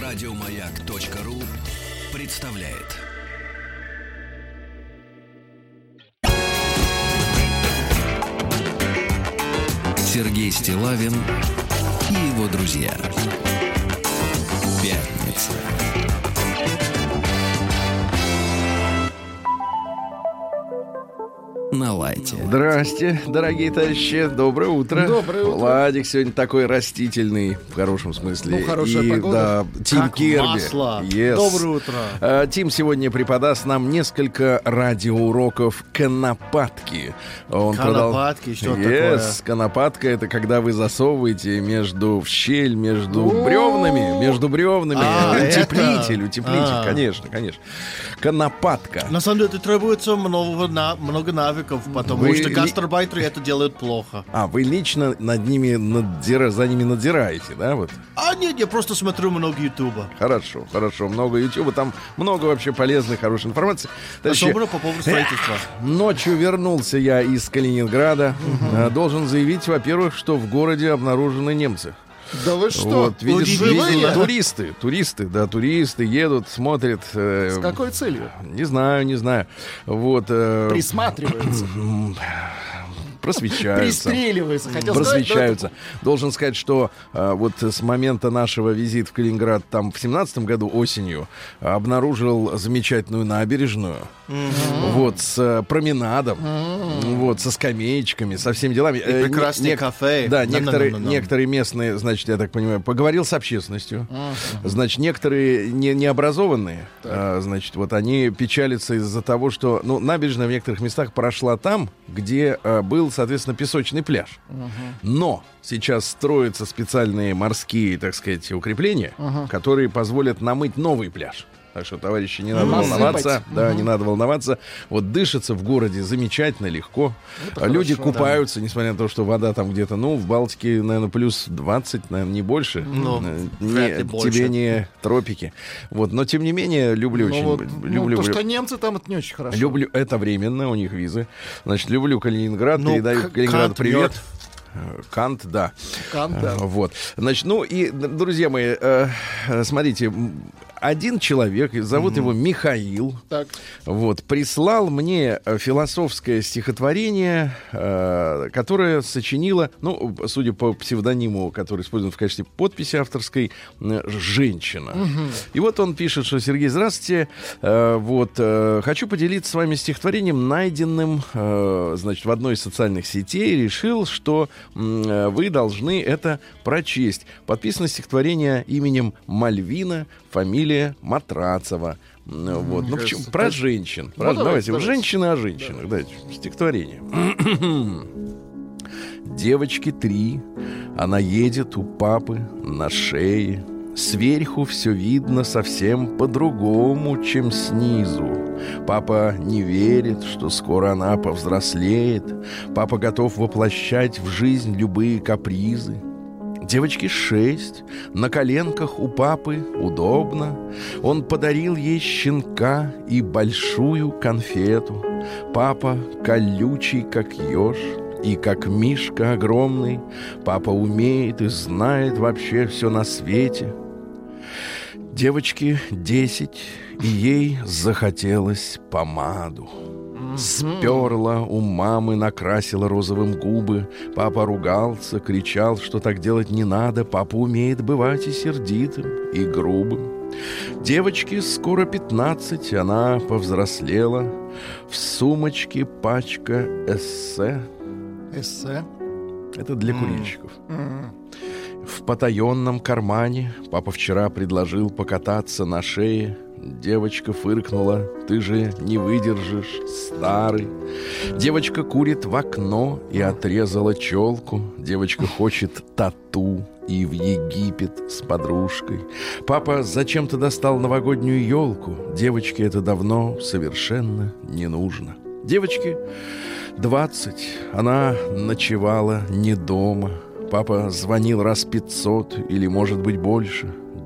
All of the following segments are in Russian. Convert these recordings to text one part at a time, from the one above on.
Радиомаяк.ру представляет. Сергей Стиллавин и его друзья. Пятница. На лайте. Здрасте, дорогие товарищи, доброе утро. Доброе утро. Владик сегодня такой растительный, в хорошем смысле. Ну, хорошая погода. Да, Тим как Кирби. масло. Yes. Доброе утро. Тим сегодня преподаст нам несколько радиоуроков конопатки. Конопатки, что такое? такое? Конопатка — это когда вы засовываете в щель между бревнами, утеплитель, конечно. Конопатка. На самом деле, требуется много навыков, потому что гастарбайтеры это делают плохо. Вы лично за ними надзираете, да? Вот? Нет, я просто смотрю много Ютуба. Хорошо, много Ютуба, там много вообще полезной, хорошей информации. Особенно по поводу строительства. Ночью вернулся я из Калининграда. Должен заявить, во-первых, что в городе обнаружены немцы. Да вы что? Вот, видишь, туристы едут, смотрят. С какой целью? Не знаю. Вот, присматриваются. Просвещаются. Пристреливаются. Просвещаются. Должен сказать, что вот с момента нашего визита в Калининград, там в 17-м году осенью, обнаружил замечательную набережную. Вот, с променадом. Вот, со скамеечками, со всеми делами. И прекрасные кафе. Да, некоторые местные, значит, я так понимаю, поговорил с общественностью. Значит, некоторые необразованные, значит, вот они печалятся из-за того, что, набережная в некоторых местах прошла там, где был, соответственно, песочный пляж. Но сейчас строятся специальные морские, так сказать, укрепления, которые позволят намыть новый пляж. Так что, товарищи, не надо волноваться. Да, не надо волноваться. Вот дышится в городе замечательно, легко. Люди купаются, несмотря на то, что вода там где-то, в Балтике, наверное, плюс 20, наверное, не больше. Тебе не тропики. Вот, но, тем не менее, люблю очень. То, что немцы там, это не очень хорошо. Люблю, это временно, у них визы. Значит, люблю Калининград, передаю Калининграду привет. Кант, да. Вот. Значит, и, друзья мои, смотрите, один человек, зовут его Михаил, вот, прислал мне философское стихотворение, которое сочинила, судя по псевдониму, который использован в качестве подписи авторской, женщина. И вот он пишет, что: Сергей, здравствуйте, хочу поделиться с вами стихотворением, найденным, значит, в одной из социальных сетей, решил, что вы должны это прочесть. Подписано стихотворение именем Мальвина, фамилия Матрацева. Вот. Почему? Про женщин. Давайте. Женщины о женщинах. Давайте. Стихотворение. Девочки 3. Она едет у папы на шее. Сверху все видно совсем по-другому, чем снизу. Папа не верит, что скоро она повзрослеет. Папа готов воплощать в жизнь любые капризы. Девочке 6, на коленках у папы удобно. Он подарил ей щенка и большую конфету. Папа колючий, как еж, и как мишка огромный. Папа умеет и знает вообще все на свете. Девочке 10, и ей захотелось помаду. Сперла у мамы, накрасила розовым губы. Папа ругался, кричал, что так делать не надо. Папа умеет бывать и сердитым, и грубым. Девочке скоро 15, она повзрослела. В сумочке пачка эссе. Эссе? Это для курильщиков. В потаенном кармане папа вчера предложил покататься на шее. Девочка фыркнула: ты же не выдержишь, старый. Девочка курит в окно и отрезала челку. Девочка хочет тату и в Египет с подружкой. Папа зачем-то достал новогоднюю елку. Девочке это давно совершенно не нужно. Девочке 20, она ночевала не дома. Папа звонил раз 500 или, может быть, больше.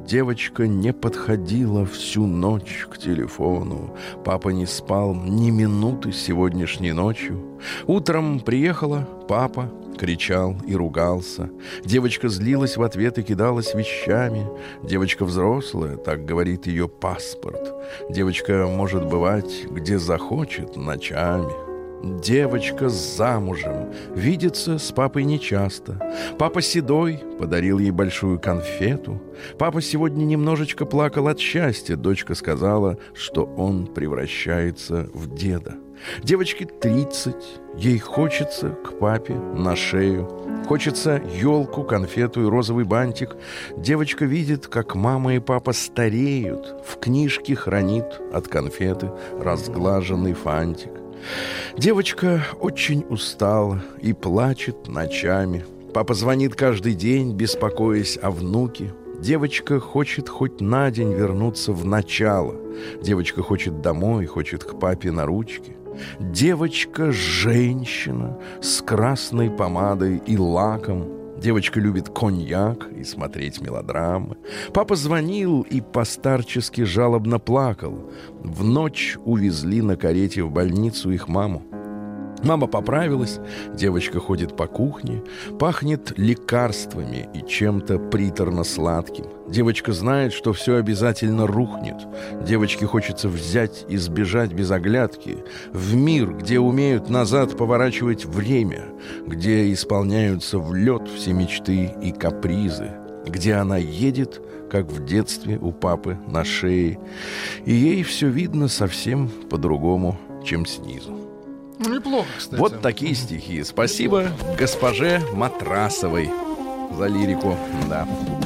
Девочка не подходила всю ночь к телефону. Папа не спал ни минуты сегодняшней ночью. Утром приехала папа, кричал и ругался. Девочка злилась в ответ и кидалась вещами. Девочка взрослая, так говорит ее паспорт. Девочка может бывать, где захочет, ночами. Девочка замужем, видится с папой нечасто. Папа седой подарил ей большую конфету. Папа сегодня немножечко плакал от счастья. Дочка сказала, что он превращается в деда. Девочке 30, ей хочется к папе на шею. Хочется елку, конфету и розовый бантик. Девочка видит, как мама и папа стареют. В книжке хранит от конфеты разглаженный фантик. Девочка очень устала и плачет ночами. Папа звонит каждый день, беспокоясь о внуке. Девочка хочет хоть на день вернуться в начало. Девочка хочет домой, хочет к папе на ручки. Девочка-женщина с красной помадой и лаком. Девочка любит коньяк и смотреть мелодрамы. Папа звонил и постарчески жалобно плакал. В ночь увезли на карете в больницу их маму. Мама поправилась, девочка ходит по кухне, пахнет лекарствами и чем-то приторно-сладким. Девочка знает, что все обязательно рухнет. Девочке хочется взять и сбежать без оглядки в мир, где умеют назад поворачивать время, где исполняются в лед все мечты и капризы, где она едет, как в детстве у папы на шее, и ей все видно совсем по-другому, чем снизу. Неплохо, кстати. Вот такие стихи. Спасибо госпоже Матрасовой за лирику. Да.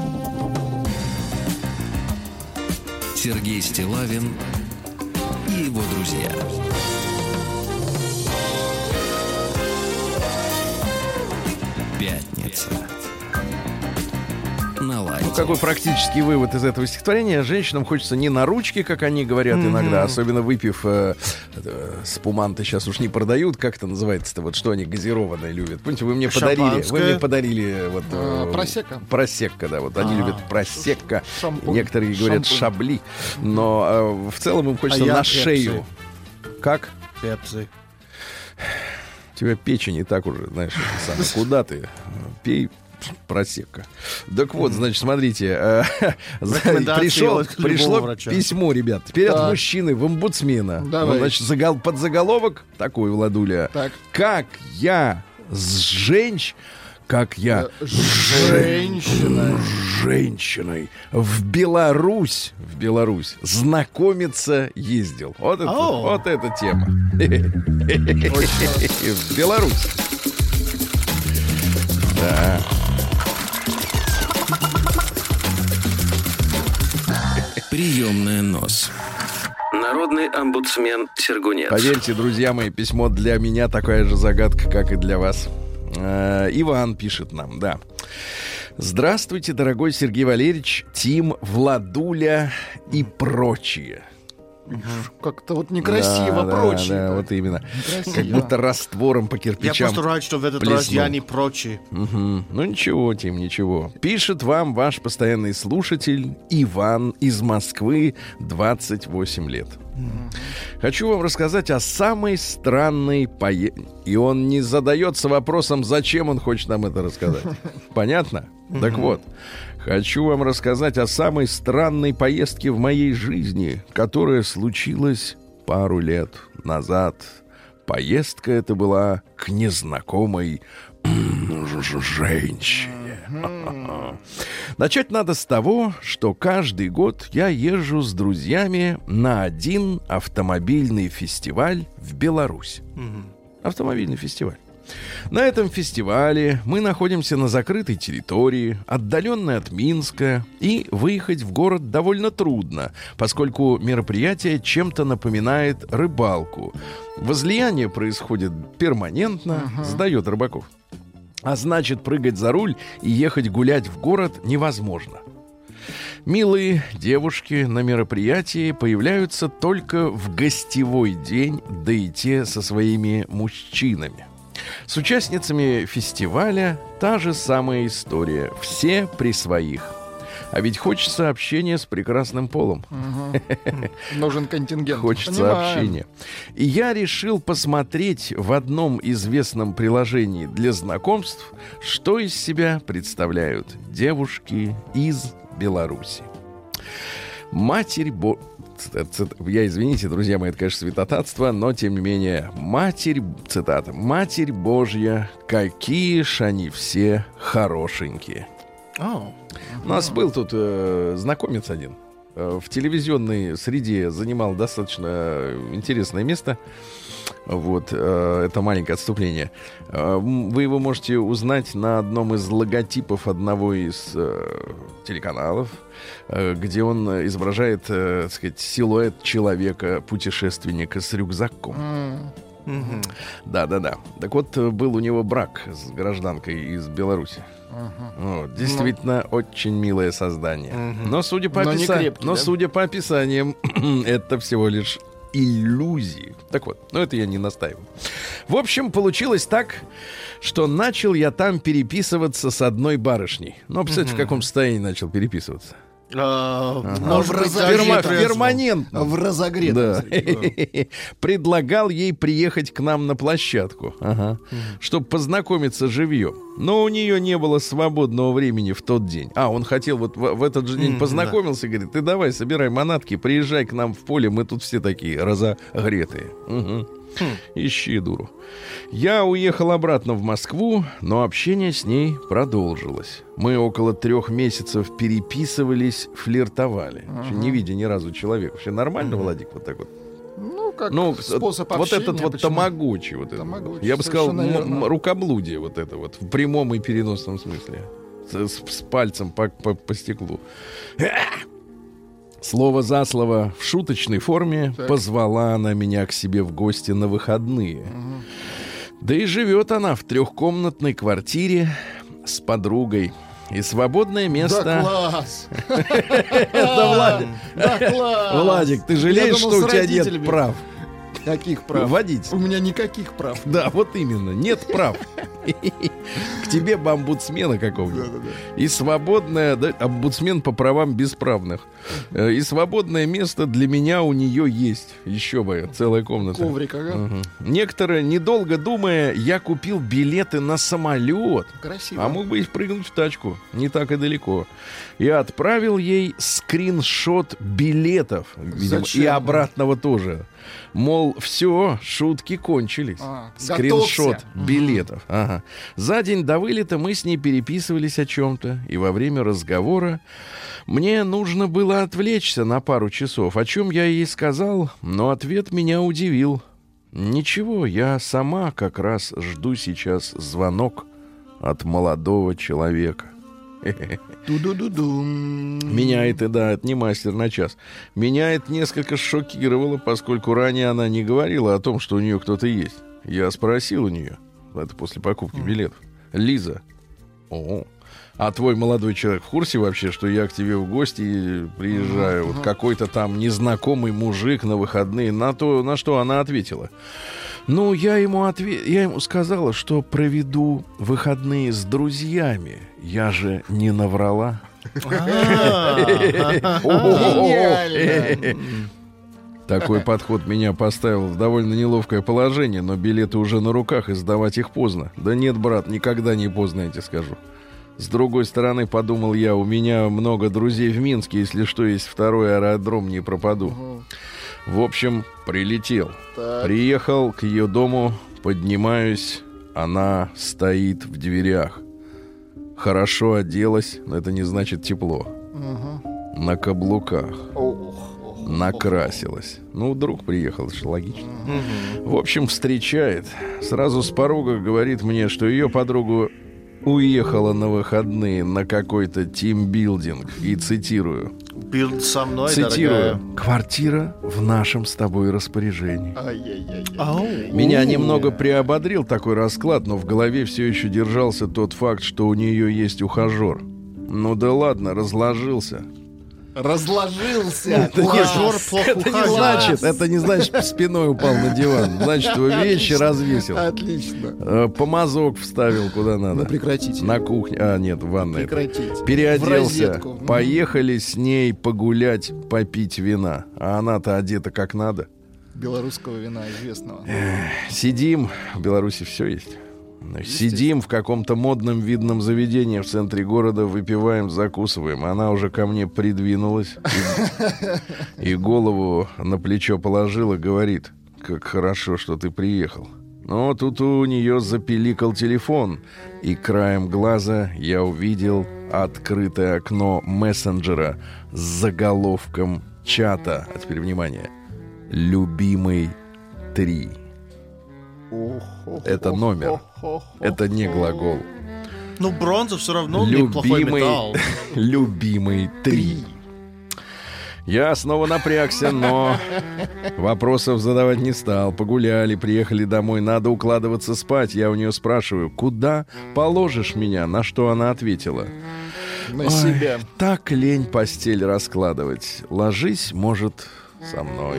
Сергей Стиллавин и его друзья. Пятница. Ну, какой практический вывод из этого стихотворения? Женщинам хочется не на ручки, как они говорят иногда, особенно выпив спуманты сейчас уж не продают. Как это называется-то? Вот что они газированные любят. Помните, вы мне подарили вот просекко. Просекко, да. Вот они любят просекко. Некоторые говорят шабли. Но в целом им хочется на шею. Как? Пепси. У тебя печень и так уже, знаешь, куда ты? Пей просекка. Так вот, значит, смотрите, пришло письмо, ребят. Теперь от мужчины в омбудсмена. Вот, значит, подзаголовок такой, Владуля. Так. Как я женщиной в Беларусь знакомиться ездил. Вот эта тема. В Беларусь. Да. Приемная нос. Народный омбудсмен Сергунец. Поверьте, друзья мои, письмо для меня такая же загадка, как и для вас. Иван пишет нам, да. Здравствуйте, дорогой Сергей Валерьевич, Тим, Владуля и прочие. Как-то вот некрасиво, прочие. Да, вот именно. Некрасиво. Как будто раствором по кирпичам. Я просто рад, что в этот раз я не прочие. Ну ничего, Тим, ничего. Пишет вам ваш постоянный слушатель Иван из Москвы, 28 лет. Хочу вам рассказать о самой странной поездке. И он не задается вопросом, зачем он хочет нам это рассказать. Понятно? Так вот, хочу вам рассказать о самой странной поездке в моей жизни, которая случилась пару лет назад. Поездка эта была к незнакомой женщине. Начать надо с того, что каждый год я езжу с друзьями на один автомобильный фестиваль в Беларусь. Автомобильный фестиваль. На этом фестивале мы находимся на закрытой территории, отдаленной от Минска, и выехать в город довольно трудно, поскольку мероприятие чем-то напоминает рыбалку. Возлияние происходит перманентно, сдает рыбаков. А значит, прыгать за руль и ехать гулять в город невозможно. Милые девушки на мероприятии появляются только в гостевой день, да и те со своими мужчинами. С участницами фестиваля та же самая история. Все при своих. А ведь хочется общения с прекрасным полом. Нужен контингент. Хочется общения. И я решил посмотреть в одном известном приложении для знакомств, что из себя представляют девушки из Беларуси. Я, извините, друзья мои, это, конечно, святотатство, но, тем не менее, цитата, «Матерь Божья, какие ж они все хорошенькие». У нас был тут знакомец один. В телевизионной среде занимал достаточно интересное место. Вот, это маленькое отступление. Вы его можете узнать на одном из логотипов одного из телеканалов, где он изображает, так сказать, силуэт человека, путешественника с рюкзаком. Да. Так вот, был у него брак с гражданкой из Беларуси. Вот, действительно, очень милое создание. Но, судя по описаниям, это всего лишь иллюзии. Так вот, это я не настаиваю. В общем, получилось так, что начал я там переписываться с одной барышней. Представьте, в каком состоянии начал переписываться. Перманентно. В разогретом. Предлагал ей приехать к нам на площадку, чтобы познакомиться живьем. Но у нее не было свободного времени в тот день. Он хотел в этот же день познакомился, говорит, ты давай, собирай манатки, приезжай к нам в поле, мы тут все такие разогретые. Ищи дуру. Я уехал обратно в Москву, но общение с ней продолжилось. Мы около 3 месяцев переписывались, флиртовали, не видя ни разу человека. Вообще нормально, Владик, вот так вот? Как способ общения. Вот этот вот тамагочи. Я бы сказал, рукоблудие вот это вот, в прямом и переносном смысле. С пальцем по стеклу. Слово за слово в шуточной форме позвала она меня к себе в гости на выходные. Да и живет она в 3-комнатной квартире с подругой. И свободное место... Да класс! Да, Владик, ты жалеешь, что у тебя нет прав? Каких прав? Водить. У меня никаких прав. Да, вот именно, нет прав. К тебе бы омбудсмена какого-нибудь. И свободное, омбудсмен по правам бесправных. И свободное место для меня у нее есть. Еще бы, целая комната. Коврик, Некоторые, недолго думая, я купил билеты на самолет. Красиво. А мог бы и впрыгнуть в тачку. Не так и далеко. И отправил ей скриншот билетов. Видимо, и обратного тоже. Мол, все, шутки кончились. Скриншот билетов. За день до вылета мы с ней переписывались о чем-то. И во время разговора мне нужно было отвлечься на пару часов. О чем я ей сказал, но ответ меня удивил. Ничего, я сама как раз жду сейчас звонок от молодого человека. Меня это, это не мастер на час. Меня это несколько шокировало, поскольку ранее она не говорила о том, что у нее кто-то есть. Я спросил у нее, это после покупки билетов: Лиза, а твой молодой человек в курсе вообще, что я к тебе в гости приезжаю? Вот какой-то там незнакомый мужик на выходные. На что она ответила: я ему сказала, что проведу выходные с друзьями. Я же не наврала. Такой подход меня поставил в довольно неловкое положение, но билеты уже на руках, и сдавать их поздно. Да нет, брат, никогда не поздно, я тебе скажу. С другой стороны, подумал я, у меня много друзей в Минске, если что, есть второй аэродром, не пропаду. В общем, прилетел. Приехал к ее дому, поднимаюсь, она стоит в дверях. Хорошо оделась, но это не значит тепло. На каблуках. Накрасилась. Друг приехал, это же логично. В общем, встречает. Сразу с порога говорит мне, что ее подруга уехала на выходные на какой-то тимбилдинг. И цитирую. Билд со мной, цитирую: дорогая. Квартира в нашем с тобой распоряжении. Меня немного приободрил такой расклад, но в голове все еще держался тот факт, что у нее есть ухажер. Да ладно, разложился. Разложился. Это не значит, спиной упал на диван. Значит, вещи развесил. Отлично. Помазок вставил куда надо. Ну, прекратите. На кухне. Нет, в ванной. Прекратите. Переоделся. Поехали с ней погулять, попить вина. А она-то одета как надо. Белорусского вина известного. Сидим. В Беларуси все есть. Сидим в каком-то модном видном заведении в центре города, выпиваем, закусываем. Она уже ко мне придвинулась и голову на плечо положила, говорит: как хорошо, что ты приехал. Но тут у нее запиликал телефон, и краем глаза я увидел открытое окно мессенджера с заголовком чата. А теперь внимание. «Любимый 3». Это номер. Это не глагол. Ну, бронза все равно неплохой металл. Любимый 3. Я снова напрягся, но вопросов задавать не стал. Погуляли, приехали домой, надо укладываться спать. Я у нее спрашиваю: куда положишь меня? На что она ответила: на себя. Так лень постель раскладывать. Ложись, может, со мной.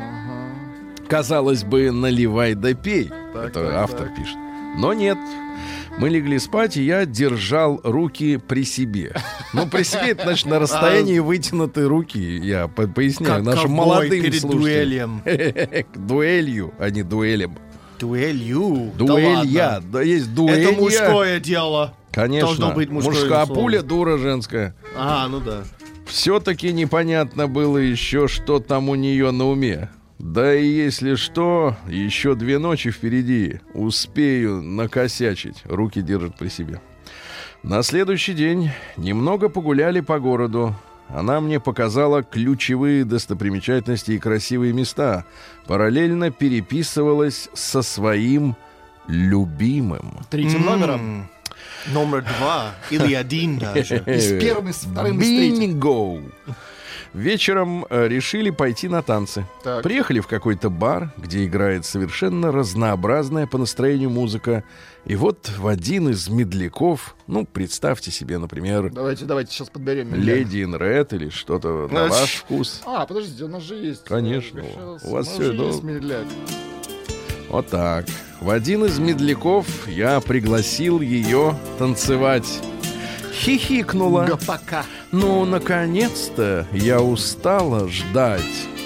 Казалось бы, наливай да пей. Это автор пишет. Но нет. Мы легли спать, и я держал руки при себе. Ну, при себе, это значит, на расстоянии вытянуты руки. Я поясняю нашим молодым перед слушателям. Дуэлью, а не дуэлем. Дуэлью? Дуэлья. Да, есть дуэлья. Это мужское дело. Конечно. Должно быть мужская пуля, дура женская. Ну да. Все-таки непонятно было еще, что там у нее на уме. Да и если что, еще 2 ночи впереди. Успею накосячить. Руки держит при себе. На следующий день немного погуляли по городу. Она мне показала ключевые достопримечательности и красивые места. Параллельно переписывалась со своим любимым. 3-м номером? Номер 2 или 1 даже. И с первым, и с вторым, и с третьим. Бинго! Вечером решили пойти на танцы. Так. Приехали в какой-то бар, где играет совершенно разнообразная по настроению музыка. И вот в один из медляков, представьте себе, например... Давайте сейчас подберем. Леди ин Ред или что-то на ваш вкус. Подождите, у нас же есть... Конечно. У вас все есть медляк. Вот так. В один из медляков я пригласил ее танцевать. Хихикнула. Гопака. Наконец-то я устала ждать.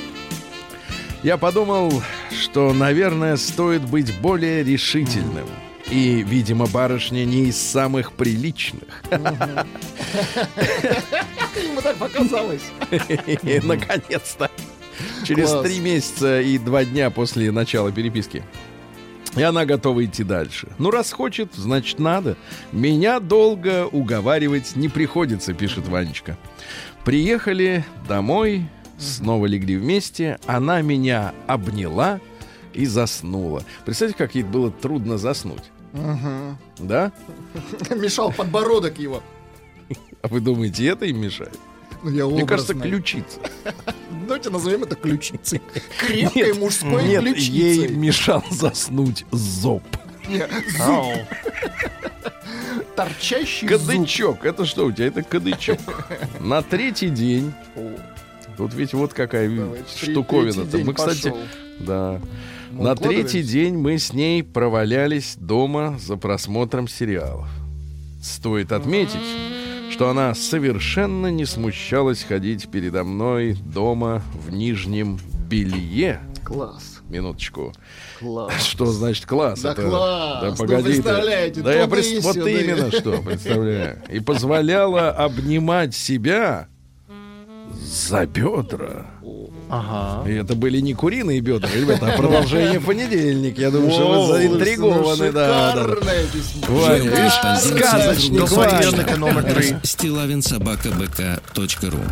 Я подумал, что, наверное, стоит быть более решительным. И, видимо, барышня не из самых приличных. Ему так показалось. Наконец-то. Через 3 месяца и 2 дня после начала переписки. И она готова идти дальше. Раз хочет, значит надо. Меня долго уговаривать не приходится, пишет Ванечка. Приехали домой, снова легли вместе. Она меня обняла и заснула. Представьте, как ей было трудно заснуть. Да? Мешал подбородок его. А вы думаете, это им мешает? Мне кажется, ключица. Давайте назовем это ключицей. Крепкой мужской ключицей. Ей мешал заснуть зоб. Зуб. Торчащий кадычок. Зуб. Это что у тебя? Это кадычок. На 3-й день. Тут ведь вот какая штуковина-то. Мы, кстати, да. На 3-й день мы с ней провалялись дома за просмотром сериалов. Стоит отметить, что она совершенно не смущалась ходить передо мной дома в нижнем белье. Класс. Минуточку. Класс. Что значит класс? Да, класс. Да, погодите. Да я вот именно что представляю. И позволяла обнимать себя за бедра. Ага. И это были не куриные бедра, ребята, а продолжение понедельник. Я думаю, что вы заинтригованы. Шикарное письмо. Ваня, сказочник Ваня. Номер 3. stilavinsobakabk.ru.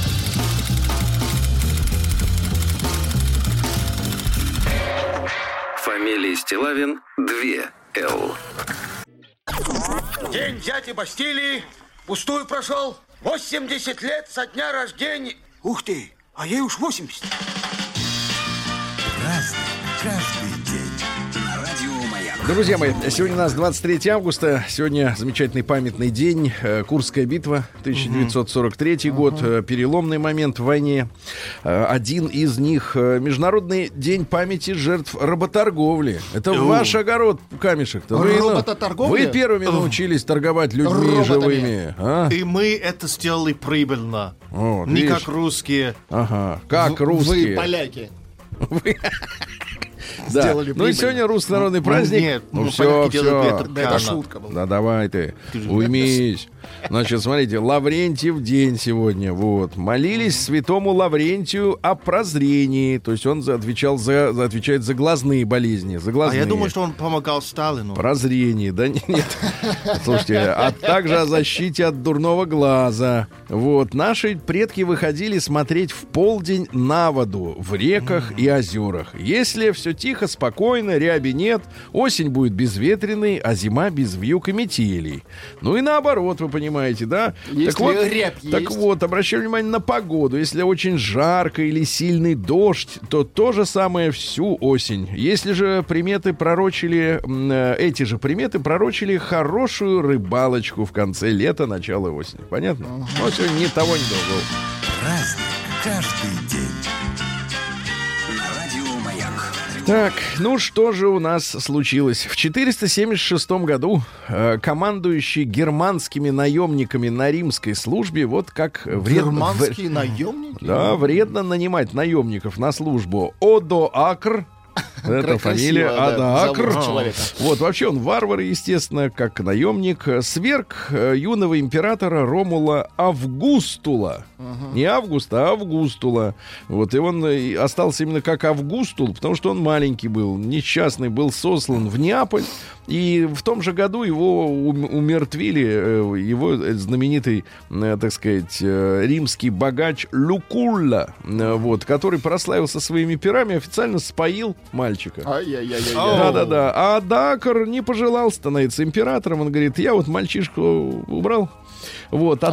Фамилия Стилавин 2 Л. День дяди Бастилии пустую прошел. 80 лет со дня рождения. Ух ты, а ей уж 80. Разный, каждый день. На радио Маяк. Друзья мои, сегодня у нас 23 августа. Сегодня замечательный памятный день. Курская битва, 1943 год. Переломный момент в войне. Один из них — Международный день памяти жертв работорговли. Это ваш огород, Камешек-то. Вы первыми научились торговать людьми живыми. А? И мы это сделали прибыльно. Вот, не видишь? как русские. Ага, как русские. Вы поляки. Да. Ну и сегодня русский народный праздник. Нет, ну все. Это шутка была. Да давай ты уймись. Значит, смотрите, Лаврентьев день сегодня. Вот. Молились святому Лаврентию о прозрении. То есть он отвечает за глазные болезни. За глазные. А я думаю, что он помогал Сталину. Прозрение, да нет. Слушайте, а также о защите от дурного глаза. Вот. Наши предки выходили смотреть в полдень на воду в реках и озерах. Если все тихо, спокойно, ряби нет, осень будет безветренной, а зима без вьюг и метелей. Ну и наоборот, вы понимаете, да? Так вот, обращаю внимание на погоду. Если очень жарко или сильный дождь, то то же самое всю осень. Если же эти же приметы пророчили хорошую рыбалочку в конце лета, начало осени. Понятно? Но сегодня ни того, ни другого. Праздник каждый день. Так, ну что же у нас случилось? В 476 году командующий германскими наемниками на римской службе, вот как германские наемники? Да, вредно нанимать наемников на службу. Одоакр. Это фамилия Адаакр. Вот, вообще он варвар, естественно, как наемник. Сверг юного императора Ромула Августула. Не Августа, а Августула. Вот, и он остался именно как Августул, потому что он маленький был, несчастный, был сослан в Неаполь. И в том же году его умертвили, его знаменитый, так сказать, римский богач Люкулла, вот, который прославился своими перами, официально споил мальчика. Да-да-да. А Дакар не пожелал становиться императором. Он говорит, я вот мальчишку убрал. Вот,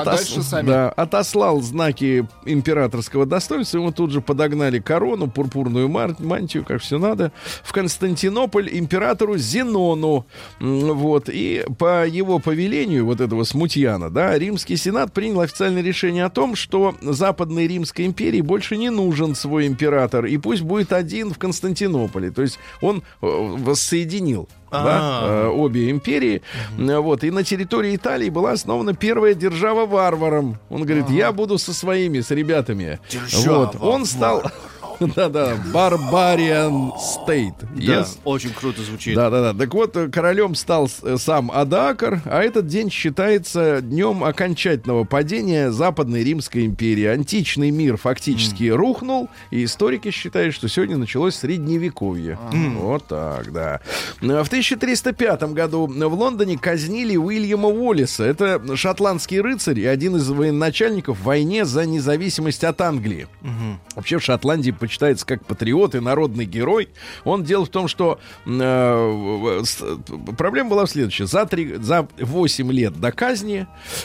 отослал знаки императорского достоинства. Ему тут же подогнали корону, пурпурную мантию, как все надо, в Константинополь императору Зенону. Вот, и по его повелению, вот этого смутьяна, да, Римский Сенат принял официальное решение о том, что Западной Римской империи больше не нужен свой император, и пусть будет один в Константинополе. То есть он воссоединил обе империи. Вот, и на территории Италии была основана первая держава варваром. Он говорит, я буду со своими, с ребятами. Вот, он стал... Да-да, Barbarian State. Да, очень круто звучит. Да-да-да. Так вот, королем стал сам Адаакр, а этот день считается днем окончательного падения Западной Римской империи. Античный мир фактически рухнул, и историки считают, что сегодня началось Средневековье. Вот так, да. В 1305 году в Лондоне казнили Уильяма Уоллиса. Это шотландский рыцарь и один из военачальников в войне за независимость от Англии. Вообще в Шотландии почитается как патриот и народный герой. Он дело в том, что проблема была в следующем. За 8 лет до казни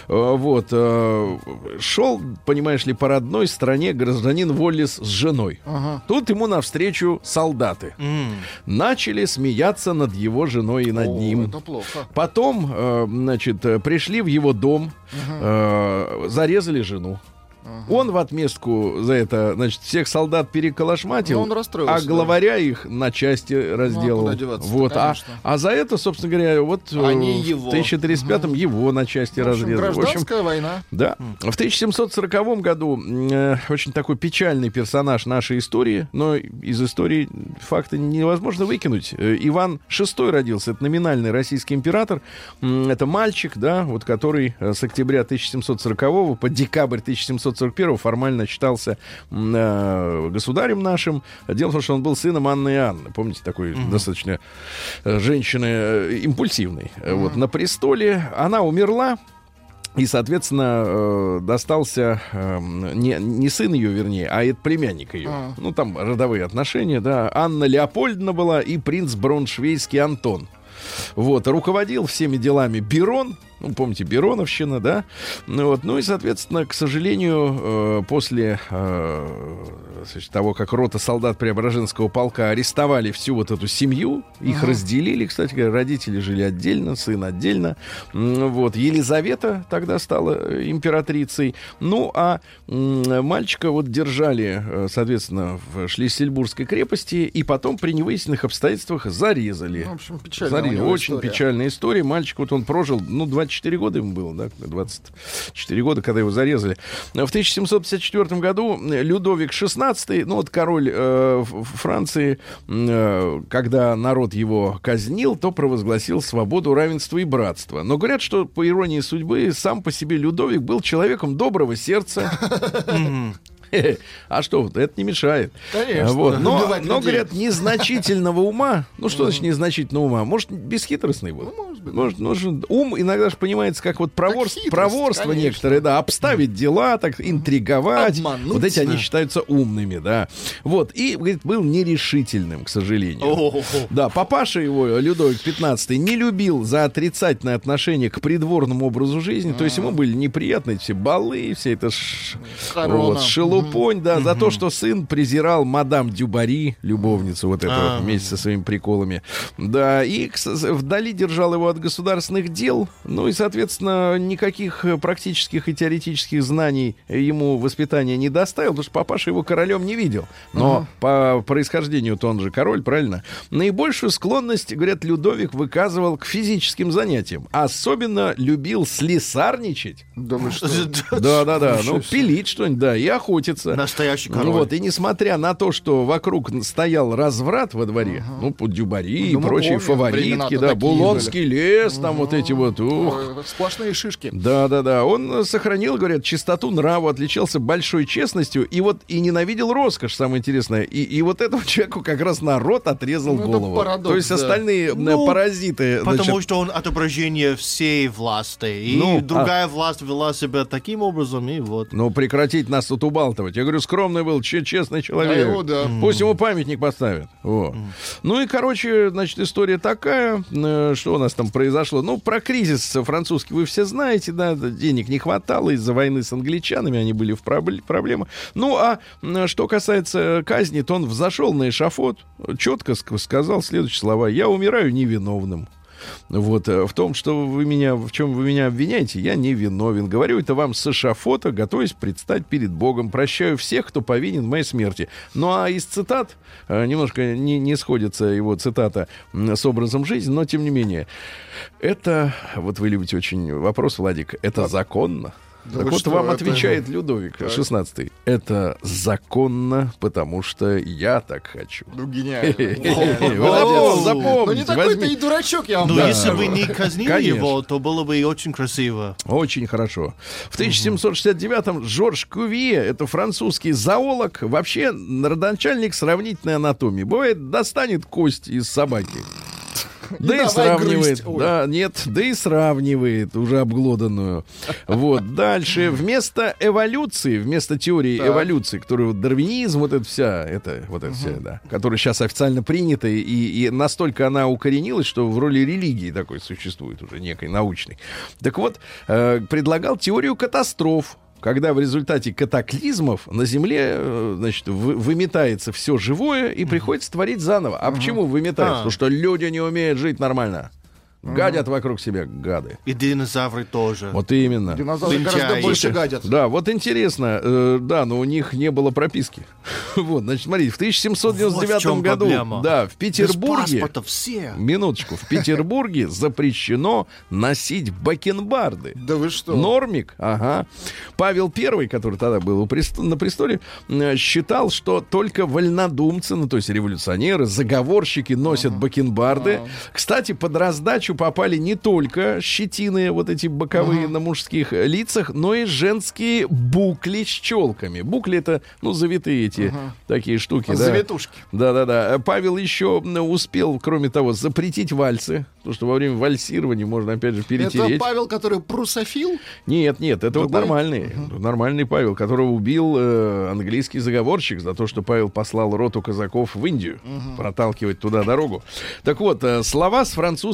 шел, понимаешь ли, по родной стране гражданин Уоллис с женой. Тут ему навстречу солдаты. Начали смеяться над его женой и над ним. Это плохо. Потом, пришли в его дом, зарезали жену. Он в отместку за это, всех солдат переколошматил, а главаря их на части разделал. А за это, собственно говоря, в 1035-м его на части разрезали. Гражданская война. Да. В 1740 году очень такой печальный персонаж нашей истории, но из истории факты невозможно выкинуть. Иван VI родился, это номинальный российский император. Это мальчик, да, вот который с октября 1740 по декабрь 1741 формально считался государем нашим. Дело в том, что он был сыном Анны и Анны. Помните, такой достаточно женщины импульсивной. Вот, на престоле. Она умерла. И, соответственно, достался не сын ее, вернее, а это племянник ее. Ну, там родовые отношения, да. Анна Леопольдовна была и принц Брауншвейгский Антон. Вот, руководил всеми делами Берон. Ну, помните, Бероновщина, да? Ну и, соответственно, к сожалению, после того, как рота солдат Преображенского полка арестовали всю вот эту семью, их разделили, кстати говоря, родители жили отдельно, сын отдельно. Вот. Елизавета тогда стала императрицей. Ну, а мальчика вот держали, соответственно, в Шлиссельбургской крепости, и потом при невыясненных обстоятельствах зарезали. В общем, печальная Очень печальная история. Мальчик, вот он прожил, 24 года ему было, да, 24 года, когда его зарезали. В 1754 году Людовик XVI, ну вот король Франции, когда народ его казнил, то провозгласил свободу, равенство и братство. Но говорят, что, по иронии судьбы, сам по себе Людовик был человеком доброго сердца. А что, это не мешает. Конечно. Вот. Но, говорят, незначительного ума. Ну, что значит незначительного ума? Может, бесхитростный был. Может, ум иногда же понимается как вот проворство некоторое, да, обставить дела, так интриговать. Обмануть. Вот эти они считаются умными, да. Вот. И, говорит, был нерешительным, к сожалению. Да, папаша его, Людовик XV, не любил за отрицательное отношение к придворному образу жизни. То есть ему были неприятны все балы, все это шелупонь, да, за то, что сын презирал мадам Дюбари, любовницу вот эту вот, вместе со своими приколами. Да, и вдали держал его от государственных дел. Ну и, соответственно, никаких практических и теоретических знаний ему воспитания не доставил, потому что папаша его королем не видел. Но по происхождению-то он же король, правильно? Наибольшую склонность, говорят, Людовик выказывал к физическим занятиям. Особенно любил слесарничать. Да вы что? Да. Ну, пилить что-нибудь, да, и охотиться. Настоящий король. Ну, вот, и несмотря на то, что вокруг стоял разврат во дворе, Дюбари и прочие фаворитки, да, Булонский лес, там вот эти вот, сплошные шишки. Да. Он сохранил, говорят, чистоту нрава, отличался большой честностью и ненавидел роскошь, самое интересное. И вот этому человеку как раз народ отрезал голову. Парадокс, то есть остальные паразиты. Потому что он отображение всей власти. И другая власть вела себя таким образом, и вот. Ну, прекратить нас тут убалтывать. Я говорю, скромный был, честный человек. Пусть ему памятник поставят. Ну и, короче, значит, история такая, что у нас там произошло. Ну, про кризис французский вы все знаете, да, денег не хватало из-за войны с англичанами, они были в проблемах. Ну, а что касается казни, то он взошел на эшафот, четко сказал следующие слова: «Я умираю невиновным». Вот, в том, что в чем вы меня обвиняете, я не виновен. Говорю это вам с эшафота, готовясь предстать перед Богом. Прощаю всех, кто повинен в моей смерти. Ну, а из цитат, немножко не сходится его цитата с образом жизни, но, тем не менее, это, вот вы любите очень вопрос, Владик, это законно? Да так вот что, вам отвечает Людовик XVI. Это законно, потому что я так хочу. Ну, гениально. Молодец, запомните. Ну, не такой-то и дурачок, я вам говорю. Но если бы не казнили его, то было бы и очень красиво. Очень хорошо. В 1769-м Жорж Кювье, это французский зоолог, вообще родоначальник сравнительной анатомии. Бывает, достанет кость из собаки. Да и сравнивает. Да, нет, да и сравнивает уже обглоданную. Вот. Дальше. Вместо эволюции, вместо теории эволюции, которую дарвинизм, вот это вся, да, которая сейчас официально принята, и настолько она укоренилась, что в роли религии такой существует уже некой научной. Так вот, предлагал теорию катастроф. Когда в результате катаклизмов на Земле, значит, выметается все живое и приходится творить заново. А почему выметается? Потому что люди не умеют жить нормально. Гадят вокруг себя, гады. И динозавры тоже. Вот именно. Динозавры гораздо больше гадят. Да, вот интересно, да, но у них не было прописки. Вот, значит, смотрите, в 1799 году, да, в Петербурге, минуточку, в Петербурге запрещено носить бакенбарды. Да вы что? Нормик, ага. Павел I, который тогда был на престоле, считал, что только вольнодумцы, ну, то есть революционеры, заговорщики носят бакенбарды. Кстати, под раздачу попали не только щетины, вот эти боковые на мужских лицах, но и женские букли с челками. Букли — это, ну, завитые эти такие штуки. Да. Завитушки. Да. Павел еще успел, кроме того, запретить вальсы, потому что во время вальсирования можно, опять же, перетереть. Это Павел, который прусофил? Нет, это вот нормальный Павел, которого убил английский заговорщик за то, что Павел послал роту казаков в Индию проталкивать туда дорогу. Так вот, слова с французскими координатами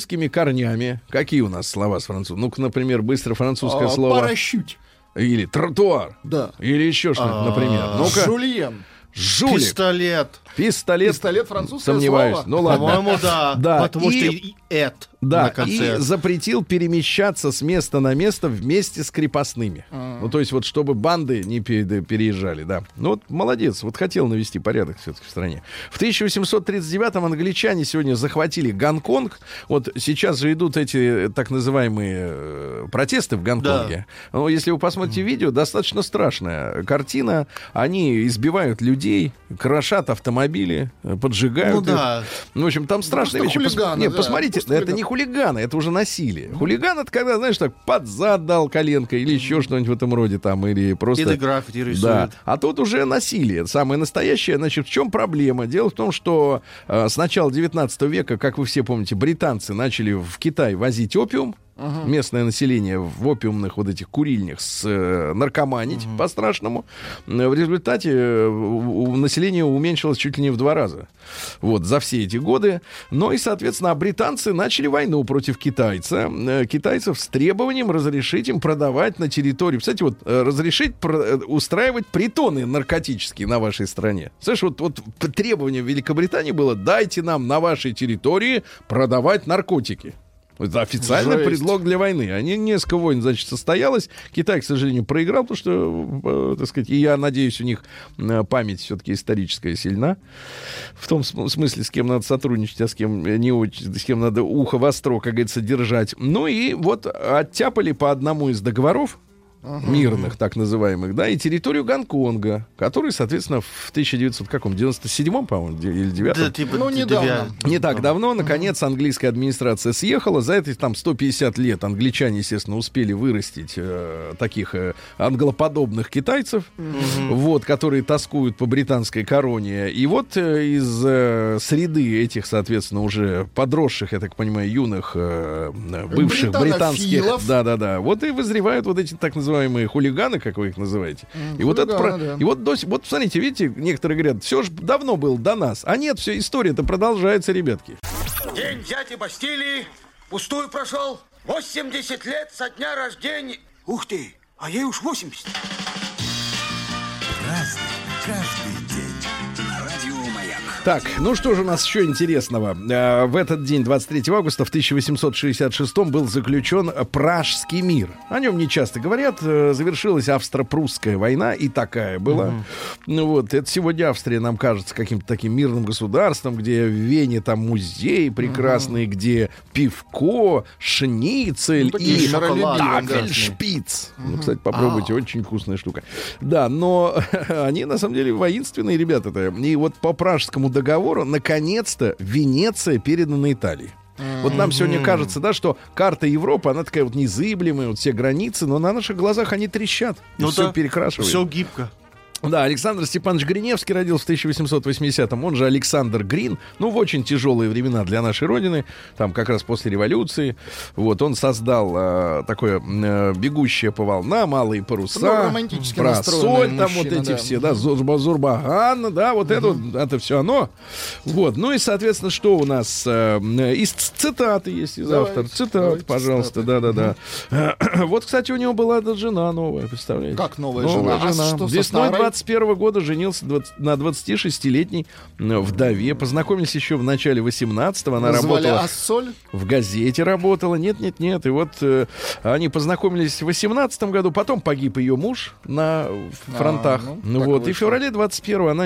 корнями. Какие у нас слова с французским? Ну-ка, например, быстро французское слово. Парашют. Или тротуар. Да. Или еще что-нибудь, например. Ну-ка. Жульен. Жулик. Пистолет. Пистолет французское Сомневаюсь. слово? Ну ладно. По-моему, да. Да, Потому и- что и «эт» Да, на конце. и запретил перемещаться с места на место вместе с крепостными. Ну, то есть вот чтобы банды не переезжали, да. Ну вот молодец, вот хотел навести порядок все-таки в стране. В 1839-м англичане сегодня захватили Гонконг. Вот сейчас же идут эти так называемые протесты в Гонконге. Но если вы посмотрите видео, достаточно страшная картина. Они избивают людей, крошат автомобили, поджигают Ну их. да. Ну, в общем, там страшные вещи. хулиганы, Нет, да, посмотрите, просто это не хулиганы, это уже насилие. Хулиган — это когда, знаешь, так под зад дал коленкой или еще что-нибудь в этом роде там, или просто... Или граффити рисует. Да. А тут уже насилие, самое настоящее. Значит, в чем проблема? Дело в том, что с начала 19 века, как вы все помните, британцы начали в Китай возить опиум. Местное население в опиумных вот этих курильнях наркоманить по-страшному. В результате население уменьшилось чуть ли не в 2 раза. Вот, за все эти годы. Ну и, соответственно, британцы начали войну против китайцев с требованием разрешить им продавать на территории. Кстати, вот разрешить устраивать притоны наркотические на вашей стране. Слышишь, вот требование Великобритании было: дайте нам на вашей территории продавать наркотики. Это официальный предлог для войны. Они несколько войн, значит, состоялось. Китай, к сожалению, проиграл, потому что, так сказать, и я надеюсь, у них память все-таки историческая сильна. В том смысле, с кем надо сотрудничать, а с кем не очень, с кем надо ухо востро, как говорится, держать. Ну и вот оттяпали по одному из договоров, мирных, так называемых, да, и территорию Гонконга, который, соответственно, в 1997, по-моему, или 9 Да, типа, Ну, недавно. не так давно, наконец, английская администрация съехала. За это там 150 лет англичане, естественно, успели вырастить таких англоподобных китайцев, вот, которые тоскуют по британской короне. И вот из среды этих, соответственно, уже подросших, я так понимаю, юных бывших британских... Да-да-да. Вот и вызревают вот эти так называемые хулиганы, как вы их называете. И вот это... да. И вот, вот, смотрите, видите, некоторые говорят, все же давно было до нас. А нет, все, история-то продолжается, ребятки. День дяди Бастилии пустую прошел. 80 лет со дня рождения. Ух ты, а ей уж 80. Праздник каждый день. Так, ну что же у нас еще интересного? В этот день, 23 августа, в 1866 был заключен Пражский мир. О нем не часто говорят. Завершилась Австро-Прусская война, и такая была. Ну вот, это сегодня Австрия нам кажется каким-то таким мирным государством, где в Вене там музей прекрасный, где пивко, шницель и тафельшпиц. Ну, кстати, попробуйте, очень вкусная штука. Да, но они на самом деле воинственные ребята-то. И вот по Пражскому договору наконец-то Венеция передана Италии. Вот нам сегодня кажется, да, что карта Европы, она такая вот незыблемая, вот все границы, но на наших глазах они трещат. Ну все да, перекрашивают. все гибко. Да, Александр Степанович Гриневский родился в 1880-м, он же Александр Грин, ну, в очень тяжелые времена для нашей Родины, там как раз после революции. Вот, он создал такое «Бегущее по волнам», «Малые паруса», про соль, там вот эти все, да, Зурбаган, да, вот это все оно. Вот, ну и, соответственно, что у нас из цитаты есть, из автора. Цитаты, пожалуйста, да-да-да. Вот, кстати, у него была жена новая, представляете? Как новая жена? А что со Весной старой? 21 года женился на 26-летней вдове. Познакомились еще в начале 18-го. Она работала Ассоль? в газете, работала. Нет. И вот они познакомились в 18-м году. Потом погиб ее муж на фронтах. Вот. И в феврале 21-го она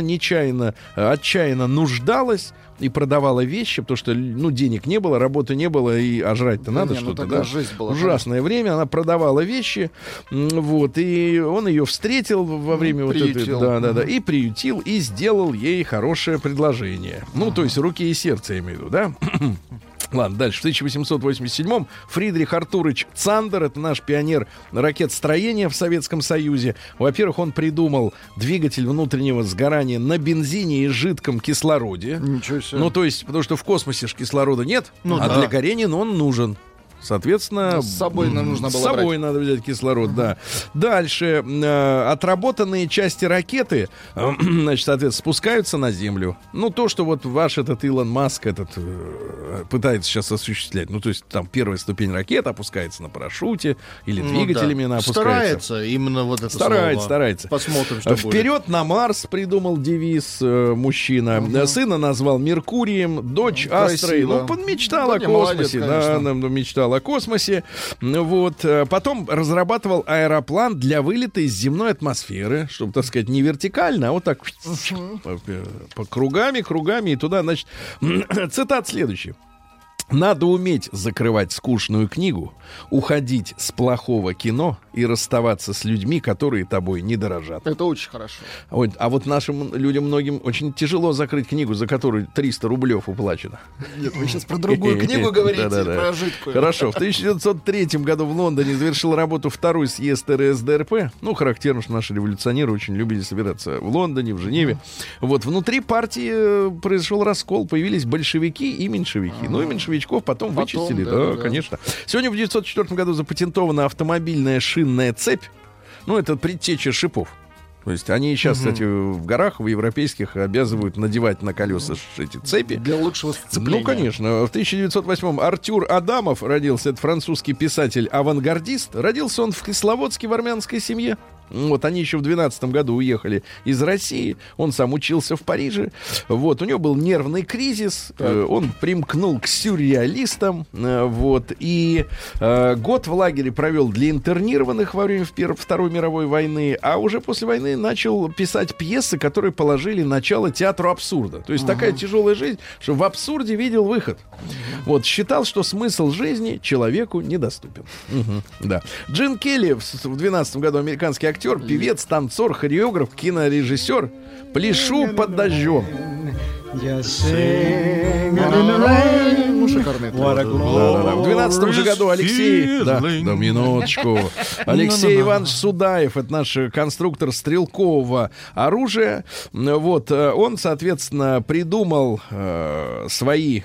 отчаянно нуждалась и продавала вещи, потому что, ну, денег не было, работы не было, а жрать-то надо что-то, да? Ужасное время, она продавала вещи, вот, и он ее встретил во время вот этой, и приютил, и сделал ей хорошее предложение. Ну, то есть руки и сердце, я имею в виду, да? Ладно, дальше. В 1887-м Фридрих Артурович Цандер, это наш пионер ракетостроения в Советском Союзе. Во-первых, он придумал двигатель внутреннего сгорания на бензине и жидком кислороде. Ничего себе. Ну, то есть, потому что в космосе ж кислорода нет, для горения он нужен. Соответственно, с собой нам нужно было с собой брать. надо взять кислород, да. Дальше. Отработанные части ракеты, значит, соответственно, спускаются на Землю. Ну, то, что вот ваш этот Илон Маск пытается сейчас осуществлять. Ну, то есть там первая ступень ракеты опускается на парашюте или двигателями она опускается. Старается именно вот это слово. Старается. Посмотрим, что будет. Вперед на Марс придумал девиз мужчина. Сына назвал Меркурием, дочь Астрой. Ну, он мечтал о космосе. Да, мечтал о космосе. Вот. Потом разрабатывал аэроплан для вылета из земной атмосферы, чтобы, так сказать, не вертикально, а вот так по кругами и туда, значит, цитат следующий. Надо уметь закрывать скучную книгу, уходить с плохого кино и расставаться с людьми, которые тобой не дорожат. Это очень хорошо. А вот нашим людям многим очень тяжело закрыть книгу, за которую 300 рублев уплачено. Нет, вы сейчас про другую книгу говорите, про жидкую. Хорошо. В 1903 году в Лондоне завершил работу второй съезд РСДРП. Ну, характерно, что наши революционеры очень любили собираться в Лондоне, в Женеве. Вот. Внутри партии произошел раскол. Появились большевики и меньшевики. Ну, и меньшевичков потом вычистили. Да, конечно. Сегодня в 1904 году запатентована автомобильная шинная цепь. Ну, это предтеча шипов. То есть они сейчас, кстати, в горах, в европейских, обязывают надевать на колеса эти цепи. Для лучшего сцепления. Ну, конечно. В 1908-м Артюр Адамов родился. Это французский писатель-авангардист. Родился он в Кисловодске в армянской семье. Вот, они еще в 12 году уехали из России. Он сам учился в Париже. Вот, у него был нервный кризис. Он примкнул к сюрреалистам. Вот, и год в лагере провел для интернированных во время Второй мировой войны. А уже после войны начал писать пьесы, которые положили начало театру абсурда. То есть такая тяжелая жизнь, что в абсурде видел выход. Вот, считал, что смысл жизни человеку недоступен. Да. Джин Келли в 12 году, американский актер, певец, танцор, хореограф, кинорежиссер. «Пляшу под дождем». Ну, шикарный. В 12 же году Алексей... Да, минуточку. Алексей Иванович Судаев, это наш конструктор стрелкового оружия. Вот, он, соответственно, придумал свои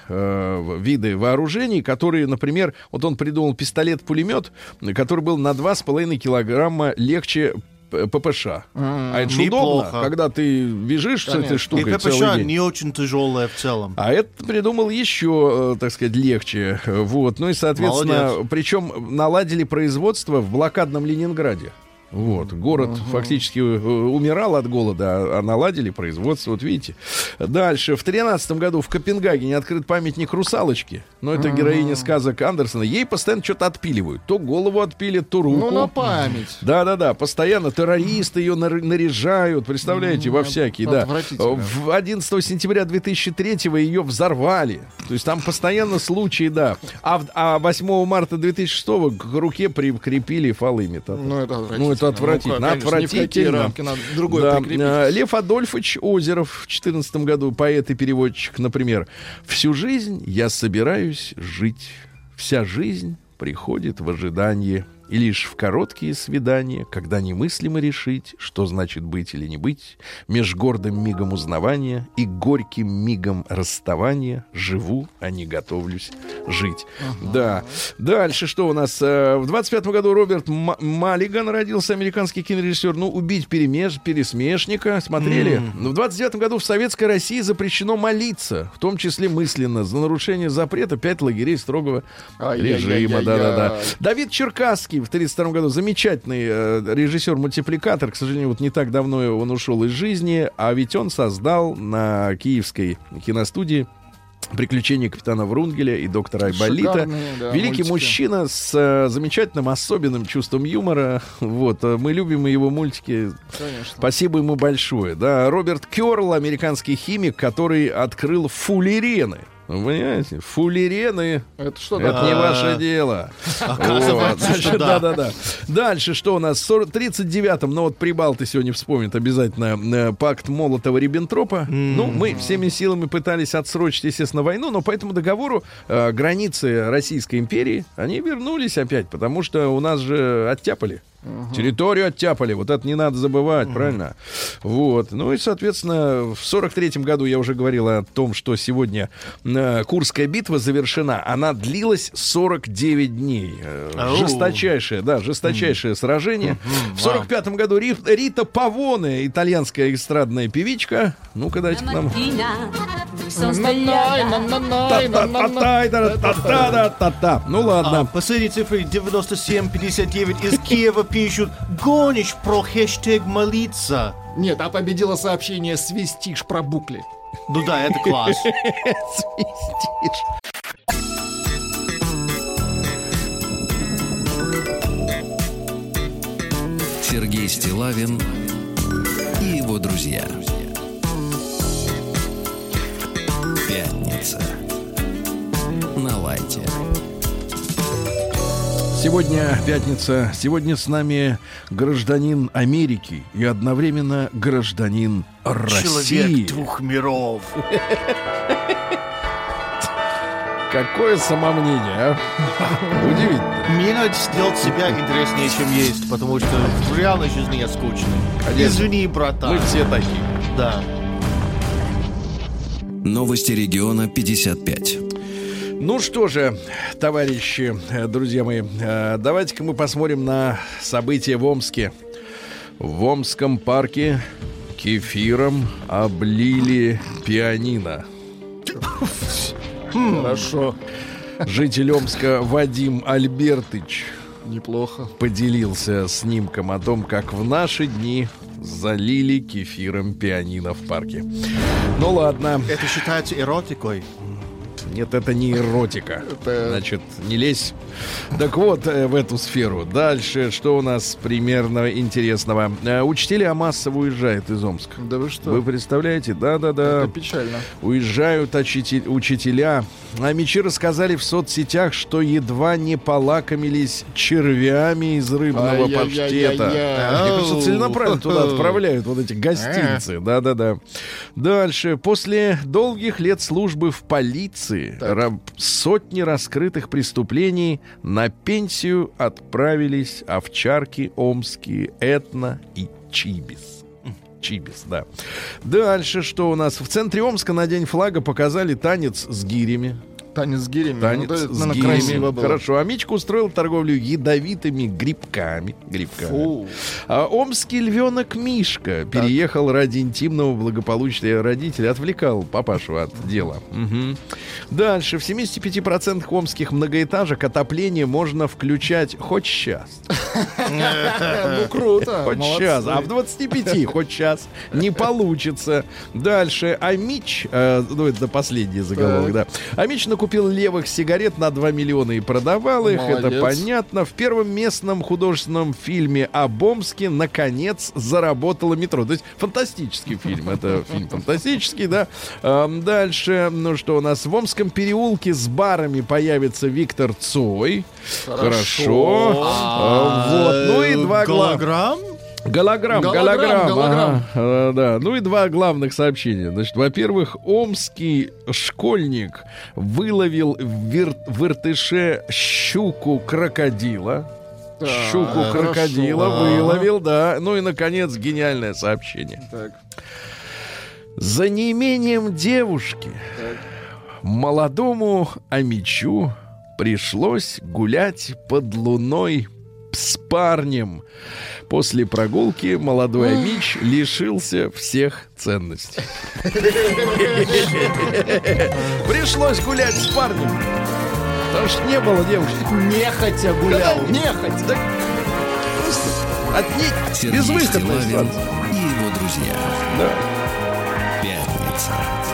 виды вооружений, которые, например, вот он придумал пистолет-пулемет, который был на 2,5 килограмма легче ППШ. А это же удобно, когда ты бежишь с этой штукой и целый ППШ день. не очень тяжелая в целом. А это придумал еще, так сказать, легче. Вот. Ну и, соответственно, причем наладили производство в блокадном Ленинграде. Вот. Город фактически умирал от голода, а наладили производство, вот видите. Дальше. В 13 году в Копенгагене открыт памятник русалочке. Но это героиня сказок Андерсона. Ей постоянно что-то отпиливают. То голову отпилят, то руку. Ну, на память. Да-да-да. Постоянно террористы ее наряжают. Представляете, во всякие, да. В 11 сентября 2003-го ее взорвали. То есть там постоянно случаи, да. А 8 марта 2006-го к руке прикрепили фалоимитатор. Ну, это отвратительно. Это отвратительно. Ну, конечно, отвратительно. Рамки, надо другой прикрепить. Лев Адольфович Озеров в 2014 году, поэт и переводчик, например. «Всю жизнь я собираюсь жить. Вся жизнь приходит в ожидании. И лишь в короткие свидания, когда немыслимо решить, что значит быть или не быть, меж гордым мигом узнавания и горьким мигом расставания живу, а не готовлюсь жить». Да. Дальше что у нас? В 25-м году Роберт Маллиган родился, американский кинорежиссер. Ну, «Убить пересмешника». Смотрели? В 29-м году в Советской России запрещено молиться, в том числе мысленно. За нарушение запрета 5 лагерей строгого режима. Да-да-да. Давид Черкасский в 1932 году замечательный режиссер-мультипликатор. К сожалению, вот не так давно он ушел из жизни, а ведь он создал на Киевской киностудии «Приключения капитана Врунгеля» и доктора Айболита. Великий мужчина с замечательным, особенным чувством юмора. Вот, мы любим его мультики. Конечно. Спасибо ему большое. Да, Роберт Кёрл, американский химик, который открыл фуллерены. Вы понимаете? Фуллерены. Это что это не ваше дело. Оказывается, что да. Да. Дальше что у нас? В 39-м, ну вот прибалты сегодня вспомнят обязательно пакт Молотова-Риббентропа. Ну, мы всеми силами пытались отсрочить, естественно, войну, но по этому договору границы Российской империи, они вернулись опять, потому что у нас же оттяпали. Территорию оттяпали, вот это не надо забывать, правильно? Вот. Ну и, соответственно, в 43-м году я уже говорил о том, что сегодня Курская битва завершена. Она длилась 49 дней. Жесточайшее сражение. В 45-м году Рита Павоне, итальянская эстрадная певичка. Ну-ка, дайте к нам. Ну ладно. Последние цифры 97-59 из Киева пишут: гонишь про хэштег молиться. Нет, а победило сообщение «свистишь про букли». Ну да, это класс. Свистишь. Сергей Стиллавин и его друзья. Пятница. На лайте. Сегодня пятница. Сегодня с нами гражданин Америки и одновременно гражданин России. Человек двух миров. Какое самомнение, а? Удивительно. Мне надо сделать себя интереснее, чем есть, потому что в реальной жизни я скучный. Конечно. Извини, братан. Мы все такие. Да. Новости региона 55. Ну что же, товарищи, друзья мои, давайте-ка мы посмотрим на события в Омске. В Омском парке кефиром облили пианино. Хорошо. Житель Омска Вадим Альбертыч Неплохо. поделился снимком о том, как в наши дни залили кефиром пианино в парке. Ну ладно. Это считается эротикой? Нет, это не эротика. Это... Значит, не лезь. Так вот, в эту сферу. Дальше, что у нас примерно интересного? Учителя массово уезжают из Омска. Да вы что? Вы представляете? Да-да-да. Это печально. Уезжают учителя. А мечи рассказали в соцсетях, что едва не полакомились червями из рыбного паштета. Мне кажется, целенаправленно туда отправляют вот эти гостинцы. Да-да-да. Дальше. После долгих лет службы в полиции сотни раскрытых преступлений на пенсию отправились овчарки омские Этна и Чибис. Чибис, да. Дальше что у нас? В центре Омска на День флага показали танец с гирями. Танец с гирями. Танец это, с наверное, гирями. красиво было. Хорошо. А Мичка устроил торговлю ядовитыми грибками. Фу. А омский львенок Мишка переехал ради интимного благополучия родителей. Отвлекал папашу от дела. Угу. Дальше. В 75% омских многоэтажек отопление можно включать хоть сейчас. Ну, круто. Хоть сейчас. А в 25 хоть сейчас. Не получится. Дальше. Амич, ну это последний заголовок, да. Амич накупил левых сигарет на 2 миллиона и продавал их. Молодец. Это понятно. В первом местном художественном фильме об Омске наконец заработало метро. То есть фантастический фильм. Это фильм фантастический, да. Дальше, ну что у нас? В Омском переулке с барами появится Виктор Цой. Хорошо. Вот. Ну и два Голограмм? Голограмм. Голограмм. Ага, да. Ну и два главных сообщения. Значит, во-первых, омский школьник выловил в Иртыше щуку-крокодила. Щуку-крокодила выловил, да. Ну и, наконец, гениальное сообщение. Так. За неимением девушки молодому Амичу пришлось гулять под луной с парнем. После прогулки молодой Амич лишился всех ценностей. Пришлось гулять с парнем. Потому что не было девушки. Нехотя гулял. Нехотя. Сергей Безвыходная Стиллавин ситуация. и его друзья. Да. Пятница.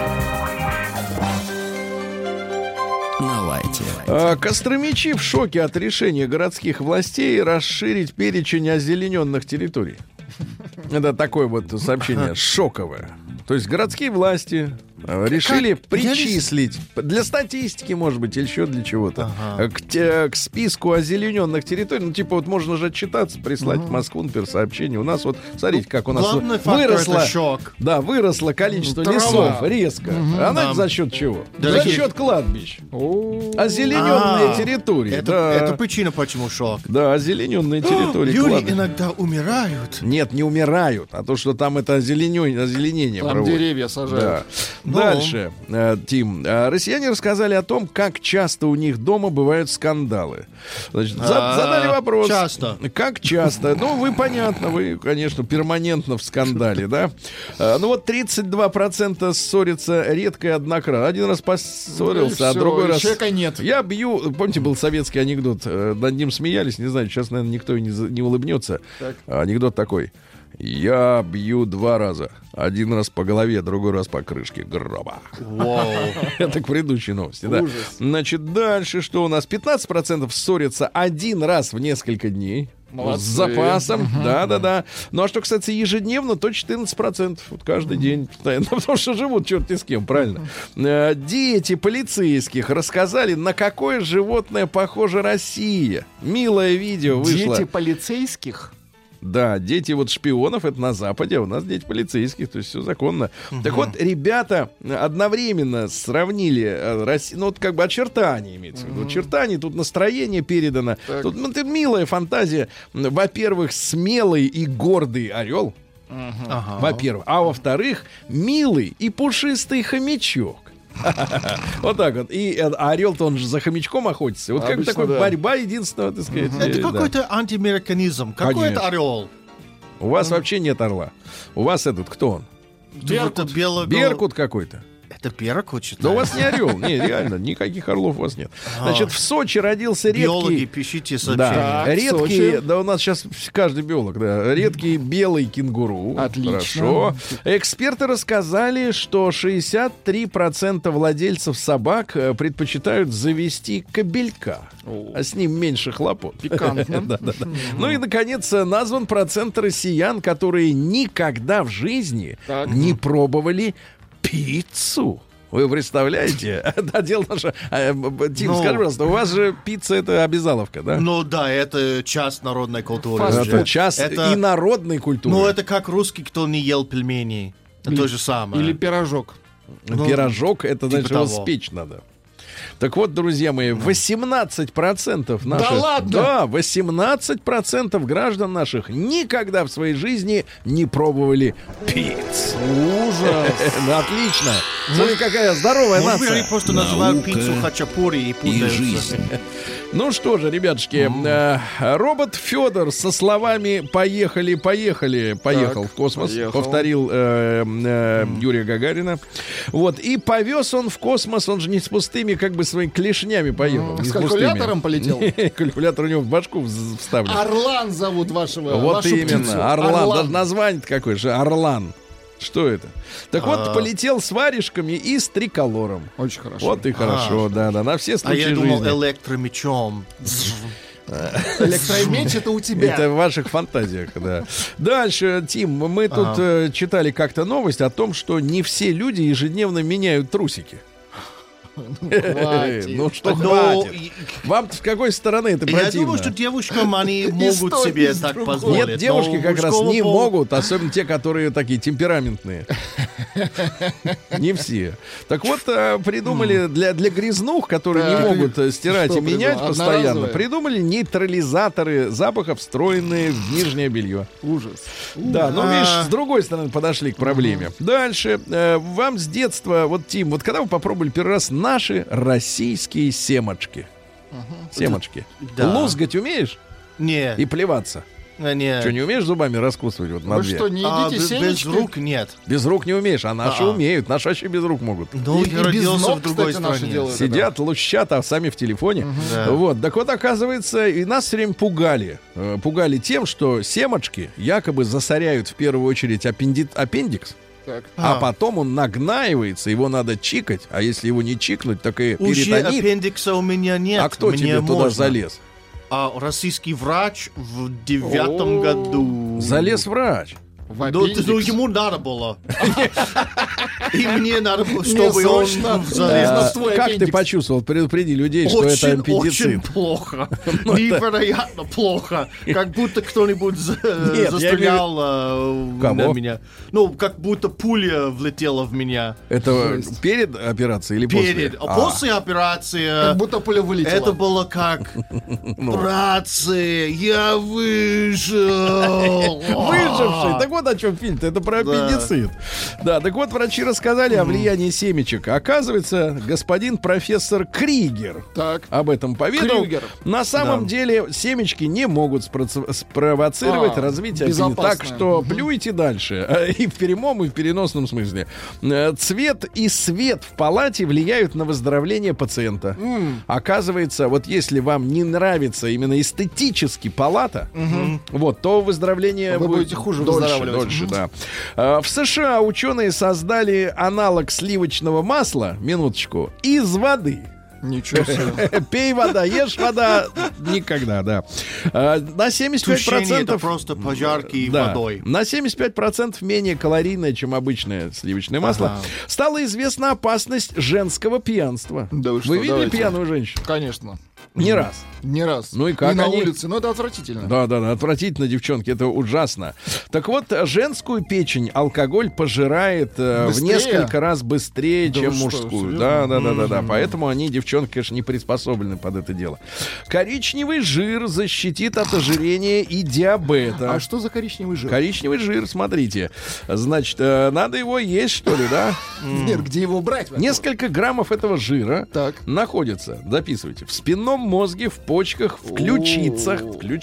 На лайте. Костромичи в шоке от решения городских властей расширить перечень озелененных территорий. Это такое вот сообщение шоковое. То есть городские власти решили причислить для статистики, может быть, или еще для чего-то к списку озелененных территорий. Ну, типа, вот можно же отчитаться, прислать в Москву, например, сообщение. У нас вот, смотрите, как у нас выросло количество лесов резко. Она за счет чего? За счет кладбищ. Озелененные территории. Это причина, почему шок. Да, озелененные территории. Люди иногда умирают. Нет, не умирают, а то, что там это озеленение там проводят. Деревья сажают. Да. Дальше, Тим. Россияне рассказали о том, как часто у них дома бывают скандалы. Значит, задали вопрос. Часто. Как часто? Ну, вы, понятно, вы, конечно, перманентно в скандале, да? Ну, вот 32% ссорятся редко и однократно. Один раз поссорился, а другой раз... Человека нет. Я бью... Помните, был советский анекдот? Над ним смеялись, не знаю, сейчас, наверное, никто не улыбнется. Так. Анекдот такой. Я бью 2 раза. Один раз по голове, другой раз по крышке гроба. Это к предыдущей новости, да. Значит, дальше что у нас? 15% ссорятся один раз в несколько дней. Молодцы. С запасом, да. Ну, а что, кстати, ежедневно, то 14%. Вот каждый день постоянно. Потому что живут черти с кем, правильно? Дети полицейских рассказали, на какое животное похожа Россия. Милое видео вышло. Дети полицейских? Да, дети вот шпионов, это на Западе, а у нас дети полицейских, то есть все законно. Так вот, ребята одновременно сравнили, ну вот как бы очертания имеется в виду. Очертания, тут настроение передано. Тут это милая фантазия. Во-первых, смелый и гордый орел. Во-первых. А во-вторых, милый и пушистый хомячок. Вот так вот. И орел-то он же за хомячком охотится. Вот как такая борьба единственного, так сказать. Это какой-то антиамериканизм. Какой это орел? У вас вообще нет орла. У вас этот, кто он? Беркут какой-то. Это Беркут, считаю. Да у вас не орел. Не, реально, никаких орлов у вас нет. Значит, в Сочи родился редкий... Биологи, пишите сообщения. Да, редкий, да у нас сейчас каждый биолог, да. Редкий белый кенгуру. Отлично. Хорошо. Эксперты рассказали, что 63% владельцев собак предпочитают завести кобелька. А с ним меньше хлопот. Пикантно. Да. Ну и, наконец, назван процент россиян, которые никогда в жизни не пробовали пиццу. Вы представляете? Да, дело наше. Тим, скажи, пожалуйста, у вас же пицца — это обязаловка, да? Ну да, это часть народной культуры. Это часть и народной культуры. Ну это как русский, кто не ел пельмени. Это то же самое. Или пирожок. Пирожок — это, значит, его спечь надо. Так вот, друзья мои, 18% наших... Да ладно? Да, 18% граждан наших никогда в своей жизни не пробовали пиццу. Ужас. Отлично. Смотри, какая здоровая нация. Может, они просто называют пиццу хачапури и путаются. Ну что же, ребятушки, робот Федор со словами «поехали, поехали» поехал в космос, повторил Юрия Гагарина. Вот, и повез он в космос, он же не с пустыми, как бы своими клешнями поехал. С калькулятором полетел? Калькулятор у него в башку вставлен. Орлан зовут вашего. Вот именно, Орлан. Даже название-то какое же, Орлан. Что это? Так вот, полетел с варежками и с триколором. Очень хорошо. Вот и хорошо, да, на все случаи жизни. А я думал электромечом. Электромеч — это у тебя. Это в ваших фантазиях, да. Дальше, Тим, мы тут читали как-то новость о том, что не все люди ежедневно меняют трусики. Ну что хватит. Вам с какой стороны это противно? Я думаю, что девушкам они могут себе так позволить. Нет, девушки как раз не могут, особенно те, которые такие темпераментные. Не все. Так вот, придумали для грязнух, которые не могут стирать и менять постоянно, придумали нейтрализаторы запахов, встроенные в нижнее белье. Ужас. Да, ну видишь, с другой стороны подошли к проблеме. Дальше. Вам с детства, вот, Тим, вот когда вы попробовали первый раз наши российские семечки? Семечки. Лузгать умеешь? Нет. И плеваться? Нет. Что, не умеешь зубами раскусывать вот на Вы две? что, не едите семечки? Без рук нет. Без рук не умеешь, а наши умеют. Наши вообще без рук могут. Ну, я родился в другой кстати, стране. Сидят, лущат, а сами в телефоне. Вот. Так вот, оказывается, и нас все время пугали. Пугали тем, что семечки якобы засоряют в первую очередь аппендикс. Так. А потом он нагнаивается, его надо чикать. А если его не чикнуть, так и Уже перитонит. аппендикса у меня нет. А кто тебе туда залез? Российский врач в 9 году. Залез врач. Ну, ему надо было. И мне надо, чтобы он залез. Как ты почувствовал? Предупреди людей, что это аппендицит. Очень плохо. Невероятно плохо. Как будто кто-нибудь застрелял на меня. Ну, как будто пуля влетела в меня. Это перед операцией или после? Перед. А после операции... Как будто пуля вылетела. Это было как... Братцы, я выжил. Выживший. Так вот о чем фильм-то. Это про аппендицит. Да, так вот врачи рассказали о влиянии семечек. Оказывается, господин профессор Кригер об этом поведал. На самом деле семечки не могут спровоцировать развитие аппендицита. Так что плюйте дальше. И в прямом, и в переносном смысле. Цвет и свет в палате влияют на выздоровление пациента. Оказывается, вот если вам не нравится именно эстетически палата, вот, то выздоровление вы будете хуже выздоравливать. Дольше, да. В США ученые создали аналог сливочного масла, минуточку, из воды. Ничего себе. Пей вода, ешь вода. Никогда, да. На 75%... Тушение — это просто пожарки водой. На 75% менее калорийное, чем обычное сливочное масло. Стала известна опасность женского пьянства. Да вы что, вы видели пьяную женщину? Конечно. Не раз. Не раз. Ну и как и на они... улице. Ну это отвратительно. Да, отвратительно, девчонки, это ужасно. Так вот, женскую печень алкоголь пожирает в несколько раз быстрее, чем мужскую. Да. Поэтому они, девчонки, конечно, не приспособлены под это дело. Коричневый жир защитит от ожирения и диабета. А что за коричневый жир? Коричневый жир, смотрите. Значит, надо его есть, что ли, да? Нет, где его брать? Несколько граммов этого жира находится, записывайте, в спинном мозге, в почках, в ключицах,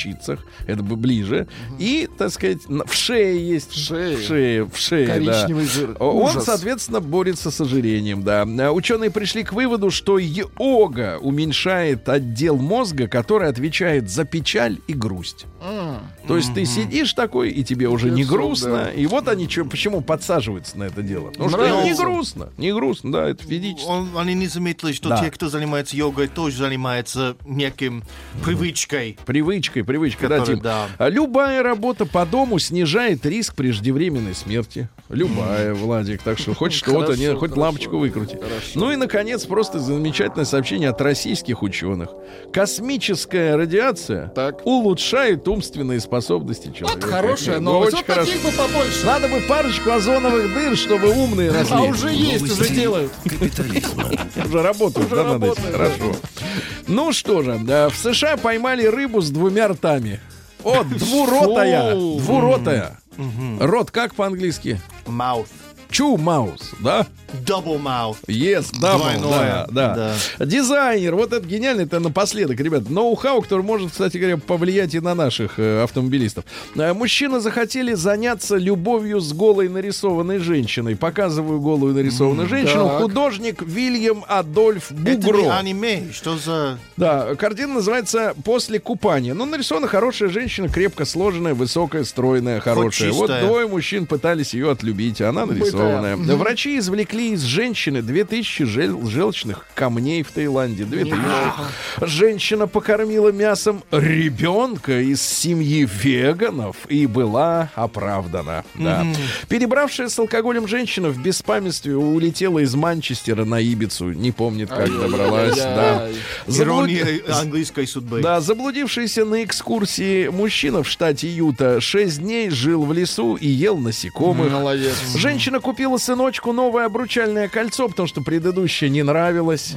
это бы ближе, и, так сказать, в шее есть. В шее, коричневый жир. Он, соответственно, борется с ожирением, да. Ученые пришли к выводу, что йога уменьшает отдел мозга, который отвечает за печаль и грусть. То есть ты сидишь такой, и тебе уже не грустно, и вот они почему подсаживаются на это дело. Потому что им не грустно, да, это физически. Они не заметили, что те, кто занимается йогой, тоже занимаются неким привычкой. Привычкой, да, Тим. Любая работа по дому снижает риск преждевременной смерти. Любая, Владик. Так что хоть что-то, хоть лампочку выкрути. Ну и, наконец, просто замечательное сообщение от российских ученых. Космическая радиация улучшает умственные способности человека. Вот хорошая новость. Вот таких бы побольше. Надо бы парочку озоновых дыр, чтобы умные росли. А уже есть, уже делают. Уже работают, да, надо идти. Хорошо. Ну что же, в США поймали рыбу с 2 ртами. О, двуротая. Рот как по-английски? Mouth. Two mouth, да? Double mouth. Yes, double, да. Дизайнер, вот это гениально, это напоследок, ребят. Ноу-хау, который может, кстати говоря, повлиять и на наших автомобилистов. Мужчины захотели заняться любовью с голой нарисованной женщиной. Показываю голую нарисованную женщину. Художник Вильям Адольф Бугро. Это не аниме, что за... Да, картина называется «После купания». Ну, нарисована хорошая женщина, крепко сложенная, высокая, стройная, хорошая. Вот 2 мужчин пытались ее отлюбить, а она нарисована. Врачи извлекли из женщины 2000 желчных камней в Таиланде. 2000. Женщина покормила мясом ребенка из семьи веганов и была оправдана. Да. Перебравшая с алкоголем женщина в беспамятстве улетела из Манчестера на Ибицу. Не помнит, как добралась. Да. Ирония английской судьбы. Да, заблудившийся на экскурсии мужчина в штате Юта 6 дней жил в лесу и ел насекомых. Молодец. Женщина купила сыночку новое обручальное кольцо, потому что предыдущее не нравилось.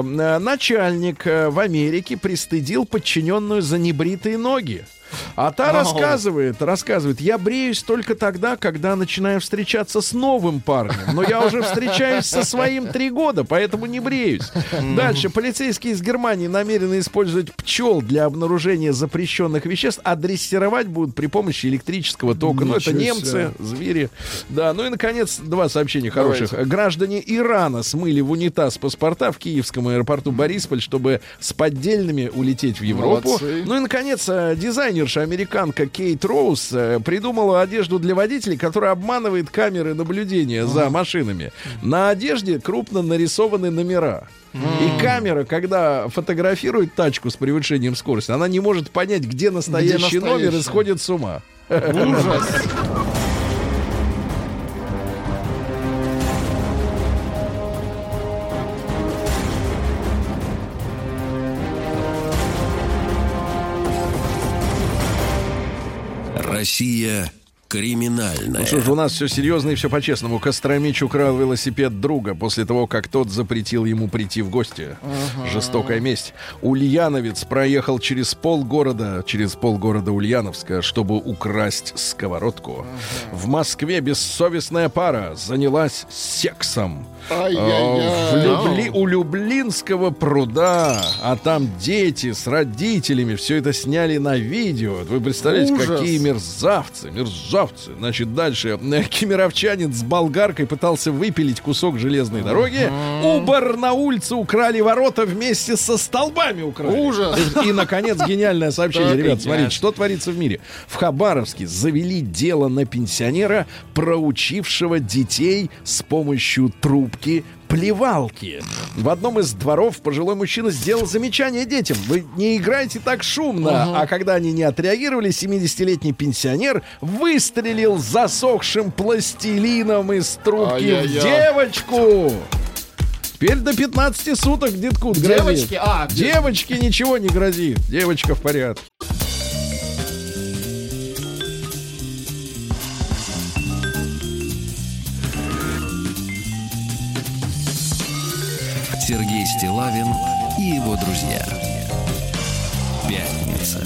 Начальник в Америке пристыдил подчиненную за небритые ноги. А та рассказывает, я бреюсь только тогда, когда начинаю встречаться с новым парнем. Но я уже встречаюсь со своим 3 года, поэтому не бреюсь. Дальше. Полицейские из Германии намерены использовать пчел для обнаружения запрещенных веществ, а дрессировать будут при помощи электрического тока. Ну, это немцы, звери. Да, ну и, наконец, 2 сообщения хороших. Граждане Ирана смыли в унитаз паспорта в киевском аэропорту Борисполь, чтобы с поддельными улететь в Европу. Молодцы. Ну и, наконец, дизайнерша, американка Кейт Роуз придумала одежду для водителей, которая обманывает камеры наблюдения за машинами. На одежде крупно нарисованы номера. И камера, когда фотографирует тачку с превышением скорости, она не может понять, где настоящий номер, и сходит с ума. Ужас. Россия криминальная. Ну что ж, у нас все серьезно и все по-честному. Костромич украл велосипед друга после того, как тот запретил ему прийти в гости. Жестокая месть. Ульяновец проехал через полгорода Ульяновска, чтобы украсть сковородку. В Москве бессовестная пара занялась сексом. У Люблинского пруда, а там дети с родителями, все это сняли на видео. Вы представляете, какие мерзавцы. Значит, дальше. Кемеровчанин с болгаркой пытался выпилить кусок железной дороги. У барнаульца украли ворота вместе со столбами украли. Ужас. И, наконец, гениальное сообщение. Ребят, смотрите, что творится в мире. В Хабаровске завели дело на пенсионера, проучившего детей с помощью трубки плевалки. В одном из дворов пожилой мужчина сделал замечание детям: вы не играйте так шумно. А когда они не отреагировали, 70-летний пенсионер выстрелил засохшим пластилином из трубки в девочку. Теперь до 15 суток детку грозит. Девочке ничего не грозит. Девочка в порядке. Сергей Стиллавин и его друзья. Пятница.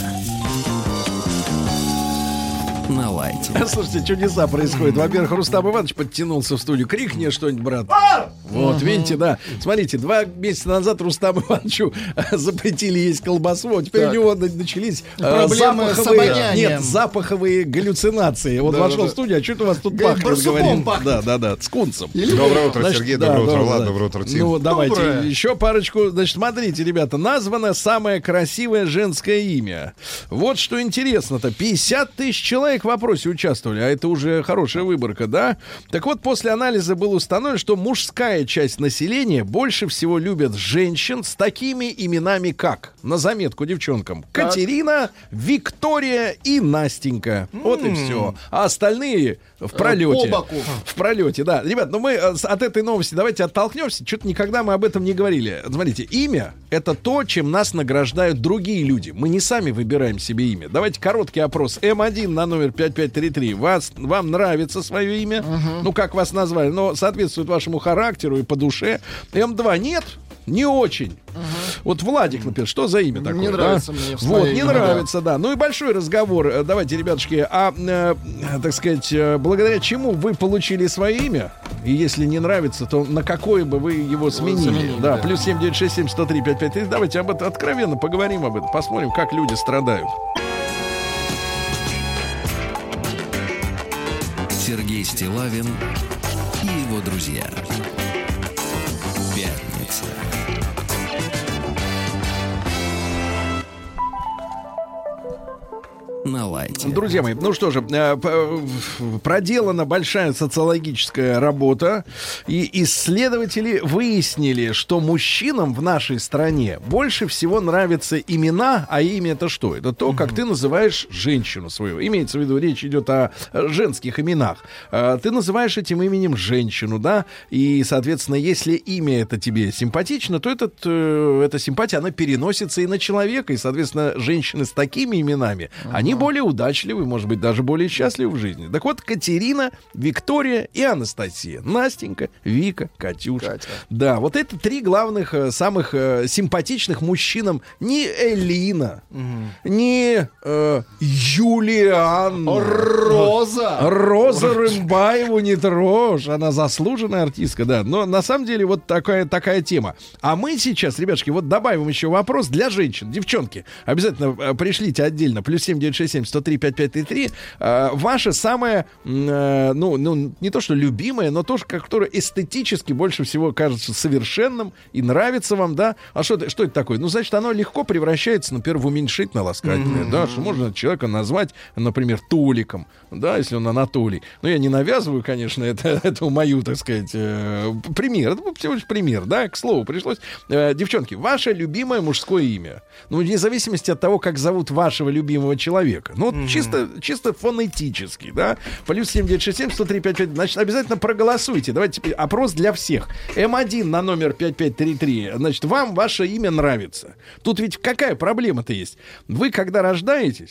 На лайте. Слушайте, чудеса происходят. Во-первых, Рустам Иванович подтянулся в студию. Крикни что-нибудь, брат. Вот, видите, да. Смотрите, 2 месяца назад Рустаму Ивановичу запретили есть колбасу. А теперь у него начались проблемы с обонянием. запаховые галлюцинации. Вот вошел в студию, а что-то у вас тут пахнет, говорит. Да, с кунцем. Доброе утро, Сергей. Доброе утро, Влад. Доброе утро, Тим. Ну, давайте еще парочку. Значит, смотрите, ребята, названо самое красивое женское имя. Вот что интересно-то. 50 тысяч человек в опросе участвовали, а это уже хорошая выборка, да? Так вот, после анализа было установлено, что мужская часть населения больше всего любят женщин с такими именами, как, на заметку девчонкам, Катерина, Виктория и Настенька. Вот и все. А остальные в пролете. По боку. В пролете, да. Ребят, ну мы от этой новости давайте оттолкнемся. Что-то никогда мы об этом не говорили. Смотрите, имя — это то, чем нас награждают другие люди. Мы не сами выбираем себе имя. Давайте короткий опрос. М1 на номер 5533. Вам нравится свое имя? Ну, как вас назвали? Но соответствует вашему характеру и по душе. М2 нет? Не очень. Вот Владик, например, что за имя такое? Не нравится мне. Вот, не нравится, да. Ну и большой разговор. Давайте, ребятушки, так сказать, благодаря чему вы получили свое имя? И если не нравится, то на какое бы вы его сменили? Да, плюс 7967-103-5533. Давайте об этом откровенно поговорим об этом. Посмотрим, как люди страдают. Сергей Стиллавин и его друзья. Пятница. На лайте. Друзья мои, ну что же, проделана большая социологическая работа, и исследователи выяснили, что мужчинам в нашей стране больше всего нравятся имена, а имя это что? Это то, как ты называешь женщину свою. Имеется в виду, речь идет о женских именах. Ты называешь этим именем женщину, да, и, соответственно, если имя это тебе симпатично, то эта симпатия, она переносится и на человека, и, соответственно, женщины с такими именами, они более удачливы, может быть, даже более счастливы в жизни. Так вот, Катерина, Виктория и Анастасия. Настенька, Вика, Катюша. Катя. Да, вот это 3 главных, самых симпатичных мужчинам. Не Элина, не Юлианна. Роза Рымбаеву не трожь. Она заслуженная артистка, да. Но на самом деле вот такая тема. А мы сейчас, ребятушки, вот добавим еще вопрос для женщин. Девчонки, обязательно пришлите отдельно. Плюс 7967-103-5533. Ваша самая, ну, не то что любимая, но то, которое эстетически больше всего кажется совершенным и нравится вам, да? А что это такое? Ну, значит, оно легко превращается, например, в уменьшительно-ласкательное, да? Что можно человека назвать, например, Толиком, да, если он Анатолий. Ну, я не навязываю, конечно, это мою, так сказать, пример. Это всего лишь пример, да? К слову пришлось. Девчонки, ваше любимое мужское имя. Ну, вне зависимости от того, как зовут вашего любимого человека. Ну, вот чисто фонетически, да? Плюс 7967-103-5533. Значит, обязательно проголосуйте. Давайте теперь опрос для всех. М1 на номер 5533. Значит, вам ваше имя нравится. Тут ведь какая проблема-то есть? Вы, когда рождаетесь,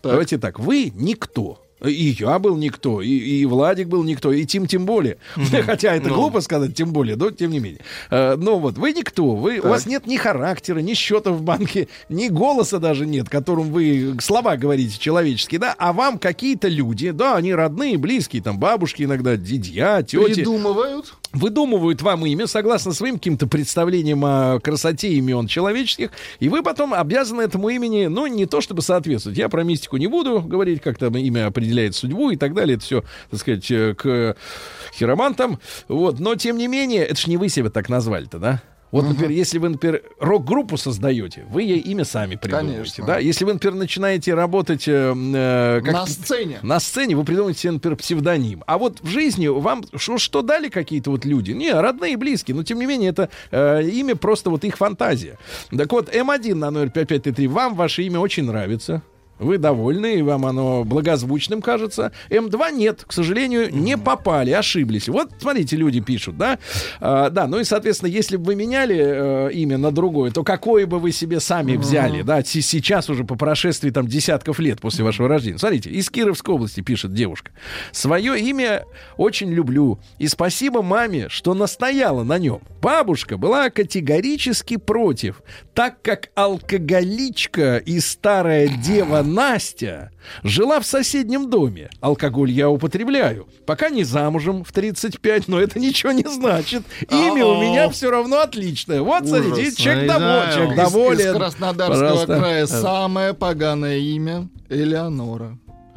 Давайте так, вы никто. И я был никто, и Владик был никто, и Тим тем более. Хотя это глупо сказать, тем более, но тем не менее. Но вот вы никто, у вас нет ни характера, ни счета в банке, ни голоса даже нет, которым вы слова говорите человеческие, да, а вам какие-то люди, да, они родные, близкие, там бабушки иногда, дядя, тети. Выдумывают вам имя согласно своим каким-то представлениям о красоте имен человеческих, и вы потом обязаны этому имени, ну, не то чтобы соответствовать. Я про мистику не буду говорить, как там имя определяет судьбу и так далее. Это все, так сказать, к хиромантам. Вот. Но, тем не менее, это ж не вы себя так назвали-то, да? Вот, например, если вы, например, рок-группу создаете, вы ей имя сами придумываете. Конечно. Да? Если вы, например, начинаете работать на сцене, вы придумаете себе, например, псевдоним. А вот в жизни вам что дали какие-то вот люди? Не, родные и близкие, но тем не менее это имя просто вот их фантазия. Так вот, М1 на номер 5533, вам ваше имя очень нравится. Вы довольны, и вам оно благозвучным кажется. М2 нет, к сожалению, не попали, ошиблись. Вот, смотрите, люди пишут, да? Да, ну и, соответственно, если бы вы меняли имя на другое, то какое бы вы себе сами взяли, да, сейчас уже по прошествии там десятков лет после вашего рождения. Смотрите, из Кировской области пишет девушка. Свое имя очень люблю, и спасибо маме, что настояла на нем. Бабушка была категорически против, так как алкоголичка и старая дева Настя жила в соседнем доме. Алкоголь я употребляю. Пока не замужем в 35, но это ничего не значит. Имя у меня все равно отличное. Вот, смотрите, человек доволен. Из Краснодарского края самое поганое имя Элеонора.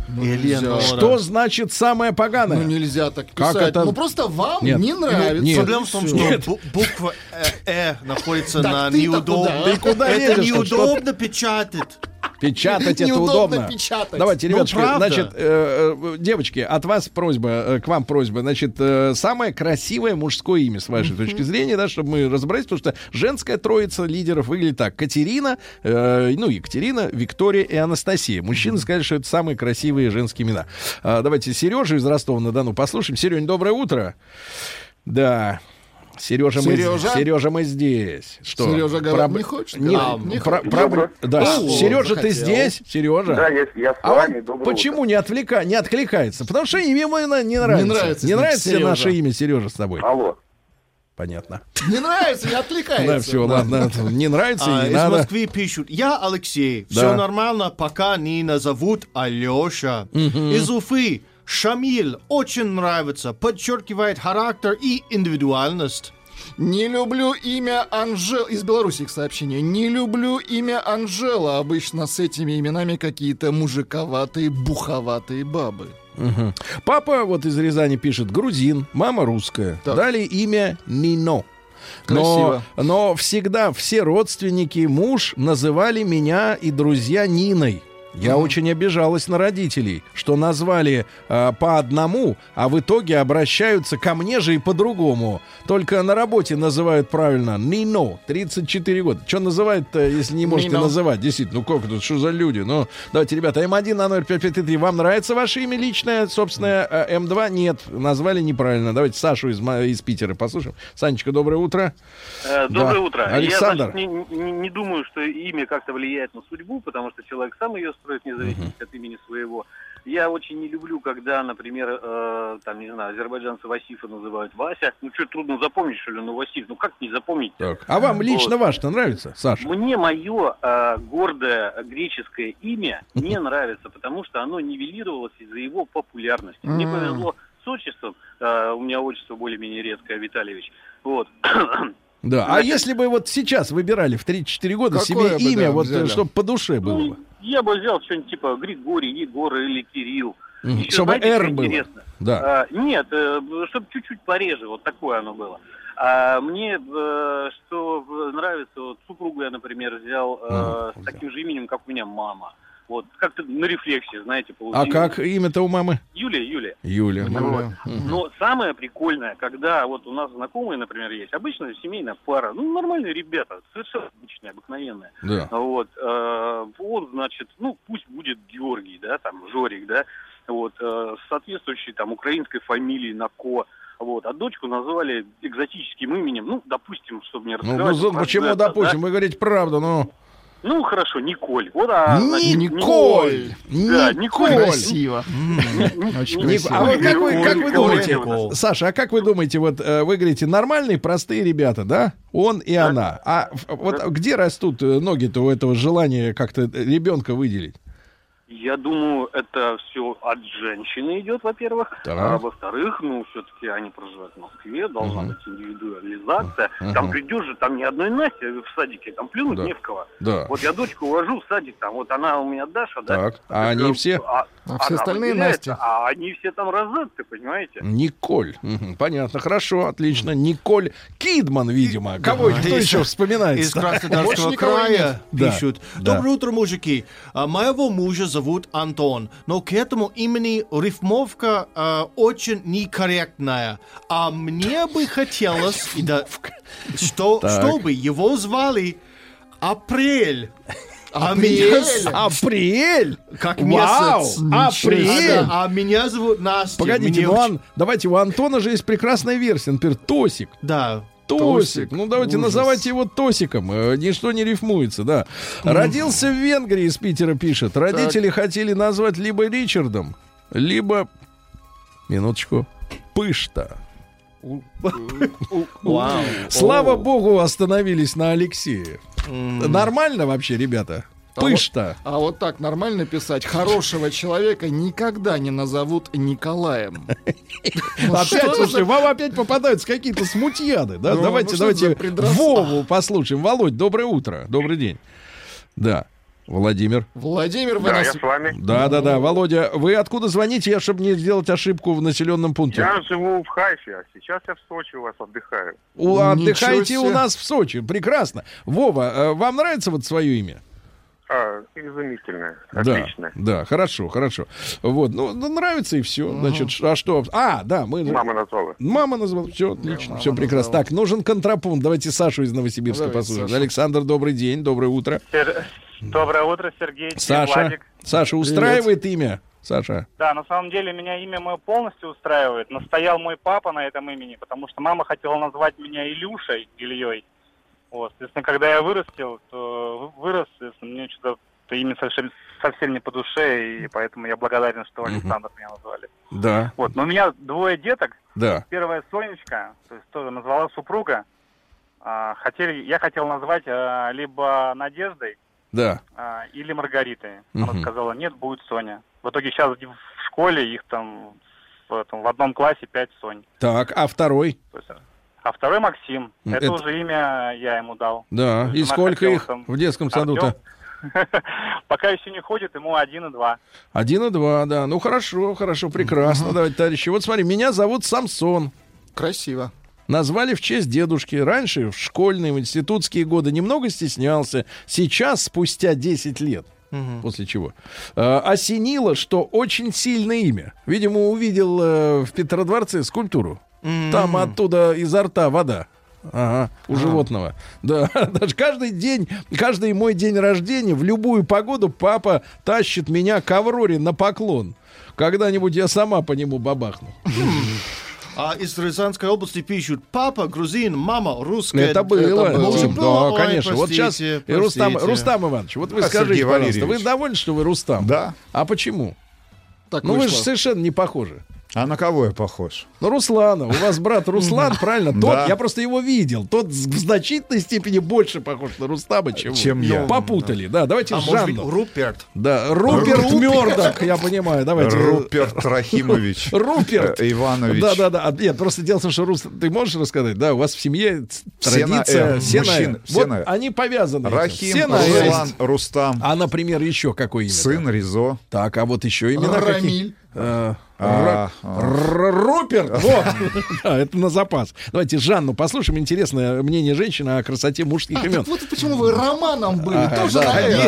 Что значит самое поганое? Ну нельзя так писать. Как это? Ну просто вам не нравится. Проблема в том, что буква находится на неудобно. Ты куда это неудобно печатать. Печатать это удобно. Давайте, ребятушки, значит, девочки, от вас просьба, к вам просьба, значит, самое красивое мужское имя, с вашей точки зрения, да, чтобы мы разобрались, потому что женская троица лидеров выглядит так: Катерина, Екатерина, Виктория и Анастасия. Мужчины сказали, что это самые красивые женские имена. Давайте Сережу из Ростова-на-Дону послушаем. Серёнь, доброе утро. Да. Сережа, мы здесь. Что? Сережа говорит, не хочет? Да. Сережа, ты здесь? Сережа? Да, я с вами. Почему не откликается? Потому что имя ему не нравится. Не нравится тебе наше имя, Сережа, с тобой? Алло. Понятно. Не нравится, не откликается. Да, все, ладно. Не нравится и не надо. Из Москвы пишут: я Алексей. Все нормально, пока не назовут Алеша. Из Уфы Шамиль очень нравится, подчеркивает характер и индивидуальность. Не люблю имя Анжела. Из Беларуси их сообщение. Не люблю имя Анжела. Обычно с этими именами какие-то мужиковатые, буховатые бабы. Папа вот из Рязани пишет: грузин, мама русская. Так. Далее имя Нино. Но всегда все родственники, муж называли меня и друзья Ниной. Я очень обижалась на родителей, что назвали по одному, а в итоге обращаются ко мне же и по-другому. Только на работе называют правильно Нино, 34 года. Что называют-то, если не можете называть? Действительно, ну как это, что за люди? Ну, давайте, ребята, М1 на номер 5533. Вам нравится ваше имя личное, собственное? М2 нет, назвали неправильно. Давайте Сашу из Питера послушаем. Санечка, доброе утро. Доброе утро. Александр. Я не думаю, что имя как-то влияет на судьбу, потому что человек сам ее строит вне зависимости от имени своего. Я очень не люблю, когда, например, там, не знаю, азербайджанцы Васифа называют Вася. Ну, что, трудно запомнить, что ли, ну, Васиф? Ну, как не запомнить? Так. А вам лично ваше-то нравится, Саша? Мне мое гордое греческое имя не нравится, потому что оно нивелировалось из-за его популярности. Мне повезло с отчеством. У меня отчество более-менее редкое, Витальевич. Вот. Да, а если бы вот сейчас выбирали в 3-4 года себе имя, вот, чтобы по душе было бы? Я бы взял что-нибудь типа Григорий, Егор или Кирилл. Еще, чтобы «Р» было. Интересно. Да. Нет, чтобы чуть-чуть пореже, вот такое оно было. Мне что нравится, вот супругу я, например, взял с таким же именем, как у меня мама. Вот, как-то на рефлексе, знаете, получилось. А как имя-то у мамы? Юлия. Вот. Но самое прикольное, когда вот у нас знакомые, например, есть, обычно семейная пара, ну, нормальные ребята, совершенно обычные, обыкновенные. Да. Вот, он, значит, ну, пусть будет Георгий, да, там, Жорик, да, вот, с соответствующей, там, украинской фамилией на Ко. Вот, а дочку назвали экзотическим именем, ну, допустим, чтобы не раскрывать. Ну, почему допустим? Да? Вы говорите правду, но... Ну, хорошо, Николь. Вот, Николь! Да, Николь. Красиво. Очень красиво. А вот как вы думаете, Саша, а как вы думаете, вот вы говорите, нормальные, простые ребята, да? Он и она. А вот где растут ноги-то у этого желания как-то ребенка выделить? Я думаю, это все от женщины идет, во-первых. Так. А во-вторых, ну, все-таки они проживают в Москве, должна быть индивидуализация. Там придешь же, там ни одной Насти в садике, там плюнуть не в кого. Да. Вот я дочку увожу в садик, там, вот она у меня Даша, так. да? А они все? А все остальные Насти? А они все там розетки, понимаете? Николь. Понятно, хорошо, отлично. Николь Кидман, видимо. Кто еще вспоминает? Из Краснодарского края пишут. Да. Доброе утро, мужики. Моего мужа зовут Антон, но к этому имени рифмовка очень некорректная. А мне бы хотелось, чтобы его звали Апрель. Апрель? Как месяц. Апрель? А меня зовут Настя. Погодите, давайте, у Антона же есть прекрасная версия, например, Тосик. Да. Тосик. Ну, давайте называйте его Тосиком. Ничто не рифмуется, да. Родился в Венгрии, из Питера пишет. Родители хотели назвать либо Ричардом, либо, минуточку, Пышта. Слава богу, остановились на Алексее. Нормально вообще, ребята? Пышта. А вот так нормально писать: хорошего человека никогда не назовут Николаем. Опять, слушайте, вам опять попадаются какие-то смутьяны, да? Давайте Вову послушаем. Володь, доброе утро, добрый день. Да, Владимир, вы я с вами. Да, Володя, вы откуда звоните, чтобы не сделать ошибку в населенном пункте? Я живу в Хайфе, а сейчас я в Сочи у вас отдыхаю. Отдыхаете у нас в Сочи, прекрасно. Вова, вам нравится вот свое имя? Изумительное, отличное. Да, хорошо. Вот, ну, нравится и все. Значит, а что? Мама назвала. Мама назвала, все отлично, все прекрасно. Так, нужен контрапункт. Давайте Сашу из Новосибирска послушаем. Александр, добрый день, доброе утро. Доброе утро, Сергей. Саша, устраивает имя? Саша. Да, на самом деле меня имя мое полностью устраивает. Настоял мой папа на этом имени, потому что мама хотела назвать меня Илюшей, Ильей. Вот, соответственно, когда я вырос, мне что-то имя совсем не по душе, и поэтому я благодарен, что Александр меня назвали. Да. Вот, но у меня двое деток. Да. Первая Сонечка, то есть тоже назвала супруга. Я хотел назвать либо Надеждой, да, или Маргаритой. Она сказала, нет, будет Соня. В итоге сейчас в школе их там в одном классе 5 Сонь. Так, а второй? А второй Максим. Это уже имя я ему дал. Да, и сколько их в детском саду-то? Пока еще не ходит, ему 1 и 2. 1 и 2, да. Ну, хорошо, прекрасно. Давайте, товарищи. Вот смотри, меня зовут Самсон. Красиво. Назвали в честь дедушки. Раньше, в школьные, в институтские годы, немного стеснялся. Сейчас, спустя 10 лет, после чего осенило, что очень сильное имя. Видимо, увидел в Петродворце скульптуру. Там оттуда изо рта вода. У животного. Да, даже каждый мой день рождения, в любую погоду папа тащит меня к Авроре на поклон. Когда-нибудь я сама по нему бабахну. Из Рязанской области пишут: папа грузин, мама русская. Это было. Да, конечно. Вот сейчас Рустам Иванович, вот вы скажите, пожалуйста, вы довольны, что вы Рустам? Да. А почему? Так вы же совершенно не похожи. А на кого я похож? Ну, Руслана. У вас брат Руслан, правильно? Тот, я просто его видел. Тот в значительной степени больше похож на Рустама, чем я. Попутали. Да, давайте Жанну. Может быть, Руперт. Да, Руперт Мёрдок, я понимаю. Давайте. Руперт Рахимович. Руперт Иванович. Да. Нет, просто дело в том, что ты можешь рассказать, да, у вас в семье традиция мужчин. Вот они повязаны. Рахим, Руслан, Рустам. А, например, еще какое имя? Сын Ризо. Так, а вот еще имена какие? Рамиль. Руперт, вот. Да, это на запас. Давайте Жанну послушаем. Интересное мнение женщины о красоте мужских имен. Вот почему вы романом были. Тоже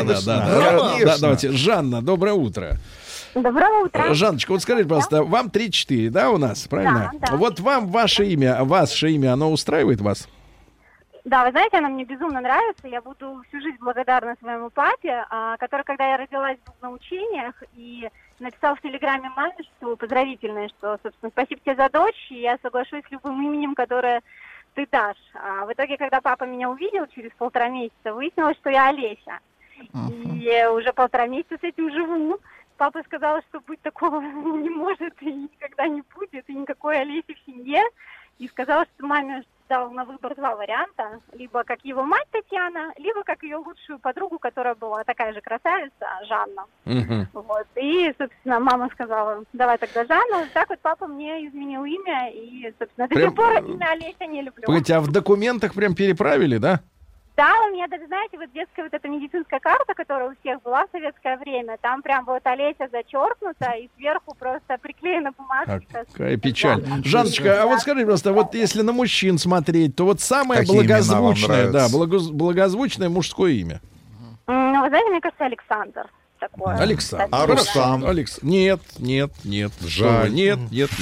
да. Давайте, Жанна, доброе утро. Доброе утро. Жанночка, вот скажите, пожалуйста, вам 34, да, у нас, правильно? Да. Вот вам ваше имя, оно устраивает вас? Да, вы знаете, оно мне безумно нравится. Я буду всю жизнь благодарна своему папе, который, когда я родилась, был на учениях и написал в телеграме маме, что поздравительное, что, собственно, спасибо тебе за дочь, и я соглашусь с любым именем, которое ты дашь. А в итоге, когда папа меня увидел через 1,5 месяца, выяснилось, что я Олеся. И уже 1,5 месяца с этим живу. Папа сказал, что быть такого не может и никогда не будет, и никакой Олеси в семье. И сказал, что маме дал на выбор 2 варианта. Либо как его мать Татьяна, либо как ее лучшую подругу, которая была такая же красавица, Жанна. Вот. И, собственно, мама сказала, давай тогда Жанну. Так вот папа мне изменил имя, и, собственно, до сих пор имя Олеся не люблю. Погодите, а в документах прям переправили, да? Да, у меня даже, знаете, вот детская вот эта медицинская карта, которая у всех была в советское время, там прям вот Олеся зачеркнута, и сверху просто приклеена бумажка. Какая печаль. Жанночка, а вот скажи просто, вот если на мужчин смотреть, то вот самое благозвучное, да, благозвучное мужское имя. Ну, вы знаете, мне кажется, Александр. Такое. Александр. А Рустам? Нет. Жаль. Нет.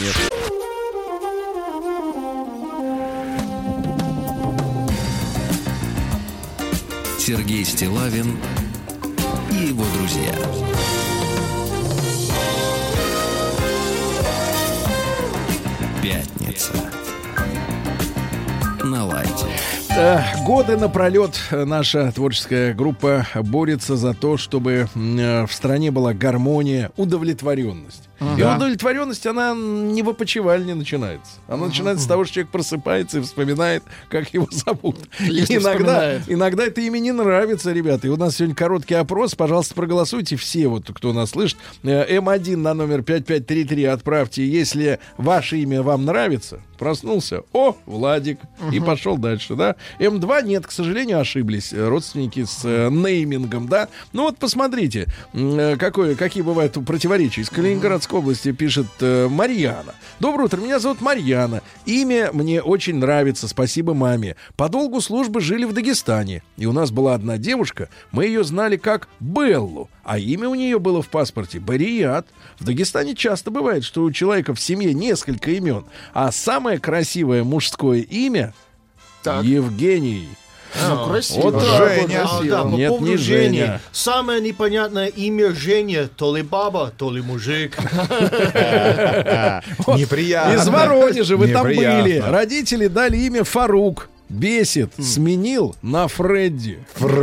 Сергей Стиллавин и его друзья. Пятница. На лайте. Годы напролет наша творческая группа борется за то, чтобы в стране была гармония, удовлетворенность. И удовлетворенность, она не в опочивальне начинается. Она начинается с того, что человек просыпается и вспоминает, как его зовут. Иногда это имя не нравится, ребята. И у нас сегодня короткий опрос. Пожалуйста, проголосуйте все, вот кто нас слышит. М1 на номер 5533 отправьте, если ваше имя вам нравится. Проснулся, Владик, и пошел дальше, да. М2 нет, к сожалению, ошиблись родственники с неймингом, да. Ну вот посмотрите, какие бывают противоречия. Из Калининградской области пишет Марьяна. Доброе утро, меня зовут Марьяна. Имя мне очень нравится, спасибо маме. По долгу службы жили в Дагестане. И у нас была одна девушка, мы ее знали как Беллу, а имя у нее было в паспорте Барият. В Дагестане часто бывает, что у человека в семье несколько имен, а самое красивое мужское имя Евгений. Красиво. Вот Женя. Нет, не Женя. Самое непонятное имя Женя. То ли баба, то ли мужик. Неприятно. Из Воронежа вы там были. Неприятно. Родители дали имя Фарук. Бесит. Сменил на Фредди.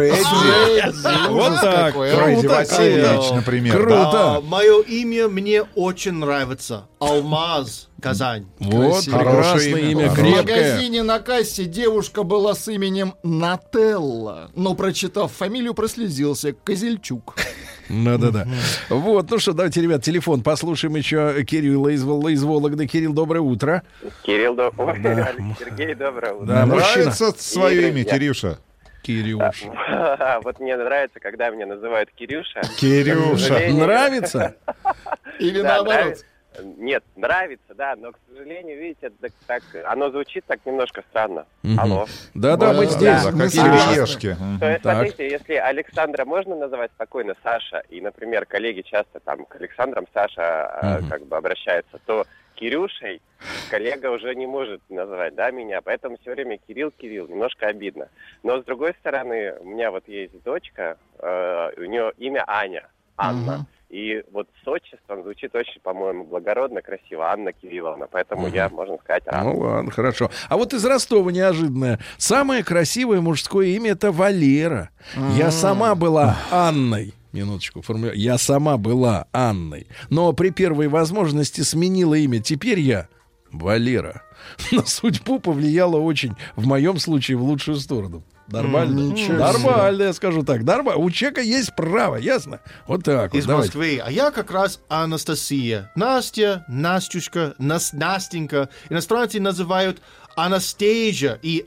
Вот так. Фредди Васильевич, например. Круто. Мое имя мне очень нравится. Алмаз, Казань. Вот, Красиво. прекрасное имя, В крепкое. магазине на кассе девушка была с именем Нателла, но, прочитав фамилию, прослезился. Козельчук. Да. Вот, ну что, давайте, ребят, телефон послушаем еще Кирилла из Вологды. Кирилл, доброе утро. Кирилл, Сергей, доброе утро. Да, Нравится свое имя, Кирюша? Кирюш. Вот мне нравится, когда меня называют Кирюша. Кирюша. Нравится? Или Да, наоборот? Нет, нравится, да, но, к сожалению, видите, так, оно звучит так немножко странно. Алло. Да, мы здесь. Да, Мы как слышим. кириешки. То есть, смотрите, если Александра можно называть спокойно Саша, и, например, коллеги часто там к Александрам Саша как бы обращаются, то Кирюшей коллега уже не может называть, да, меня, поэтому все время Кирилл, немножко обидно. Но, с другой стороны, у меня вот есть дочка, у нее имя Аня, Анна. И вот с отчеством звучит очень, по-моему, благородно, красиво. Анна Кирилловна. Поэтому я, можно сказать, рад. Ну ладно, хорошо. А вот из Ростова неожиданное. Самое красивое мужское имя — это Валера. Я сама была Анной. Минуточку, я сама была Анной. Но при первой возможности сменила имя. Теперь я Валера. На судьбу повлияло очень, в моем случае, в лучшую сторону. Нормально? Нормально, я скажу так. Нормально. У человека есть право, ясно? Вот так Из вот. Москвы. А я как раз Анастасия. Настя, Настюшка, Настенька. Иностранцы называют Анастейжа и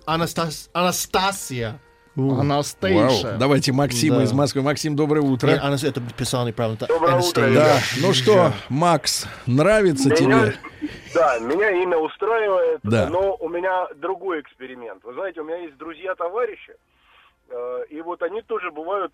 Анастасия. Анастейша. Вау. Давайте Максима из Москвы. Максим, доброе утро. Это писал неправильно. Доброе утро. Да. Ну что, Макс, нравится тебе? Да, меня имя устраивает, Да. но у меня другой эксперимент. Вы знаете, у меня есть друзья-товарищи, и вот они тоже бывают,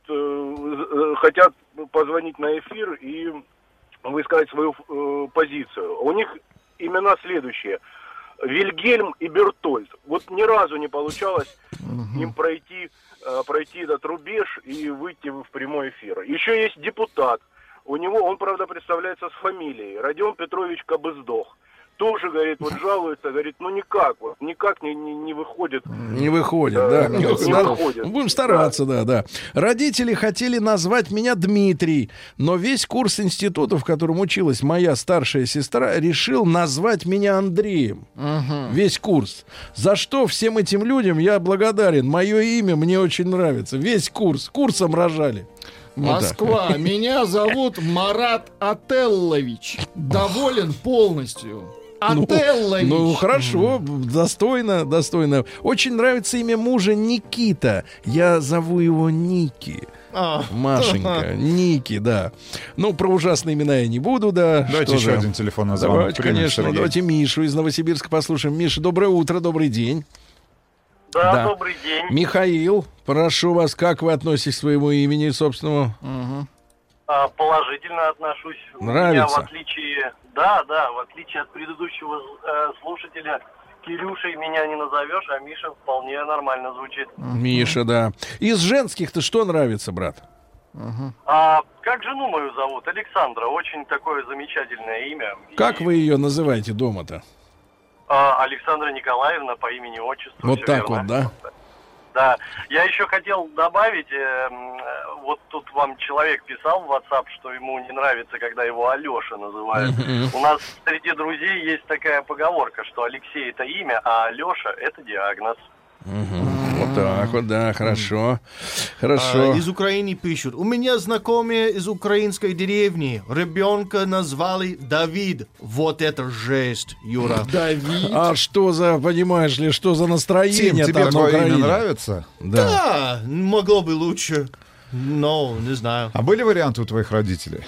хотят позвонить на эфир и высказать свою позицию. У них имена следующие. Вильгельм и Бертольд. Вот ни разу не получалось им пройти этот рубеж и выйти в прямой эфир. Еще есть депутат. У него, он, правда, представляется с фамилией. Родион Петрович Кобыздох. тоже, говорит, вот жалуется, говорит, ну никак не выходит. Не выходит, да. Не выходит. Будем стараться, да. Родители хотели назвать меня Дмитрий, но весь курс института, в котором училась моя старшая сестра, решил назвать меня Андреем. Весь курс. За что всем этим людям я благодарен. Мое имя мне очень нравится. Весь курс. Курсом рожали. Москва. Вот меня зовут Марат Ателлович. Доволен полностью. Ателлович. Ну, хорошо, достойно. Очень нравится имя мужа Никита. Я зову его Ники. Машенька, Ники, да. Ну, про ужасные имена я не буду, да. Давайте еще один телефонный звонок. Давайте, конечно. Давайте Мишу из Новосибирска послушаем. Миша, доброе утро, добрый день. Да, добрый день. Михаил, прошу вас, как вы относитесь к своему имени собственному? Положительно отношусь. Нравится? У меня, в отличие от предыдущего слушателя, Кирюшей меня не назовешь, а Миша вполне нормально звучит. Миша, да. Из женских-то что нравится, брат? Как жену мою зовут? Александра. Очень такое замечательное имя. Как вы ее называете дома-то? Александра Николаевна по имени-отчеству. Вот так верно. Вот, да? Да. Я еще хотел добавить, вот тут вам человек писал в WhatsApp, что ему не нравится, когда его Алеша называют. У нас среди друзей есть такая поговорка, что Алексей — это имя, а Алеша — это диагноз. Вот так вот, да, хорошо. Из Украины пишут. У меня знакомые из украинской деревни. Ребенка назвали Давид. Вот это жесть, Юра. Давид. А что за, понимаешь ли, что за настроение? Тим, тебе твое имя нравится? Да, могло бы лучше. Но, не знаю. А были варианты у твоих родителей?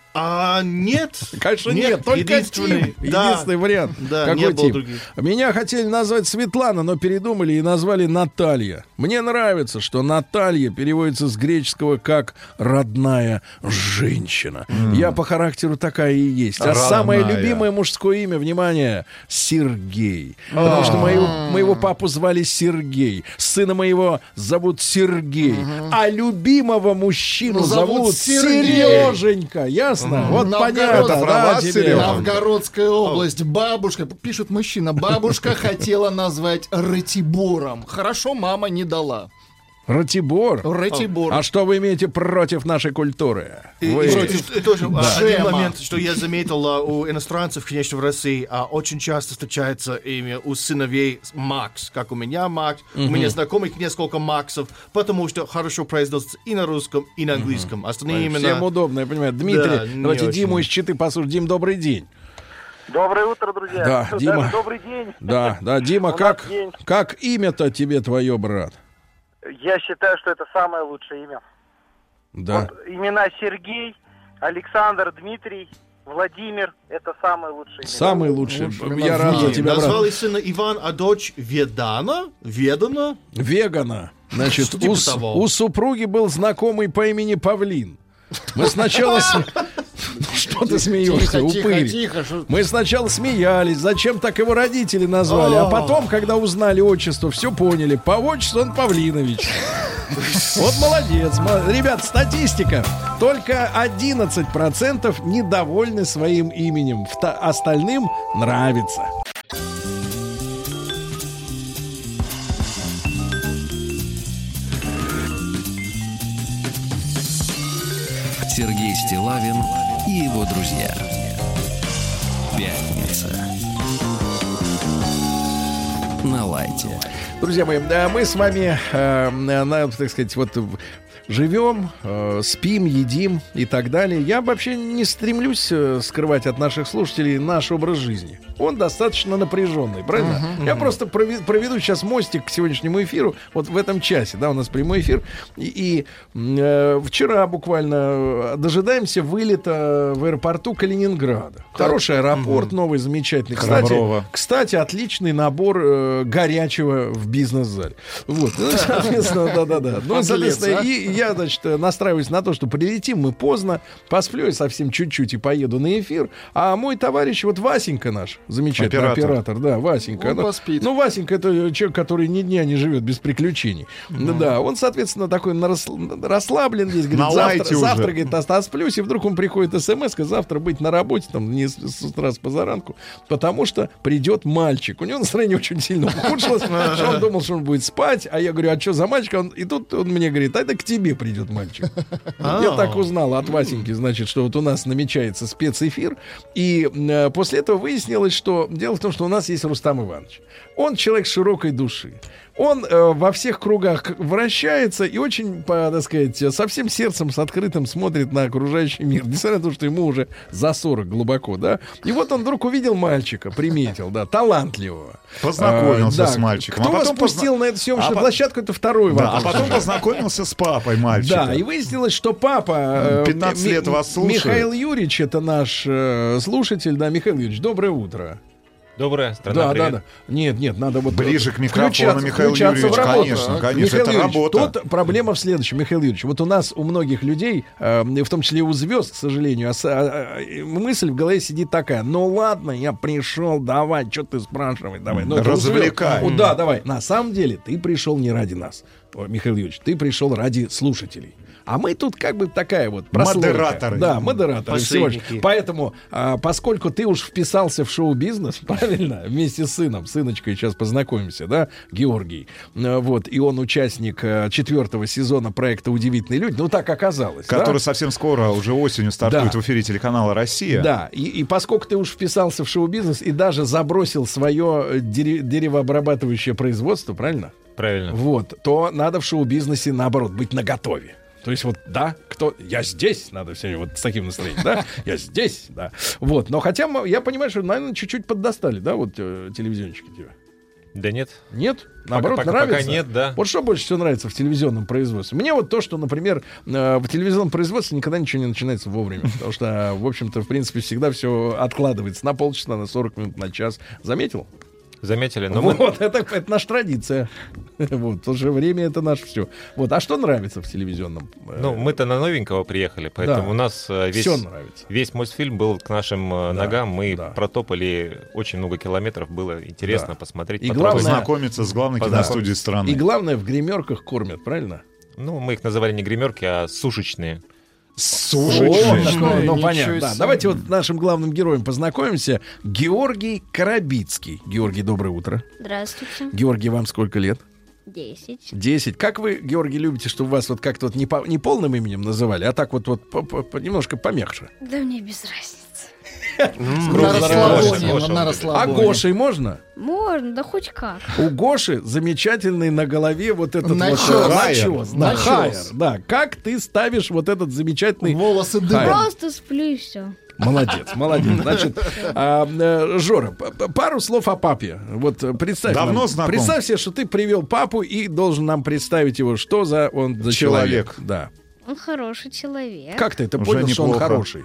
Нет. Конечно, нет. Только единственный, Тим. Единственный вариант. Да, какой не было Тим? других. Меня хотели назвать Светлана, но передумали и назвали Наталья. Мне нравится, что Наталья переводится с греческого как «родная женщина». Я по характеру такая и есть. А самое любимое мужское имя, внимание, Сергей. Потому что моего папу звали Сергей. Сына моего зовут Сергей. А любимого мужчину зовут Сереженька. Ясно? Вот понятно, да, тебе. Новгородская область. Бабушка, пишет мужчина, бабушка хотела назвать Ратибором. Хорошо, мама не дала. Ратибор? Ратибор. А что вы имеете против нашей культуры? Тоже один момент, что я заметил у иностранцев, конечно, в России, очень часто встречается имя у сыновей Макс, как у меня Макс, у меня знакомых несколько Максов, потому что хорошо произносится и на русском, и на английском. Остальные имена... Всем удобно, я понимаю. Дмитрий, Да, давайте не Диму очень. из Читы послушаем. Дим, добрый день. Доброе утро, друзья. Да, Дима. Даже добрый день. Да, Дима, как имя-то тебе твое, брат? Я считаю, что это самое лучшее имя. Да. Вот имена Сергей, Александр, Дмитрий, Владимир — это самые лучшие имена. Самый лучший. Я рад за тебя, брат. Назвали сына Иван, а дочь Ведана? Вегана. Значит, Что типа того? у супруги был знакомый по имени Павлин. Мы сначала... Что ты смеешься, упырь? Тихо. Мы сначала смеялись, зачем так его родители назвали, а потом, когда узнали отчество, все поняли. По отчеству он Павлинович. Вот молодец. Ребят, статистика. Только 11% недовольны своим именем. Остальным нравится. Сергей Стиллавин и его друзья. Пятница. На лайте. Друзья мои, мы с вами, так сказать, вот живем, спим, едим и так далее. Я вообще не стремлюсь скрывать от наших слушателей наш образ жизни. Он достаточно напряженный, правильно? Я просто проведу сейчас мостик к сегодняшнему эфиру. Вот в этом часе, да, у нас прямой эфир. И вчера буквально дожидаемся вылета в аэропорту Калининграда. Хороший аэропорт, новый, замечательный. Кстати, отличный набор горячего в бизнес-зале. Вот, соответственно, да. Ну, соответственно, и я, значит, настраиваюсь на то, что прилетим мы поздно, посплю я совсем чуть-чуть и поеду на эфир. А мой товарищ, вот Васенька наш, замечательный оператор, да, Васенька. Он поспит. Ну, Васенька — это человек, который ни дня не живет без приключений. Да, он, соответственно, такой расслаблен весь, говорит, завтра, говорит, осплюсь, и вдруг он приходит смс-ка, завтра быть на работе, там, не с утра, с позаранку, потому что придет мальчик. У него настроение очень сильно ухудшилось, что он думал, что он будет спать, а я говорю, а что за мальчик? И тут он мне говорит, а это к тебе придет мальчик. Я так узнал от Васеньки, значит, что вот у нас намечается спецэфир, и после этого выяснилось, что дело в том, что у нас есть Рустам Иванович. Он человек широкой души. Он во всех кругах вращается и очень, так сказать, со всем сердцем, с открытым смотрит на окружающий мир. Несмотря на то, что ему уже за 40 глубоко, да. И вот он вдруг увидел мальчика, приметил, да, талантливого. Познакомился с мальчиком. Кто вас пустил на эту съемочную площадку, это второй вопрос. А потом познакомился с папой мальчика. Да, и выяснилось, что папа 15 лет вас слушает. Михаил Юрьевич, это наш слушатель, да, Михаил Юрьевич, доброе утро. Доброе, страна, привет. Да. Нет, надо вот ближе к микрофону, Михаил Юрьевич, конечно, Михаил это Юрьевич, работа. Тут проблема в следующем, Михаил Юрьевич. Вот у нас, у многих людей, в том числе у звезд, к сожалению, мысль в голове сидит такая: ну ладно, я пришел, давай, что ты спрашивай, давай. Развлекай. Да, давай. На самом деле, ты пришел не ради нас, Михаил Юрьевич, ты пришел ради слушателей. А мы тут как бы такая вот прослойка. Модераторы. Да, модераторы. Поэтому, поскольку ты уж вписался в шоу-бизнес, правильно, вместе с сыном, сыночкой сейчас познакомимся, да, Георгий, вот, и он участник 4-го сезона проекта «Удивительные люди», ну так оказалось. Который совсем скоро, уже осенью стартует в эфире телеканала «Россия». Да, и поскольку ты уж вписался в шоу-бизнес и даже забросил свое деревообрабатывающее производство, правильно? Правильно. Вот, то надо в шоу-бизнесе, наоборот, быть наготове. То есть вот, да, я здесь, надо все вот с таким настроением, да, я здесь, да. Вот, но хотя я понимаю, что, наверное, чуть-чуть поддостали, да, вот телевизионщики тебя. Да нет. Нет? Наоборот, нравится? Пока нет, да. Вот что больше всего нравится в телевизионном производстве? Мне вот то, что, например, в телевизионном производстве никогда ничего не начинается вовремя. Потому что, в общем-то, в принципе, всегда все откладывается на полчаса, на 40 минут, на час. Заметил? Заметили? Но вот, это наша традиция. Вот, потому что время — это наше все. Вот, а что нравится в телевизионном? Ну, мы-то на новенького приехали, поэтому у нас весь Мосфильм был к нашим ногам. Мы протопали очень много километров, было интересно посмотреть. И главное, познакомиться с главной киностудией страны. И главное, в гримерках кормят, правильно? Ну, мы их называли не гримерки, а сушечные. Ну, понятно. Да. Давайте вот нашим главным героем познакомимся. Георгий Коробицкий. Георгий, доброе утро. Здравствуйте. Георгий, вам сколько лет? 10. 10. Как вы, Георгий, любите, чтобы вас вот как-то вот не полным именем называли, а так вот немножко помягче? Да мне без разницы. На расслабоне. А Гошей можно? Можно, да хоть как. У Гоши замечательный на голове вот этот начес. Да, как ты ставишь вот этот замечательный волосы дыбом? Просто сплю и все. Молодец. Значит, Жора, пару слов о папе. Вот представь. Давно знаком. Представь себе, что ты привел папу и должен нам представить его, что за он за человек. Да. Он хороший человек. Как ты это понял, что он хороший?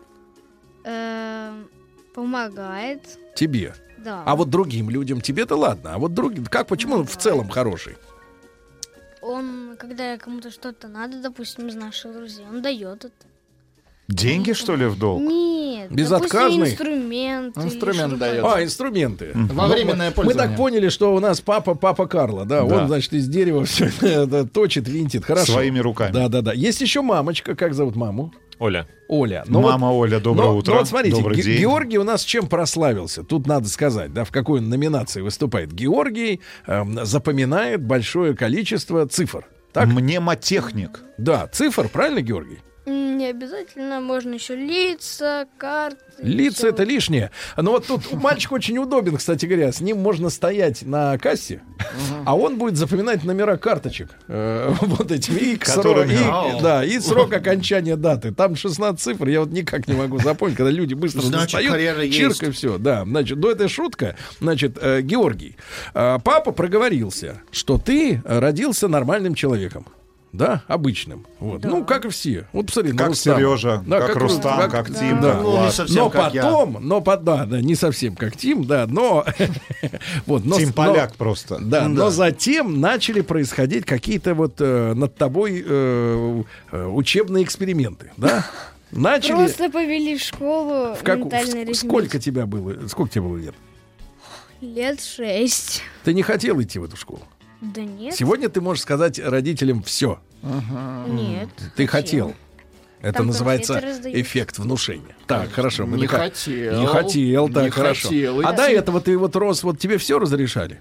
Помогает. Тебе? Да. А вот другим людям тебе-то ладно. А вот другим, почему он в целом хороший? Он, когда кому-то что-то надо, допустим, из наших друзей, он дает это. Деньги, что ли, в долг? Нет. Безотказный? Инструмент дает. Инструменты. Во временное пользование. Мы так поняли, что у нас папа Карло, да, он, значит, из дерева все это точит, винтит. Хорошо. Своими руками. Да. Есть еще мамочка. Как зовут маму? Оля. Мама Оля, доброе утро. Ну вот смотрите, добрый день. Георгий у нас чем прославился? Тут надо сказать, да, в какой он номинации выступает. Георгий запоминает большое количество цифр. Так? Мнемотехник. Да, цифр, правильно, Георгий? Не обязательно, можно еще лица, карты. Лица — это лишнее. Но вот тут мальчик очень удобен, кстати говоря. С ним можно стоять на кассе, а он будет запоминать номера карточек. Вот этими. И срок окончания даты. Там 16 цифр, я вот никак не могу запомнить, когда люди быстро достают. Чирк и все. Да, значит, это шутка. Значит, Георгий, папа проговорился, что ты родился нормальным человеком. Да, обычным. Вот. Да. Ну, как и все. Вот посмотри, как Сережа, да, как Рустам, как Тим. Да. Ну, не совсем как я. Не совсем как Тим, да, но... Тим поляк просто. Да, но затем начали происходить какие-то вот над тобой учебные эксперименты, да? Начали... Просто повели в школу ментальной арифметики. Сколько тебе было лет? Лет 6. Ты не хотел идти в эту школу? Да нет. Сегодня ты можешь сказать родителям все. Нет. Ты хотел. Это там называется эффект внушения. Так, хорошо. Не хотел. Не хотел, так, не хорошо. Хотел, а до этого ты вот рос, вот тебе все разрешали?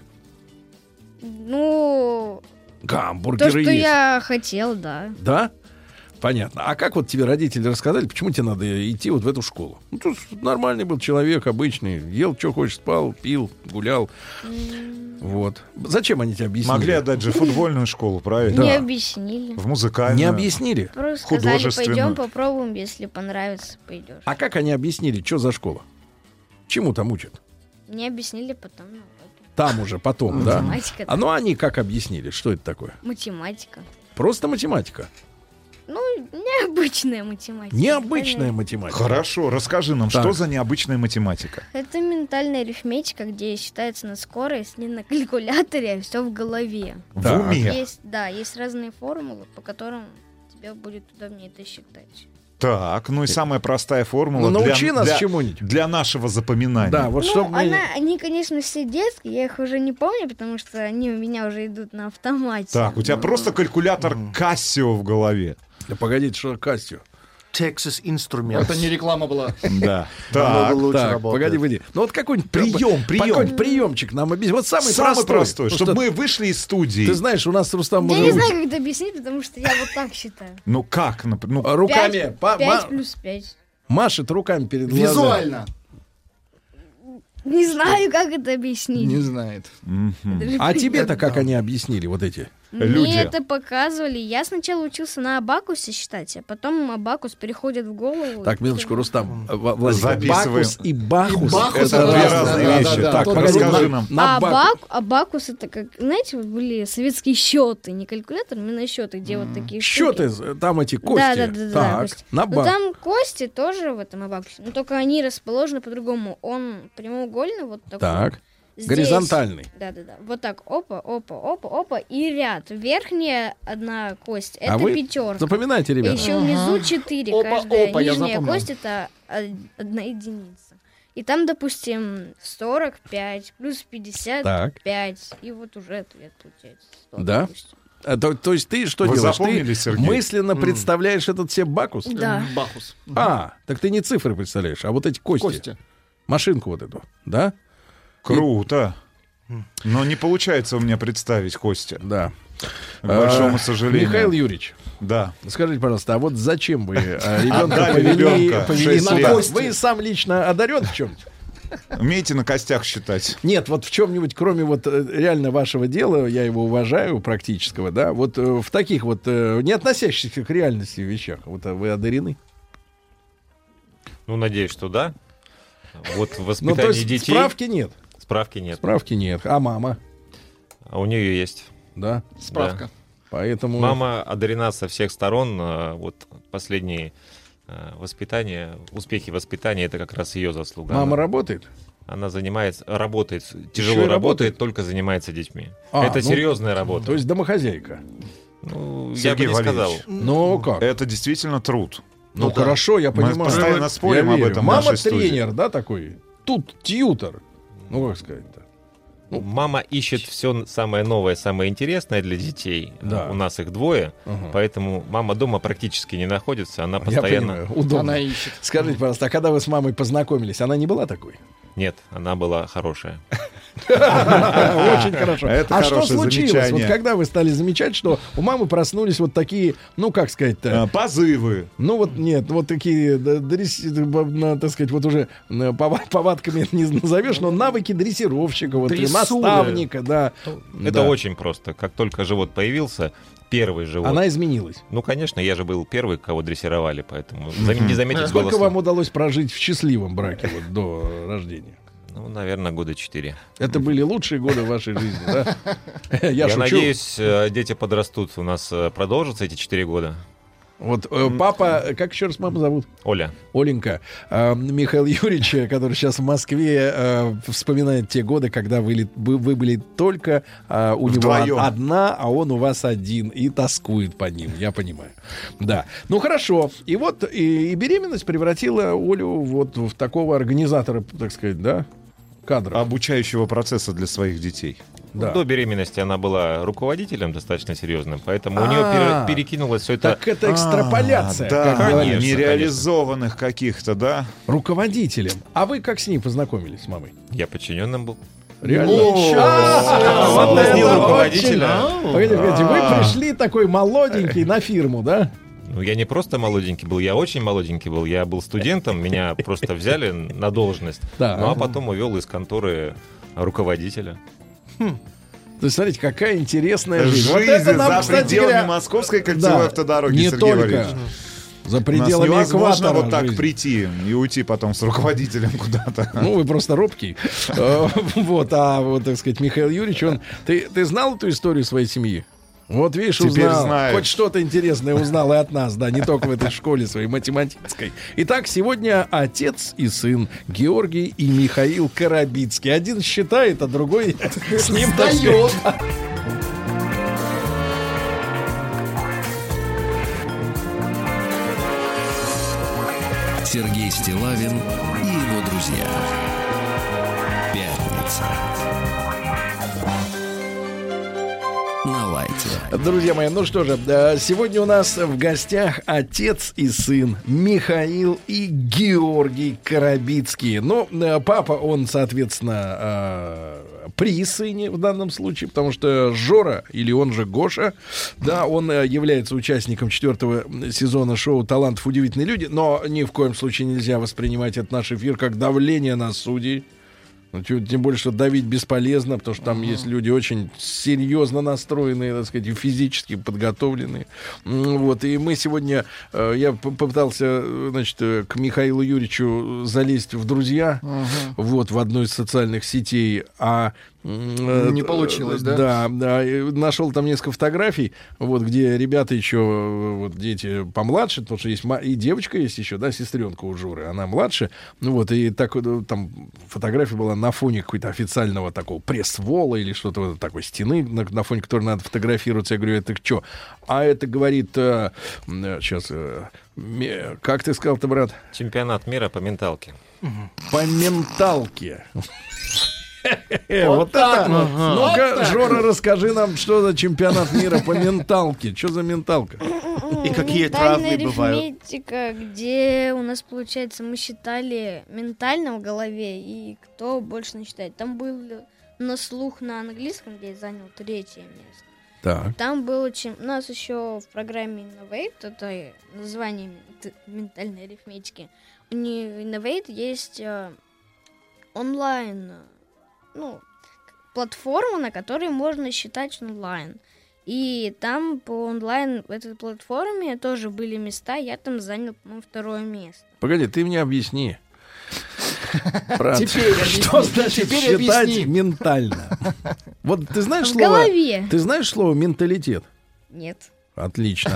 Ну... Гамбургеры то, что есть. я хотел, да. Да? Понятно. А как вот тебе родители рассказали, почему тебе надо идти вот в эту школу? Ну, тут нормальный был человек, обычный. Ел, что хочешь, спал, пил, гулял. Вот. Зачем они тебе объяснили? Могли отдать же футбольную школу, правильно? Не объяснили. В музыкальную. Не объяснили? Просто сказали, пойдем попробуем, если понравится, пойдешь. А как они объяснили, что за школа? Чему там учат? Не объяснили потом. Там уже, потом, да? Математика. А ну они как объяснили? Что это такое? Математика. Просто математика? Ну, необычная математика. Необычная математика. Хорошо, расскажи нам, что за необычная математика? Это ментальная арифметика, где считается на скорость, не на калькуляторе, а все в голове. В уме? Есть разные формулы, по которым тебе будет удобнее это считать. Так, ну и самая простая формула научи нас чему-нибудь. Для нашего запоминания. Да, вот чтобы они, конечно, все детские, я их уже не помню, потому что они у меня уже идут на автомате. Так, у тебя просто калькулятор Casio в голове. Да погодите, что Casio? Texas Instruments. Это не реклама была. Да. Так, погоди. Ну вот какой-нибудь приемчик нам объяснить. Вот самый простой, чтобы мы вышли из студии. Ты знаешь, у нас Рустам... Я не знаю, как это объяснить, потому что я вот так считаю. Ну как? Руками. 5 плюс 5. Машет руками перед глазами. Визуально. Не знаю, как это объяснить. Не знает. А тебе-то как они объяснили, вот эти люди? Мне это показывали. Я сначала учился на абакусе считать, а потом абакус переходит в голову. Так, минуточку, Рустам. Бакус и бахус. Это две разные вещи. Так, расскажи нам. Абакус это как, знаете, вот были советские счеты, не калькулятор, именно счеты, где вот такие счеты, там эти кости. Да. Но там кости тоже в этом абакусе, но только они расположены по-другому. Он прямоугольный вот такой. Так. Здесь, горизонтальный. Да. Вот так, опа, и ряд. Верхняя одна кость, это пятерка. Запоминайте, ребята. И еще внизу 4. Каждая нижняя кость это 1 единица. И там, допустим, 45 плюс 55. Так. И вот уже ответ получается. 100, да? Допустим. То есть ты что делаешь? Ты мысленно представляешь этот себе бакус? Да. Бакус. Так ты не цифры представляешь, а вот эти кости. Машинку вот эту, да? Круто. Но не получается у меня представить кости. Да. К большому сожалению. Михаил Юрьевич. Да. Скажите, пожалуйста, а вот зачем вы ребенка повели на кость? Вы сам лично одарен в чем-то? Умеете на костях считать? Нет, вот в чем-нибудь, кроме вот реально вашего дела, я его уважаю, практического, да, вот в таких вот не относящихся к реальности вещах, вот вы одарены? Ну, надеюсь, что да. Вот в воспитании детей... Справки нет. Справки нет. А мама? А у нее есть. Да? Справка. Да. Поэтому... Мама одарена со всех сторон. Вот последние успехи воспитания, это как раз ее заслуга. Мама работает? Она работает, тяжело работает, только занимается детьми. Это серьезная работа. То есть домохозяйка? Ну, я бы не сказал. Ну, как? Это действительно труд. Ну, хорошо, я понимаю. Мы постоянно спорим об этом в нашей студии. Мама тренер, да, такой? Тут тьютор. Ну, как сказать-то? Мама ищет все самое новое, самое интересное для детей. Да. У нас их 2, поэтому мама дома практически не находится, она постоянно... Я понимаю, удобно. Она ищет. Скажите, пожалуйста, а когда вы с мамой познакомились, она не была такой? Нет, она была хорошая. Очень хорошо. А что случилось? Вот когда вы стали замечать, что у мамы проснулись вот такие, ну как сказать-то... Позывы. Ну вот нет, вот такие, так сказать, вот уже повадками не назовешь, но навыки дрессировщика, вот наставника, да. Это очень просто. Как только живот появился, первый живот. Она изменилась? Ну, конечно, я же был первый, кого дрессировали, поэтому не заметить было. Сколько вам удалось прожить в счастливом браке вот, до рождения? Ну, наверное, года 4. Это были лучшие годы в вашей жизни, да? Я надеюсь, дети подрастут, у нас продолжатся эти 4 года. Вот папа, как еще раз маму зовут? Оля. Оленька. Михаил Юрьевич, который сейчас в Москве, вспоминает те годы, когда вы были только у него одна, а он у вас один, и тоскует по ним, я понимаю. Да. Ну, хорошо. И вот и беременность превратила Олю вот в такого организатора, так сказать, да, кадров. Обучающего процесса для своих детей. Да. До беременности она была руководителем достаточно серьезным, поэтому у нее перекинулось все это... Так это экстраполяция. Да, конечно, нереализованных каких-то, да? Руководителем. А вы как с ней познакомились, с мамой? Я подчиненным был. Реально? Соблазнил руководителя. Погодите, вы пришли такой молоденький на фирму, да? Ну, я не просто молоденький был, я очень молоденький был. Я был студентом, меня просто взяли на должность. Ну, а потом увел из конторы руководителя. То есть, смотрите, какая интересная жизнь. Вот это нам, за пределами Московской кольцевой автодороги, не Сергей только Валерьевич. За пределами невозможно экватора вот так жизни. прийти и уйти потом с руководителем куда-то. Ну, вы просто робкий. Вот, так сказать, Михаил Юрьевич, ты знал эту историю своей семьи? Вот видишь, теперь узнал. знаешь. Хоть что-то интересное узнал и от нас, да, не только в этой школе своей математической. Итак, сегодня отец и сын Георгий и Михаил Карабицкий. Один считает, а другой с ним дает. Сергей Стиллавин и его друзья. Пятница. На лайте. Друзья мои, ну что же, сегодня у нас в гостях отец и сын Михаил и Георгий Карабицкие. Ну, папа, он, соответственно, при сыне в данном случае, потому что Жора, или он же Гоша, да, он является участником 4-го сезона шоу «Талантов удивительные люди», но ни в коем случае нельзя воспринимать этот наш эфир как давление на судей. Тем более, что давить бесполезно, потому что там есть люди очень серьезно настроенные, так сказать, физически подготовленные. Вот, и мы сегодня, я попытался, значит, к Михаилу Юрьевичу залезть в друзья, вот, в одной из социальных сетей, не получилось, да? Да, нашел там несколько фотографий, вот, где ребята еще, вот, дети помладше, потому что есть и девочка есть еще, да, сестренка у Журы, она младше, вот, и так там фотография была на фоне какой-то официального такого пресс-вола или что-то такой стены, на фоне которой надо фотографироваться. Я говорю, это что? А это, говорит, сейчас, как ты сказал-то, брат? Чемпионат мира по менталке. По менталке. Вот так. Ну-ка, Жора, расскажи нам, что за чемпионат мира по менталке. Что за менталка? И какие травмы бывают? Арифметика, где у нас, получается, мы считали ментально в голове, и кто больше не считает. Там был на слух на английском, где я занял 3-е место. Так. Там было у нас еще в программе Innovate, это название ментальной арифметики. У Innovate есть онлайн, платформа, на которой можно считать онлайн. И там по онлайн в этой платформе тоже были места, я там занял, по-моему, 2-е место. Погоди, ты мне объясни. Брат, теперь что значит считать ментально? Вот ты знаешь в голове. Ты знаешь слово менталитет? Нет. Отлично.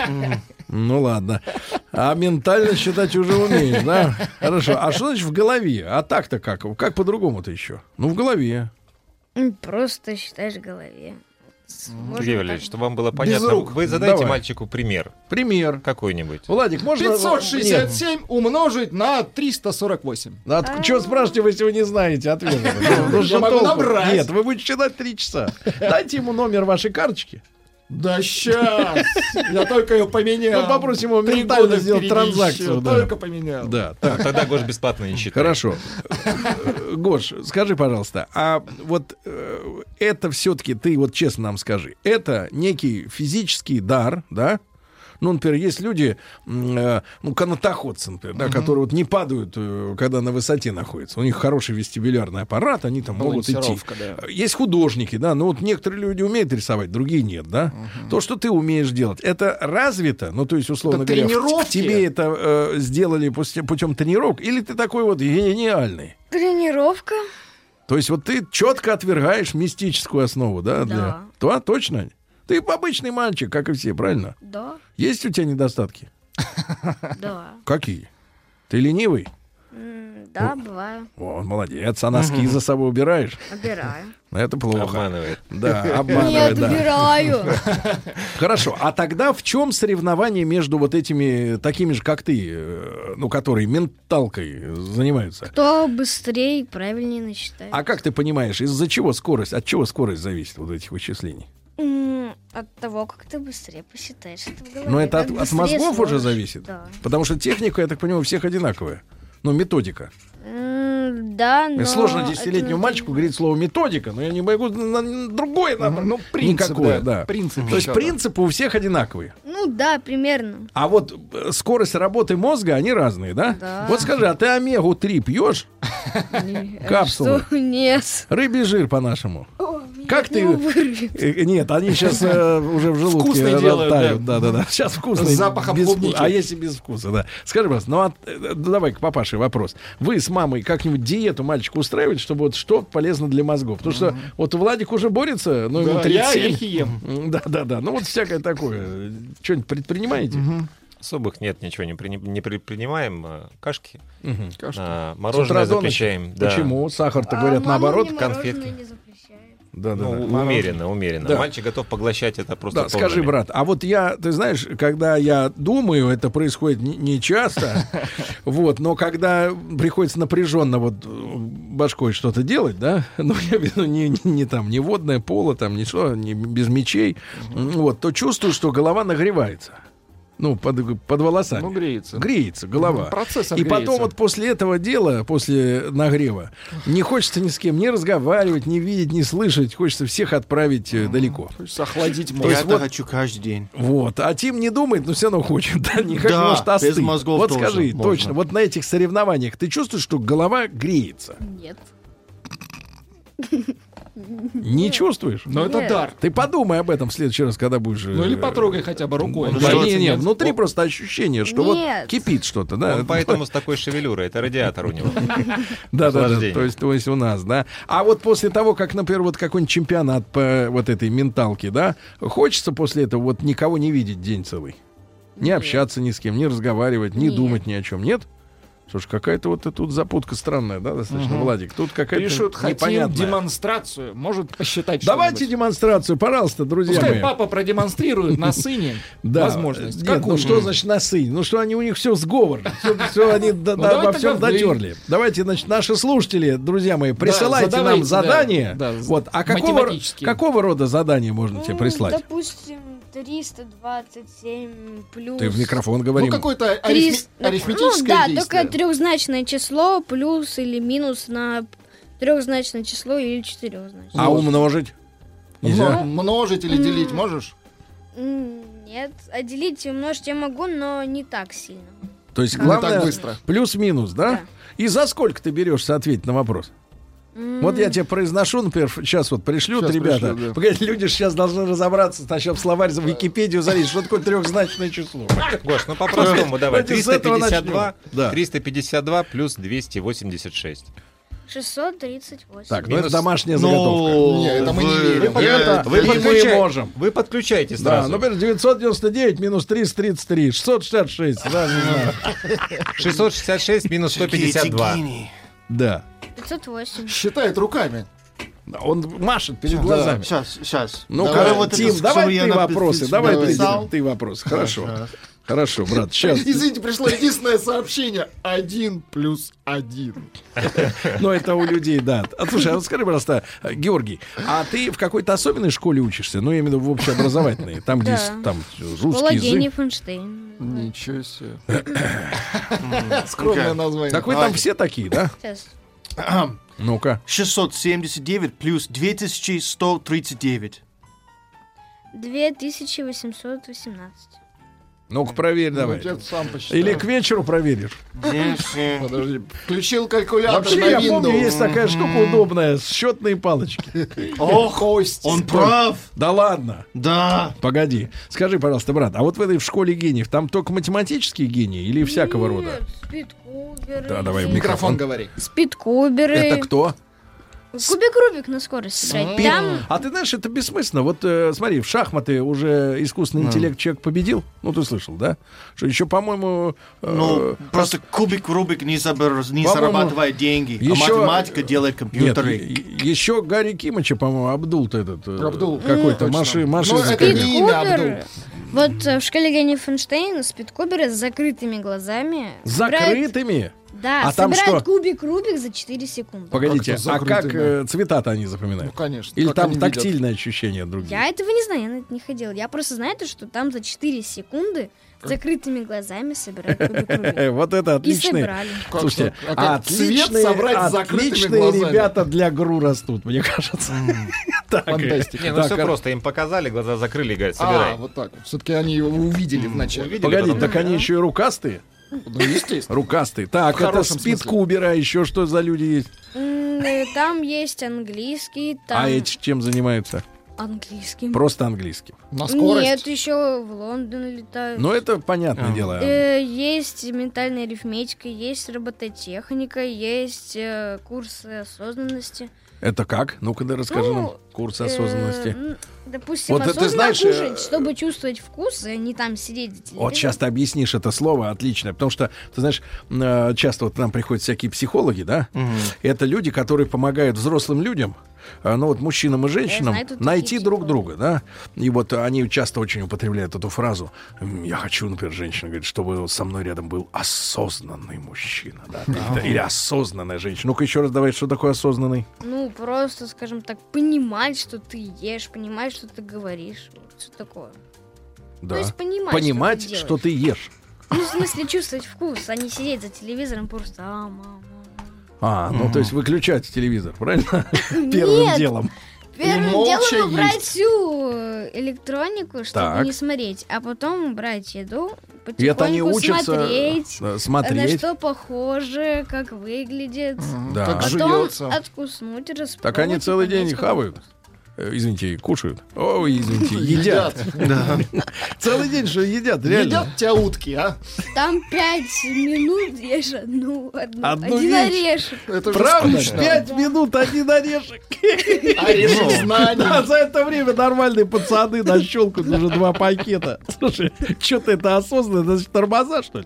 Ну ладно. А ментально считать уже умеешь, да? Хорошо. А что значит в голове? А так-то как? Как по-другому-то еще? Ну, в голове. Просто считаешь в голове. Сергей Валерьевич, чтобы вам было понятно, вы задайте мальчику пример. Пример. Какой-нибудь. Владик, можно... 567 умножить на 348. Чего спрашиваете, вы его не знаете ответа? Я могу набрать. Нет, вы будете считать 3 часа. Дайте ему номер вашей карточки. Да сейчас! Я только ее поменял. Ну, попросим его ментально сделать транзакцию. Только поменял. Да. Тогда Гош бесплатно не считает. Хорошо. Гош, скажи, пожалуйста, а вот это все-таки, ты вот честно нам скажи, это некий физический дар, да? Ну, например, есть люди, канатоходцы, например, да, которые вот не падают, когда на высоте находятся. У них хороший вестибулярный аппарат, они там могут идти. Да. Есть художники, да, но вот некоторые люди умеют рисовать, другие нет, да. То, что ты умеешь делать, это развито, ну, то есть, условно говоря, в тебе это сделали путем тренировок, или ты такой вот гениальный? Тренировка. То есть вот ты четко отвергаешь мистическую основу, да? Да. Да, точно? Ты обычный мальчик, как и все, правильно? Да. Есть у тебя недостатки? Да. Какие? Ты ленивый? Да, бываю. О, молодец. А носки за собой убираешь? Убираю. Это плохо. Обманывает. Да, обманывает. Нет, да. убираю. Хорошо. А тогда в чем соревнование между вот этими, такими же, как ты, которые менталкой занимаются? Кто быстрее и правильнее насчитает. А как ты понимаешь, из-за чего скорость, от чего скорость зависит вот этих вычислений? От того, как ты быстрее посчитаешь это в голове. Но это от мозгов сложишь. уже зависит? Да. Потому что техника, я так понимаю, у всех одинаковая. Ну, методика. Да, но... Сложно 10-летнему мальчику говорить слово методика, но я не могу на другое принцип, никакое. да. Принцип. То есть принципы у всех одинаковые. Ну да, примерно. А вот скорость работы мозга, они разные, да? Да. Вот скажи, а ты омегу-3 пьешь? Капсулы? Нет. Рыбий жир по-нашему. Как ты... вырвет. Нет, они сейчас уже в желудке Вкусные делают, тают. Да. Сейчас вкусные. С запахом клубники. А если без вкуса, да. Скажи, пожалуйста, давай к папаше вопрос. Вы с мамой как-нибудь диету мальчику устраиваете, чтобы вот что полезно для мозгов? Потому что вот Владик уже борется, но ему 37. Я орехи ем. Да. Ну вот всякое такое. Что-нибудь предпринимаете? Особых нет, ничего не предпринимаем. Кашки. Кашки. Мороженое запрещаем. Почему? Сахар-то, говорят, наоборот. Конфетки. Да. Умеренно. Да. Мальчик готов поглощать это просто. Да, скажи, брат, а вот ты знаешь, когда я думаю, это происходит не часто, вот, но когда приходится напряженно вот башкой что-то делать, да, ну, я имею в виду не водное поло, там, ничего, не без мечей, вот, то чувствую, что голова нагревается. Ну, под волосами. Ну, греется. Греется голова. Процесс И греется. потом вот после этого дела, после нагрева, не хочется ни с кем не разговаривать, не видеть, не слышать. Хочется всех отправить далеко. Хочется охладить мозг. Я это хочу каждый день. Вот. А Тим не думает, но все равно хочет. Да, никак да, может остыть. без мозгов Вот тоже скажи, можно. точно, вот на этих соревнованиях ты чувствуешь, что голова греется? Нет. Не чувствуешь? Но это дар. Ты подумай об этом в следующий раз, когда будешь... Ну или потрогай хотя бы рукой. Не, внутри просто ощущение, что вот кипит что-то, да. Он поэтому с такой шевелюрой, это радиатор у него. Да, то есть у нас, да. А вот после того, как, например, вот какой-нибудь чемпионат по вот этой менталке, да, хочется после этого вот никого не видеть день целый? Не общаться ни с кем, не разговаривать, не думать ни о чем, нет? Слушай, какая-то вот тут запутка странная, да, достаточно, Владик? Тут какая-то Пишут, непонятная. хотим демонстрацию. Может посчитать Давайте что-нибудь. демонстрацию, пожалуйста, друзья Пускай мои. папа продемонстрирует на сыне возможность. Нет, ну что значит на сыне? Ну что они у них все сговор. Все они обо всем дотерли. Давайте, значит, наши служители, друзья мои, присылайте нам задания. Вот. А какого рода задания можно тебе прислать? Допустим, 327 плюс... Ты в микрофон говори. Ну, какое-то арифметическое да, действие. только трехзначное число плюс или минус на трехзначное число или четырехзначное. А умножить? Нельзя? Множить или делить можешь? Нет, а делить и умножить я могу, но не так сильно. То есть главное плюс-минус, да? И за сколько ты берешься ответить на вопрос? Вот я тебе произношу, например, сейчас вот пришлют сейчас ребята. Пришлю, да. Погоди, люди сейчас должны разобраться, сначала в словарь, в Википедию залезть, что такое трехзначное число. Гош, ну по-простому давай. 352 плюс 286. 638. Так, ну это домашняя заготовка. Нет, это мы не верим. Мы можем. Вы подключаете сразу. Да, например, 999 минус 333, 666. 666 минус 152. Да. 508. Считает руками. Он машет перед глазами. Сейчас. Ну-ка, вот Тим, давай ты вопросы. Давай ты вопросы. Хорошо, брат, сейчас. Извините, пришло единственное сообщение. 1 плюс 1. Ну, это у людей, да. Слушай, а вот скажи, пожалуйста, Георгий, а ты в какой-то особенной школе учишься? Ну, я имею в виду в общеобразовательной. Там, где там русский язык. Фонштейн. Ничего себе. Скромное название. Так вы там все такие, да? Сейчас. Ну-ка. 679 плюс 2139. 2818. Ну-ка, проверь давай. Или к вечеру проверишь. Подожди, включил калькулятор вообще, на я Windows. помню, есть такая штука удобная, счетные палочки. Ох, он прав. Да ладно. Да. Погоди. Скажи, пожалуйста, брат, а вот в этой в школе гениев там только математические гении или всякого рода? Спидкуберы. Да, давай в микрофон говори. Спидкуберы. Это кто? Кубик Рубик на скорость играть. Там... А ты знаешь, это бессмысленно. Вот смотри, в шахматы уже искусственный интеллект человек победил. Ну, ты слышал, да? Что еще, по-моему... просто Кубик Рубик не зарабатывает деньги, а математика делает компьютеры. Нет, еще Гарри Кимыча, по-моему, Абдул-то этот. Абдул. Какой-то машина. Спидкубер. Вот в школе гениев Эйнштейна спидкуберы с закрытыми глазами. Закрытыми? Да, собирают кубик Рубик за 4 секунды. Погодите, а как цвета-то они запоминают? Ну, конечно. Или там тактильное ощущение другие? Я этого не знаю, я на это не ходила. Я просто знаю, что там за 4 секунды с закрытыми глазами собирают кубик Рубик. Вот это отлично. И собрали. Слушайте, отличные ребята для ГРУ растут, мне кажется. Фантастика. Не, ну все просто, им показали, глаза закрыли и говорят, собирай. Вот так. Все-таки они его увидели вначале. Погоди, так они еще и рукастые? Ну, естественно. Рукастый. Так, это спидкуберы, а еще что за люди есть? Там есть английский. Там... А эти чем занимаются? Английским. Просто английским. На скорость? Нет, еще в Лондон летают. Ну, это понятное дело. Есть ментальная арифметика, есть робототехника, есть курсы осознанности. Это как? Ну-ка, да расскажи нам курсы осознанности. Допустим, вот осознанно кушать, чтобы чувствовать вкус, а не там сидеть за телевизором. Вот сейчас ты объяснишь это слово отлично, потому что, ты знаешь, часто вот к нам приходят всякие психологи, да? Это люди, которые помогают взрослым людям, ну вот мужчинам и женщинам, найти друг друга, да? И вот они часто очень употребляют эту фразу. Я хочу, например, женщина говорит, чтобы со мной рядом был осознанный мужчина, да? Или осознанная женщина. Ну-ка еще раз давай, что такое осознанный? Ну, просто, скажем так, понимать, что ты ешь, понимать, что ты говоришь. Что такое? Да. То есть понимать, что ты ешь. Ну, в смысле, чувствовать вкус, а не сидеть за телевизором просто мама. Ну, то есть выключать телевизор, правильно? Первым делом. Первым делом убрать всю электронику, чтобы не смотреть, а потом брать еду, потихоньку смотреть, на что похоже, как выглядит, потом откуснуть, распробовать. Так они целый день хавают. Извините, кушают. Ой, извините, едят. Да. Целый день что едят, реально. Едят тебя утки, а? Там 5 минут ешь один орешек. Это правда? 5 минут один орешек. Орешек знаний. А за это время нормальные пацаны нащелкают уже 2 пакета. Слушай, что-то это осознанно, значит, тормоза, что ли?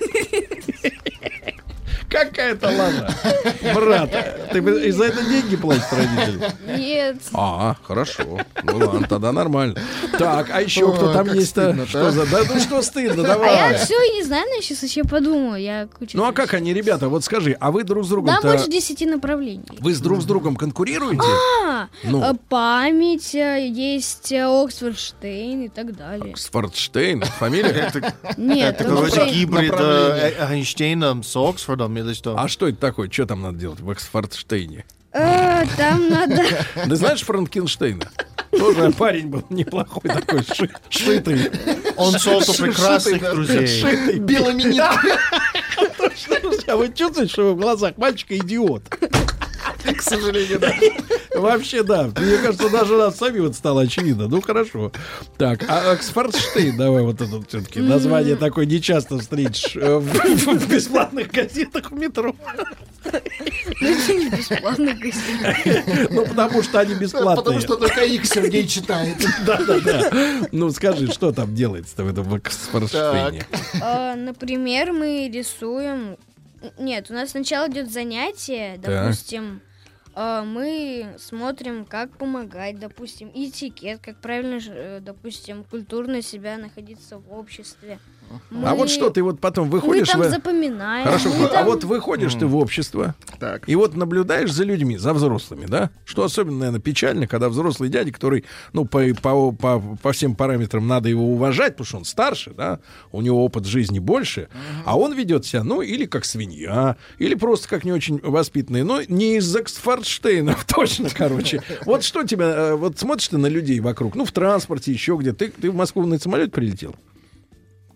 Какая-то ладно. Брат, ты за это деньги платишь родителям? Нет. Хорошо. Ну ладно, тогда нормально. Так, а еще кто там есть-то? Что за... Да ну что стыдно, давай. А я все и не знаю, но я сейчас еще подумаю. Ну а как они, ребята, вот скажи, а вы друг с другом... Да, больше 10 направлений. Вы друг с другом конкурируете? Память, есть Оксфордштейн и так далее. Оксфордштейн? Фамилия? Нет, это какой-то гибрид Эйнштейна с Оксфордом или что? А что это такое? Что там надо делать в Оксфордштейне? Там надо... Ты знаешь Франкенштейна? Тоже парень был неплохой такой, шитый. Он создал прекрасных друзей. Шитый. Белыми нитками. А вы чувствуете, что в глазах мальчика идиот? К сожалению, да. Вообще, да. Мне кажется, даже нас сами вот стало очевидно. Ну, хорошо. Так, а Оксфордштейн, давай вот это все-таки название такое нечасто встретишь в бесплатных газетах в метро. Бесплатных газетах. Ну, потому что они бесплатные. Потому что только их Сергей читает. Да. Ну, скажи, что там делается-то в этом Оксфордштейне? Например, мы рисуем... Нет, у нас сначала идет занятие, допустим, мы смотрим, как помогать, допустим, этикет, как правильно, допустим, культурно себя находиться в обществе. А вот что ты вот потом выходишь... Мы там запоминаем. Хорошо, а вот выходишь ты в общество, и вот наблюдаешь за людьми, за взрослыми, да? Что особенно, наверное, печально, когда взрослый дядя, который, ну, по всем параметрам надо его уважать, потому что он старше, да? У него опыт жизни больше, а он ведет себя, ну, или как свинья, или просто как не очень воспитанный, но не из Оксфордштейнов, точно, короче. Вот что тебя... Вот смотришь ты на людей вокруг, ну, в транспорте, еще где. Ты в Москву на самолете прилетел?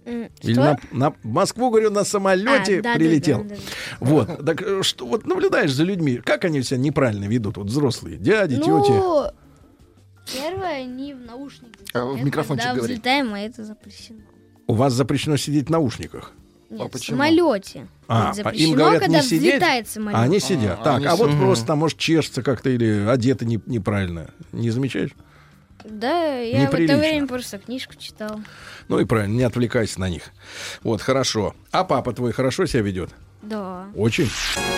Или на Москву, говорю, на самолете прилетел. Да. Вот. Так что вот наблюдаешь за людьми, как они себя неправильно ведут, вот взрослые, дяди, тети. Первое, они в наушниках. В микрофончик говори. Взлетаем, а это запрещено. У вас запрещено сидеть в наушниках? Нет, в самолете. Им говорят когда не сидеть, взлетает самолет. Они сидят. Вот просто там, может, чешется как-то или одеты неправильно. Не замечаешь? Да, я в это время просто книжку читал. Ну и правильно, не отвлекайся на них. Вот, хорошо. А папа твой хорошо себя ведет? Да. Очень.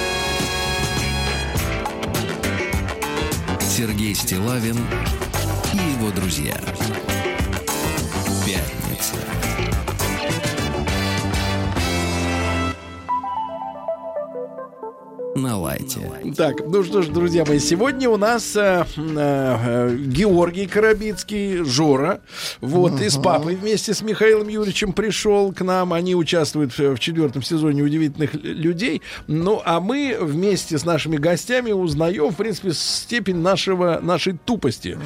Сергей Стиллавин и его друзья. Пятница. На лайте. Так, ну что ж, друзья мои, сегодня у нас Георгий Коробицкий, Жора, вот, и с папой вместе с Михаилом Юрьевичем пришел к нам. Они участвуют в 4-м сезоне «Удивительных людей». Ну, а мы вместе с нашими гостями узнаем, в принципе, степень нашей тупости.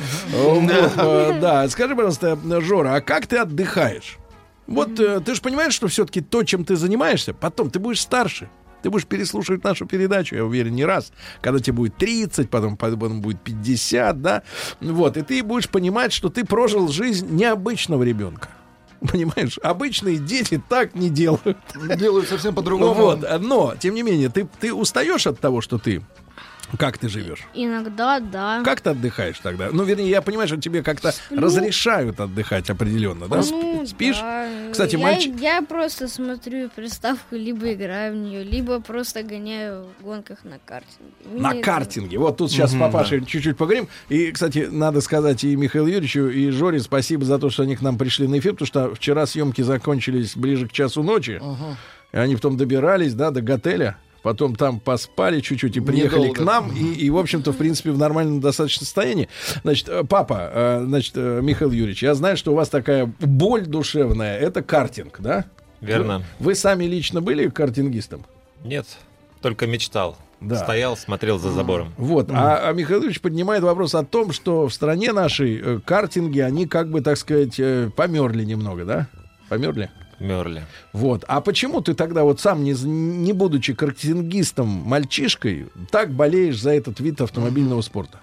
Да, скажи, пожалуйста, Жора, а как ты отдыхаешь? Вот ты же понимаешь, что все-таки то, чем ты занимаешься, потом ты будешь старше. Ты будешь переслушивать нашу передачу, я уверен, не раз. Когда тебе будет 30, потом будет 50, да. Вот, и ты будешь понимать, что ты прожил жизнь необычного ребенка. Понимаешь? Обычные дети так не делают. Делают совсем по-другому. Вот, но, тем не менее, ты устаешь от того, что ты... Как ты живешь? Иногда, да. Как ты отдыхаешь тогда? Ну, вернее, я понимаю, что тебе как-то разрешают отдыхать определенно, да? Спишь? Да. Кстати, Я просто смотрю приставку, либо играю в нее, либо просто гоняю в гонках на картинге. На картинге. Вот тут сейчас с папашей чуть-чуть поговорим. И, кстати, надо сказать и Михаилу Юрьевичу, и Жоре спасибо за то, что они к нам пришли на эфир, потому что вчера съемки закончились ближе к часу ночи. И они потом добирались, да, до готеля. Потом там поспали чуть-чуть и приехали к нам. И, в общем-то, в принципе, в нормальном достаточно состоянии. Значит, папа, Михаил Юрьевич, я знаю, что у вас такая боль душевная. Это картинг, да? Верно. Вы сами лично были картингистом? Нет, только мечтал. Да. Стоял, смотрел за забором. Вот. А Михаил Юрьевич поднимает вопрос о том, что в стране нашей картинги, они, как бы, так сказать, померли немного, да? Померли? Мерли. Вот. А почему ты тогда вот сам, не будучи картингистом, мальчишкой, так болеешь за этот вид автомобильного спорта?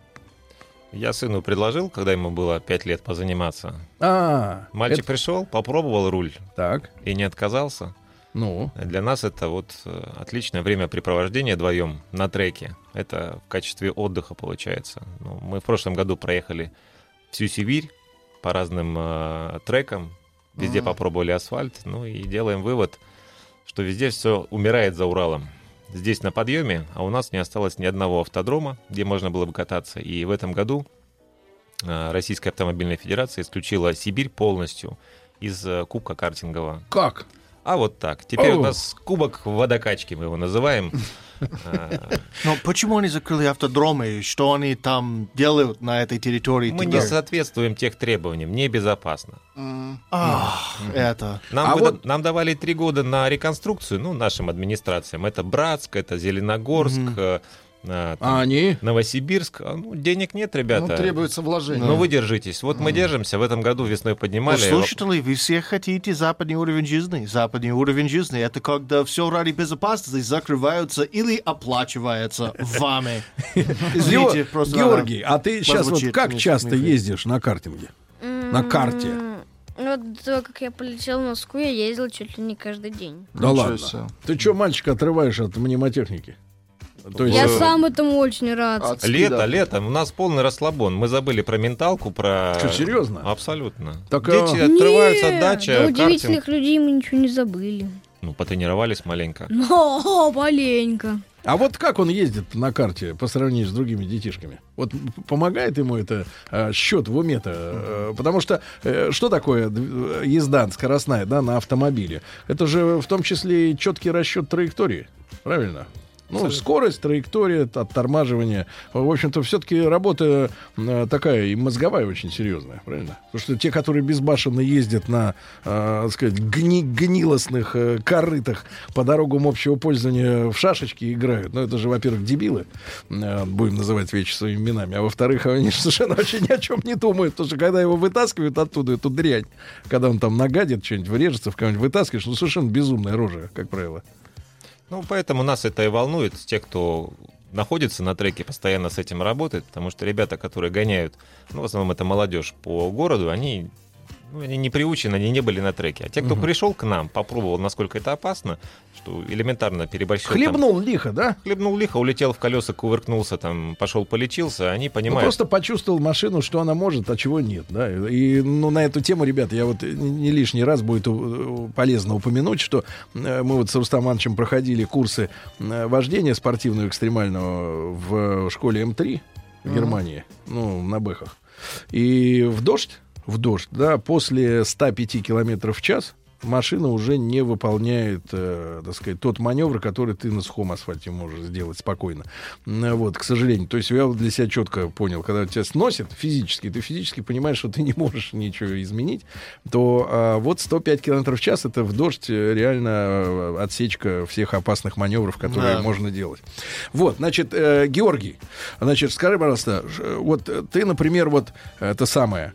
Я сыну предложил, когда ему было 5 лет, позаниматься. Мальчик пришел, попробовал руль. Так. И не отказался. Ну. Для нас это вот отличное времяпрепровождение вдвоем на треке. Это в качестве отдыха получается. Ну, мы в прошлом году проехали всю Сибирь по разным трекам. Везде попробовали асфальт, ну и делаем вывод, что везде все умирает за Уралом. Здесь на подъеме, а у нас не осталось ни одного автодрома, где можно было бы кататься. И в этом году Российская автомобильная федерация исключила Сибирь полностью из кубка картингового. Как? А вот так. Теперь у нас кубок водокачки, мы его называем. Но почему они закрыли автодромы? Что они там делают на этой территории? Мы не соответствуем тех требованиям, небезопасно. Это. Нам давали 3 года на реконструкцию, ну, нашим администрациям. Это Братск, это Зеленогорск, они? Новосибирск. Ну, денег нет, ребята. Ну, требуется вложение. Ну, вы держитесь. Вот мы держимся. В этом году весной поднимали. Слушайте ли, вы все хотите западный уровень жизни. Западный уровень жизни — это когда все ради безопасности закрываются или оплачивается вами. Извините, просто... Георгий, а ты сейчас вот как часто ездишь на картинге? На карте? Ну, до того, как я полетел в Москву, я ездил чуть ли не каждый день. Да ладно? Ты что, мальчика, отрываешь от мнемотехники? То есть... Я сам этому очень рад. Лето. У нас полный расслабон. Мы забыли про менталку, про... Что, серьезно? Абсолютно. Дети отрываются от дачи. Для удивительных людей мы ничего не забыли. Ну, потренировались маленько. Маленько. А вот как он ездит на карте по сравнению с другими детишками? Вот помогает ему это счет в уме-то? Потому что что такое езда скоростная, да, на автомобиле? Это же в том числе и четкий расчет траектории. Правильно? Ну, скорость, траектория, оттормаживание. В общем-то, все-таки работа такая и мозговая очень серьезная, правильно? Потому что те, которые безбашенно ездят на, так сказать, гнилостных корытах по дорогам общего пользования в шашечки играют, ну, это же, во-первых, дебилы, будем называть вещи своими именами, а во-вторых, они совершенно вообще ни о чем не думают, потому что когда его вытаскивают оттуда, эту дрянь, когда он там нагадит, что-нибудь врежется в кого-нибудь, вытаскиваешь, ну, совершенно безумное оружие, как правило. Ну, поэтому нас это и волнует, те, кто находится на треке, постоянно с этим работает, потому что ребята, которые гоняют, ну, в основном это молодежь по городу, они не приучены, они не были на треке. А те, кто пришел к нам, попробовал, насколько это опасно, что элементарно переборщил. Хлебнул лихо, да? Хлебнул лихо, улетел в колеса, кувыркнулся, там, пошел полечился, они понимают. Ну, просто почувствовал машину, что она может, а чего нет, да. И ну, на эту тему, ребята, я вот не лишний раз будет полезно упомянуть, что мы вот с Рустамом Ивановичем проходили курсы вождения спортивного экстремального в школе М3 в Германии, ну, на Бэхах. И в дождь, да, после 105 километров в час машина уже не выполняет, так сказать, тот маневр, который ты на сухом асфальте можешь сделать спокойно. Вот, к сожалению. То есть я для себя четко понял, когда тебя сносит физически, ты физически понимаешь, что ты не можешь ничего изменить, то вот 105 километров в час — это в дождь реально отсечка всех опасных маневров, которые можно делать. Вот, значит, Георгий, значит, скажи, пожалуйста, вот ты, например, вот это самое...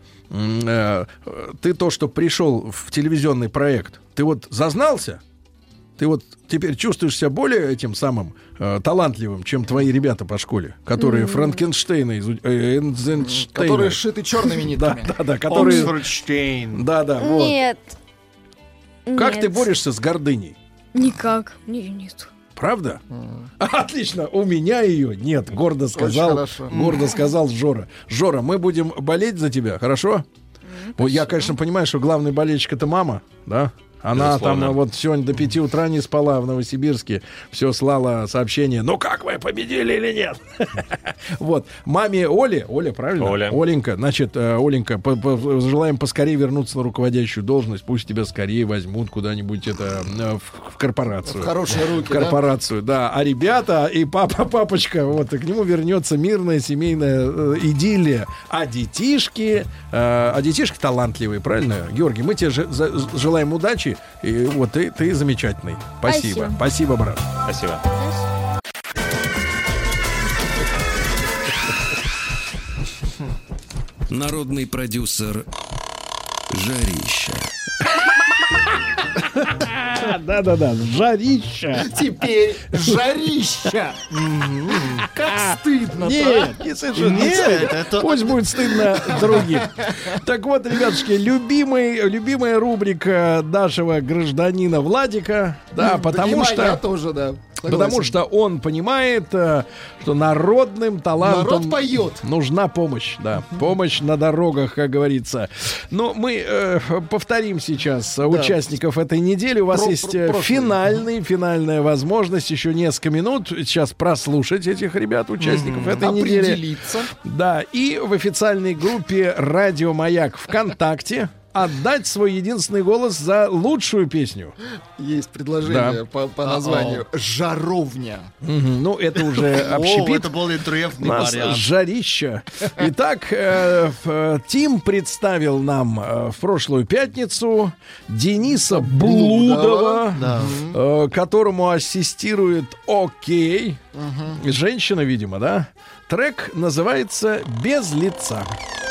Ты то, что пришел в телевизионный проект, ты вот зазнался? Ты вот теперь чувствуешь себя более этим самым талантливым, чем твои ребята по школе, которые Франкенштейна которые сшиты черными нитками. Да, которые... Оксфордштейн. Да, вот. Нет. Как ты борешься с гордыней? Никак. Нет. Правда? Отлично, у меня ее нет, гордо сказал Жора. Жора, мы будем болеть за тебя, хорошо? Я, конечно, понимаю, что главный болельщик — это мама, да? Она там вот сегодня до 5 утра не спала в Новосибирске, все слала сообщение: ну как, вы победили или нет? Вот, маме Оля, правильно? Оленька, значит, Оленька, желаем поскорее вернуться на руководящую должность, пусть тебя скорее возьмут куда-нибудь в корпорацию. В хорошие руки, в корпорацию, да. А ребята и папочка, вот, и к нему вернется мирная семейная идиллия. А детишки талантливые, правильно? Георгий, мы тебе желаем удачи. И вот ты замечательный. Спасибо. Спасибо, брат. Спасибо. Народный продюсер Жарища. Да, жарища. Теперь жарища. Как стыдно. Нет, пусть будет стыдно другим. Так вот, ребятушки, любимая рубрика нашего гражданина Владика, да, потому что... Я тоже, да. Потому что он понимает, что народным талантам нужна помощь. Да, помощь на дорогах, как говорится. Но мы повторим сейчас участников этой недели. У вас есть финальная возможность еще несколько минут сейчас прослушать этих ребят, участников этой недели. Определиться. Да, и в официальной группе «Радио Маяк» ВКонтакте отдать свой единственный голос за лучшую песню. Есть предложение по названию «Жаровня». Ну, это уже общепит. Это более древний вариант. Жарища. Итак, Тим представил нам в прошлую пятницу Дениса Блудова, которому ассистирует Окей. Женщина, видимо, да? Трек называется «Без лица».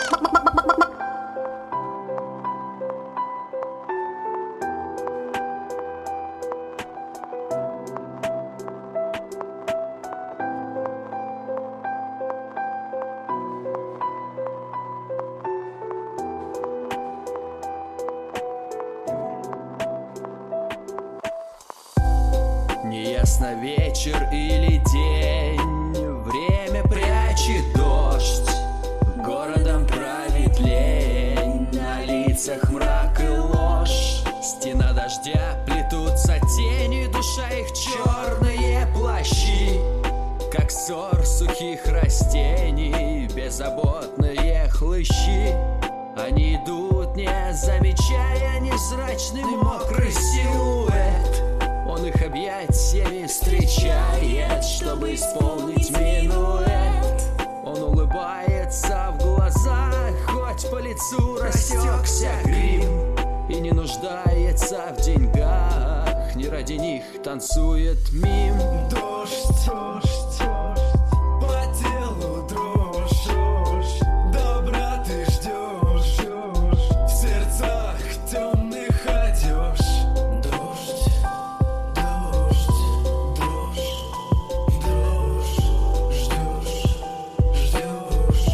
Неясно, вечер или день, время прячет дождь, городом правит лень, на лицах мрак и ложь. Стена дождя, плетутся тени, душа их черные плащи, как ссор сухих растений, беззаботные хлыщи. Они идут, не замечая невзрачный мокрый силуэт. Он их объятиями встречает, чтобы исполнить минуэт. Он улыбается в глаза, хоть по лицу растекся грим, и не нуждается в деньгах, не ради них танцует мим. Дождь, дождь, по телу дрожь, дрожь, добра ты ждешь, в сердцах темных одежь. Дождь, дождь, дрожь, дрожь, ждешь.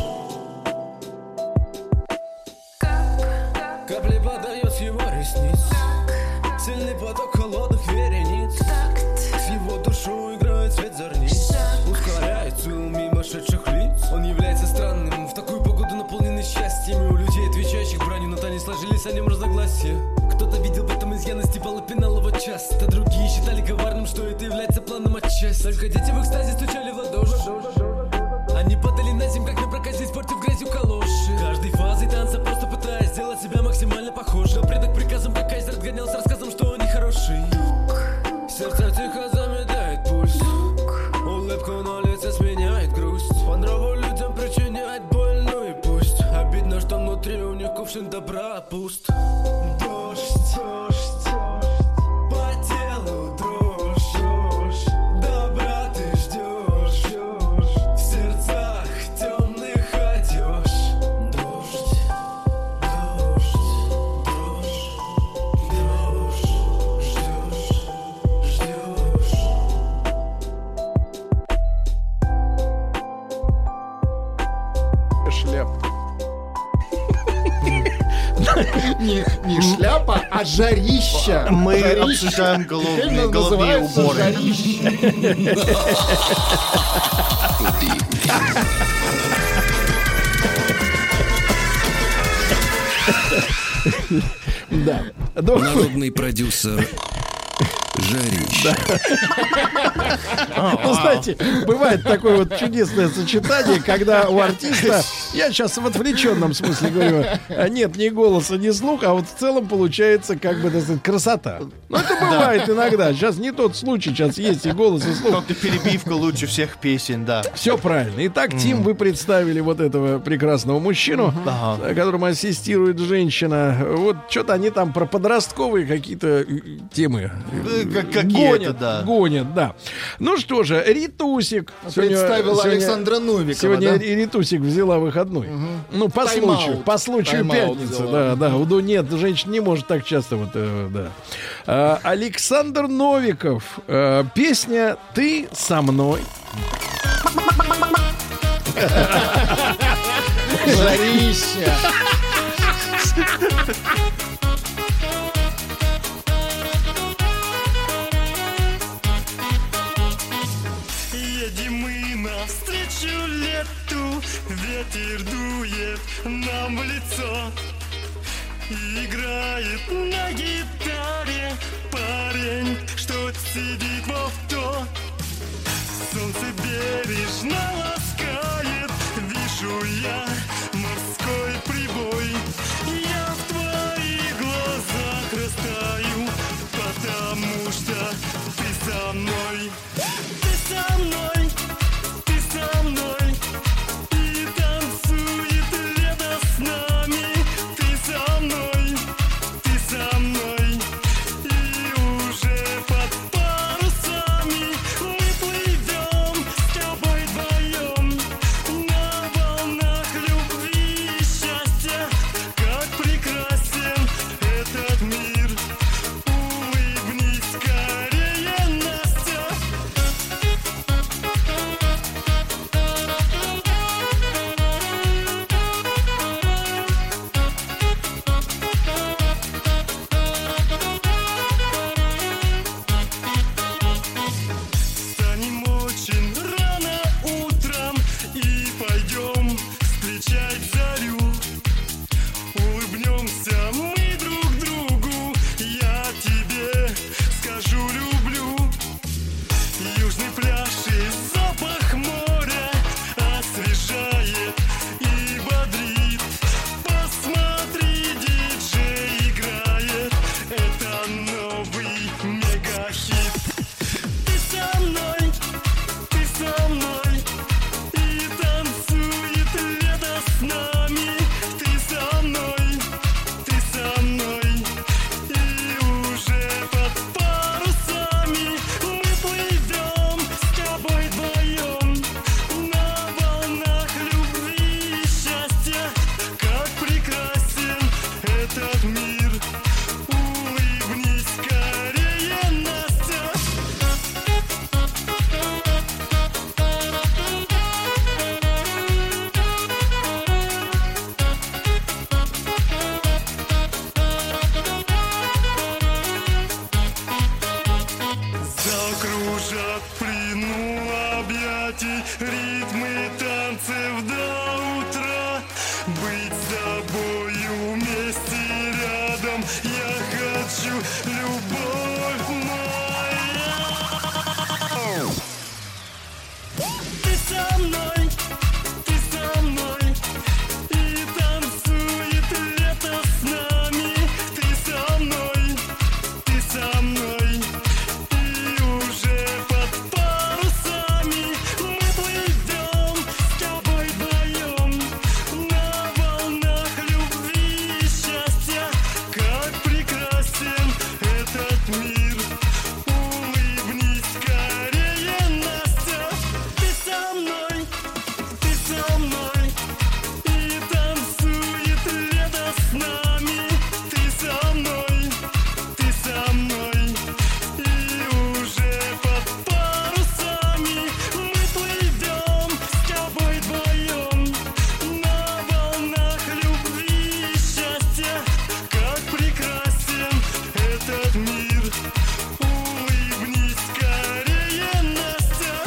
Капли падают с его ресниц, сильный поток холодных верениц. С его душу играет свет зорниц, ускоряется мимо шедших лиц. Он является странным в такую погоду, наполненной счастьем. И у людей, отвечающих бранью, но не сложились о нем разногласия. Кто-то видел в этом изъян и стебал и пинал его часто. Другие считали коварным, что это является планом отчасти. Только дети в экстазе стучали в ладоши. Они падали на землю, как на проказе, испортив грязью калоши. Каждой фазой танца просто пытаясь сделать себя максимально похожим. Но предок приказом, как кайзер отгонялся рассказом, что он нехороший. Сердце тихо замедляет пульс, улыбку на лице сменяет грусть. По нраву людям причиняет боль, ну и пусть. Обидно, что внутри у них кувшин добра пуст. Дождь, дождь, по телу дрожь, дрожь, добра ты ждешь, в сердцах темных одежь. Дождь, дождь, дрожь, дрожь, ждешь. Шляп. Не шляпа, а жарища. Мы обсуждаем головные уборы. Да. Народный продюсер Жарища. Ну, знаете, бывает такое вот чудесное сочетание, когда у артиста, я сейчас в отвлеченном смысле говорю, нет ни голоса, ни слуха, а вот в целом получается, как бы, так сказать, красота. Ну, это бывает иногда. Сейчас не тот случай, сейчас есть и голос, и слух. Только перебивка лучше всех песен, да. Все правильно. Итак, Тим, вы представили вот этого прекрасного мужчину, которому ассистирует женщина. Вот что-то они там про подростковые какие-то темы гонят, да. Ну что же, Ритусик представила Александра Новикова. Сегодня Ритусик взяла выходной. Ну, по случаю пятницы. Да. Нет, женщина не может так часто. Да. Александр Новиков. Песня «Ты со мной». Жарища. Едем мы навстречу лету, ветер дует нам в лицо. Играет на гитаре парень, что сидит в авто. Солнце бережно ласкает, вижу я морской прибой. Я в твоих глазах растаю, потому что ты со мной. Ты со мной, ты со мной, и танцует лето с нами. Ты со мной, и уже под парусами мы плывем с тобой вдвоем на волнах любви. я хочу, любовь моя. Ты со мной, и танцует лето с нами. Ты со мной, и уже под парусами мы плывем с тобой вдвоем на волнах любви и счастья. Как прекрасен этот мир, улыбнись скорее, Настя. Ты со мной, и танцует лето с нами. Ты со мной, и уже под парусами мы плывем с тобой вдвоем на волнах любви и счастья. Как прекрасен этот мир, улыбнись скорее, Настя.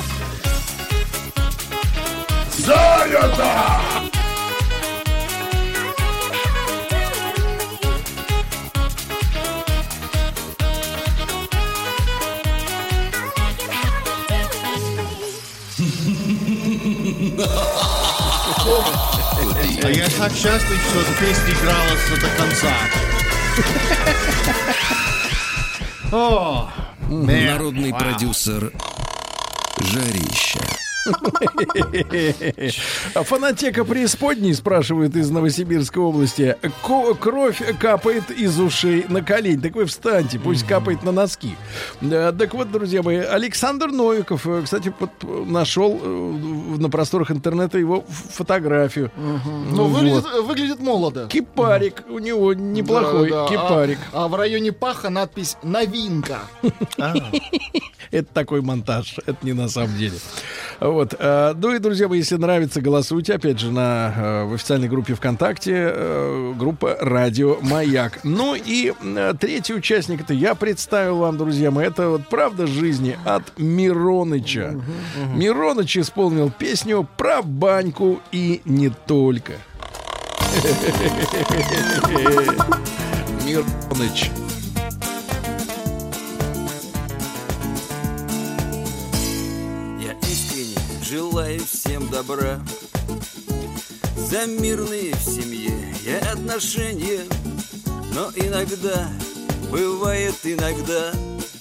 Занято! А я так счастлив, что песня игралась до конца. О, Народный продюсер Жарища. Фонотека преисподней, спрашивают из Новосибирской области. Кровь капает из ушей на колени. Так вы встаньте, пусть капает на носки. Так вот, друзья мои, Александр Новиков, кстати, нашел на просторах интернета его фотографию. Ну, выглядит молодо. Кипарик у него неплохой, Да. кипарик. А в районе паха надпись «Новинка». Это такой монтаж, это не на самом деле. Вот. Ну и, друзья мои, если нравится, голосуйте, опять же, в официальной группе ВКонтакте, группа «Радио Маяк». Ну и третий участник, это я представил вам, друзья мои, это вот «Правда жизни» от Мироныча. Мироныч исполнил песню про баньку и не только. Мироныч. Желаю всем добра, за мирные в семье и отношения. Но иногда, бывает иногда,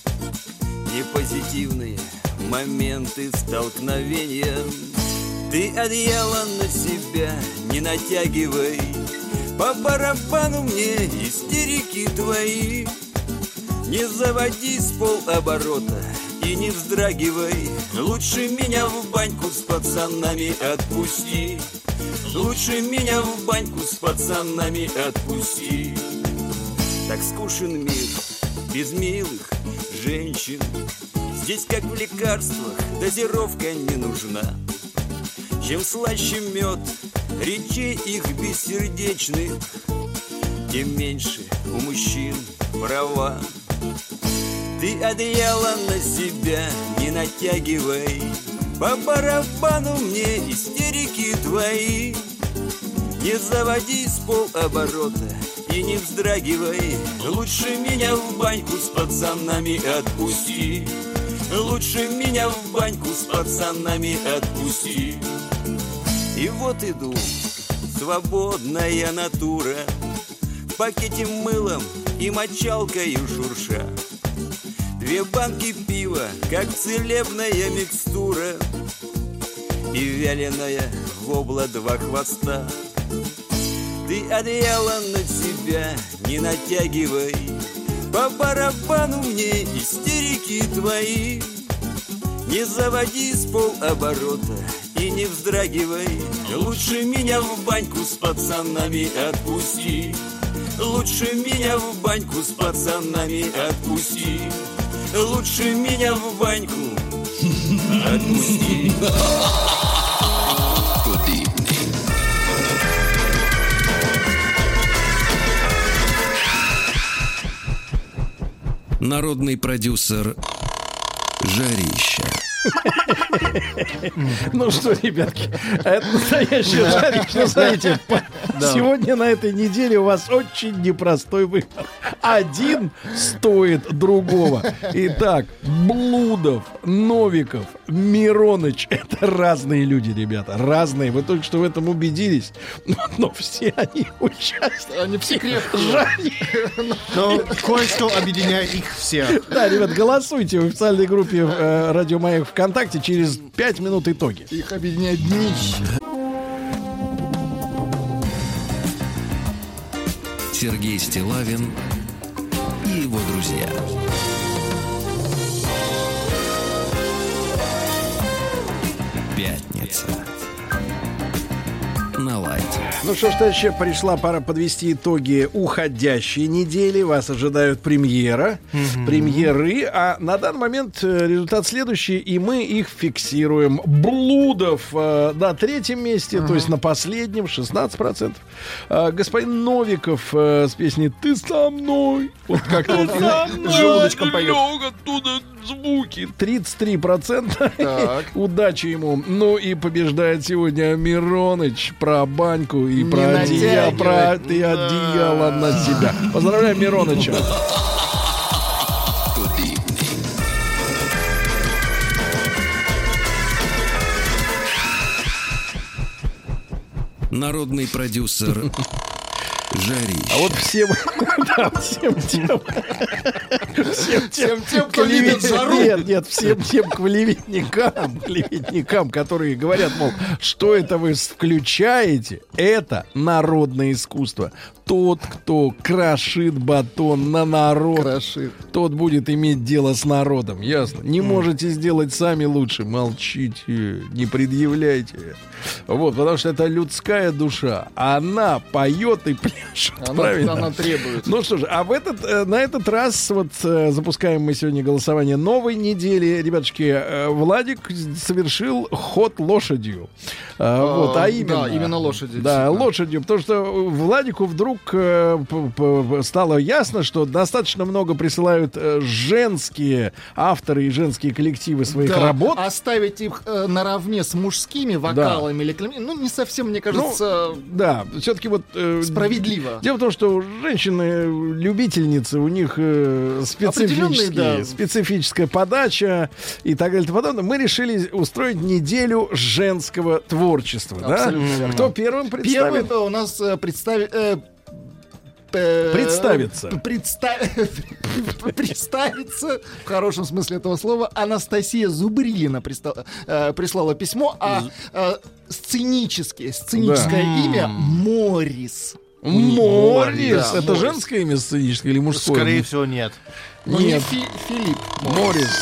непозитивные моменты столкновения. Ты одеяло на себя не натягивай, по барабану мне истерики твои. Не заводи с полоборота и не вздрагивай. Лучше меня в баньку с пацанами отпусти. Лучше меня в баньку с пацанами отпусти. Так скучен мир без милых женщин. Здесь как в лекарствах дозировка не нужна. Чем слаще мед речей их бессердечных, тем меньше у мужчин права. Ты одеяло на себя не натягивай, по барабану мне истерики твои. Не заводи с полоборота и не вздрагивай. Лучше меня в баньку с пацанами отпусти. Лучше меня в баньку с пацанами отпусти. И вот иду, свободная натура, в пакете мылом и мочалкою шурша. 2 банки пива, как целебная микстура, и вяленая вобла 2 хвоста. Ты одеяло на себя не натягивай, по барабану мне истерики твои. Не заводи с полоборота и не вздрагивай. Лучше меня в баньку с пацанами отпусти. Лучше меня в баньку с пацанами отпусти. Лучше меня в баньку отпусти. Народный продюсер Жарища. Ну что, ребятки, это настоящее жарище. Смотрите, Сегодня на этой неделе у вас очень непростой выбор. Один стоит другого. Итак, Блудов, Новиков, Мироныч — это разные люди, ребята. Разные. Вы только что в этом убедились. Но все они участвуют. Они все крепкие. Жаль. Но кое-что объединяет их всех. Да, ребят, голосуйте в официальной группе Радио Маяк ВКонтакте. Через 5 минут итоги. Их объединяет днище. Сергей Стиллавин и его друзья. Пятница. На лайте. Ну что ж, товарищи, пришла пора подвести итоги уходящей недели. Вас ожидают премьеры, а на данный момент результат следующий, и мы их фиксируем. Блудов на третьем месте, то есть на последнем, 16%. Господин Новиков с песней «Ты со мной». Вот как он желудочком поет. Оттуда звуки. 33%. Удачи ему. Ну и побеждает сегодня Мироныч про баньку и про одеяло на себя. Поздравляем Мироныча. Народный продюсер Жарищ. А вот всем тем, кто любит жару. Нет, всем тем клеветникам, которые говорят, мол, что это вы включаете, это народное искусство. Тот, кто крошит батон на народ, тот будет иметь дело с народом. Ясно? Не можете сделать сами лучше. Молчите, не предъявляйте. Вот, потому что это людская душа. Она поет и пляшет. Правильно? Она требует. Ну что же, а на этот раз вот запускаем мы сегодня голосование новой недели. Ребятушки, Владик совершил ход лошадью. А именно... Да, именно лошадью. Да, лошадью, потому что Владику вдруг стало ясно, что достаточно много присылают женские авторы и женские коллективы своих работ. Оставить их наравне с мужскими вокалами или не совсем, мне кажется, все-таки вот справедливо. Дело в том, что женщины-любительницы, у них специфическая подача и так далее и тому подобное. Мы решили устроить неделю женского творчества. Абсолютно. Кто первым представит? Первым у нас представится, в хорошем смысле этого слова, Анастасия Зубрилина прислала письмо, сценическое имя Морис. Морис. Это женское имя сценическое или мужское? Скорее всего, нет. Нет. Филипп. Морис.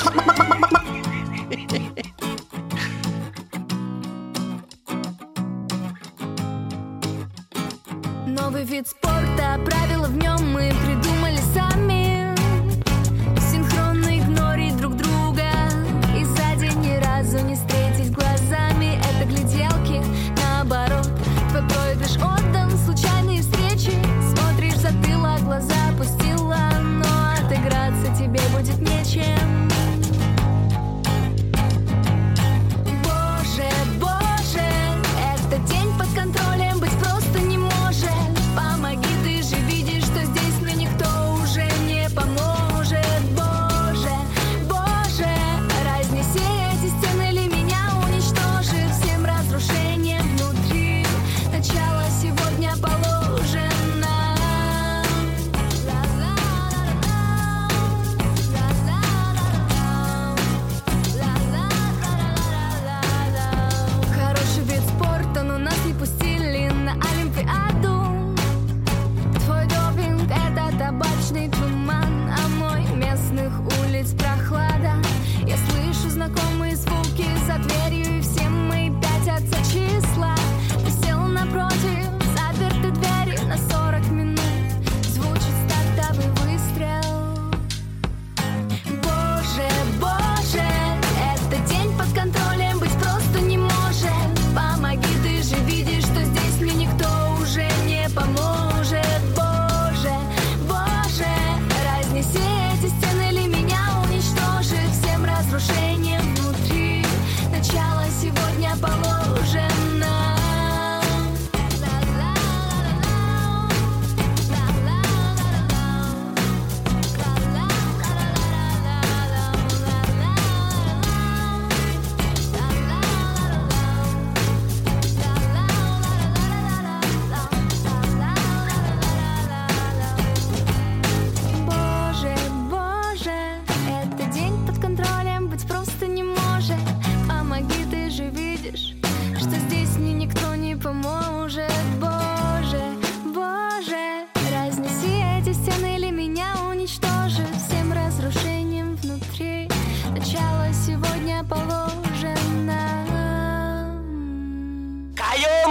Новый вид спорта, правила в нем мы придумали сами. Синхронно игнорить друг друга и сзади ни разу не встретить глазами. Это гляделки, наоборот, твой проигрыш отдан, случайные встречи. Смотришь в затылок, глаза опустила, но отыграться тебе будет нечем. Боже, боже, это день под контролем, быть просто не может. Помоги, ты же видишь, что здесь мне никто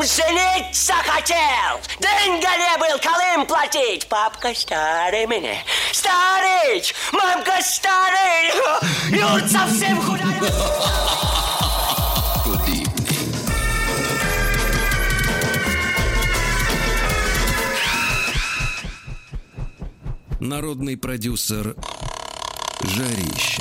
жениться хотел. Деньги не был, Колым платить. Папка старый меня. Старый! Мамка старый! Юр совсем худой. Народный продюсер Жарища.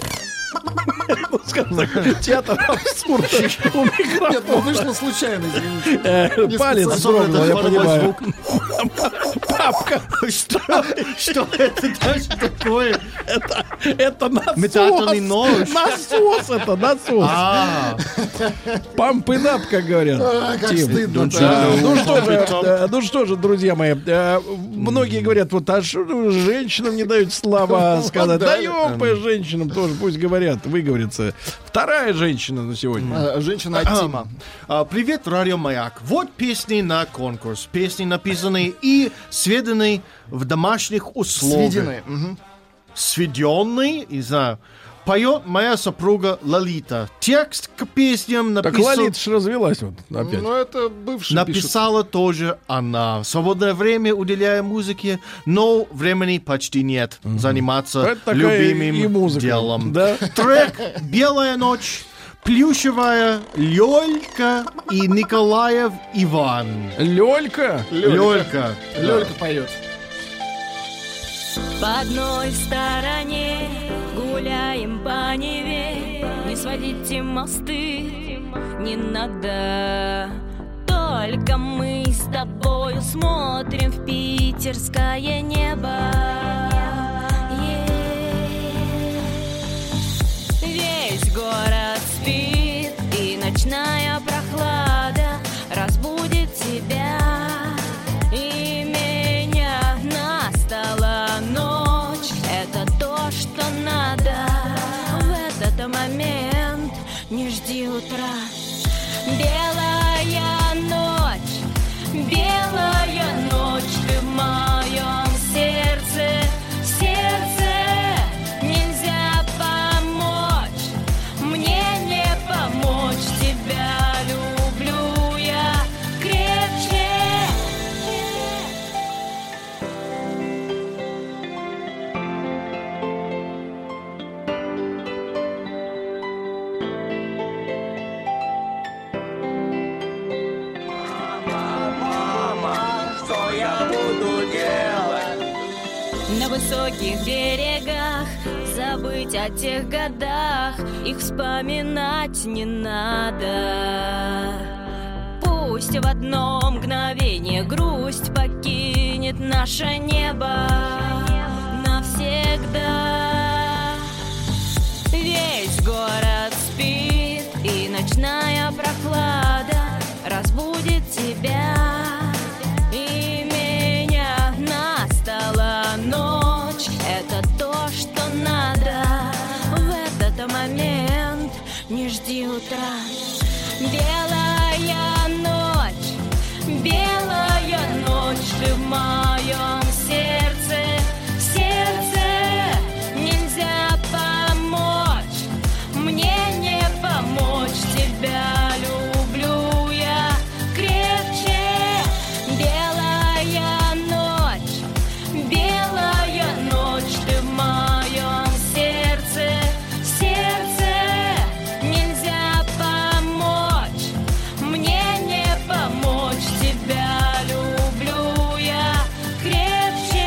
Театр абсурда у микрофона. Нет, вышло случайно, извините. Палец дрогнул, я понимаю. Папка! Что это даже такое? Это насос. Метательный нож. Насос это, насос. Памп и нап, как говорят. Как стыдно. Ну что же, друзья мои, многие говорят, вот а что женщинам не дают слова сказать. Даем по женщинам тоже, пусть говорят, выговорится. Вторая женщина на сегодня. Женщина от Тима. Привет, Радио Маяк. Вот песни на конкурс. Песни, написанные и сведенные в домашних условиях. Сведенные, не знаю. Поет моя супруга Лолита. Текст к песням написал... Так Лолита ж развелась вот опять. Ну, это бывший написала тоже она. Свободное время уделяя музыке, но времени почти нет заниматься любимым делом. Да? Трек «Белая ночь», Плющевая Лёлька и Николаев Иван. Лёлька? Лёлька. Лёлька поет. По одной стороне гуляем по Неве, не сводите мосты, не надо. Только мы с тобою смотрим в питерское небо. Весь город спит, и ночная прохлада разбудит тебя. И меня настала ночь, это то, что надо. В этот момент не жди утра. Белая ночь, ты в моем сердце, нельзя помочь, мне не помочь, тебя люблю я крепче. На высоких берегах забыть о тех годах, их вспоминать не надо. Пусть в одно мгновение грусть покинет наше небо навсегда. Весь город спит, и ночная прохлада разбудит тебя. И меня настала ночь, это то, что надо. В этот момент не жди утра. Белая ночь, ты в моем сердце, нельзя помочь, мне не помочь, тебя люблю я крепче. Белая ночь, ты в моем сердце, нельзя помочь, мне не помочь, тебя люблю я крепче.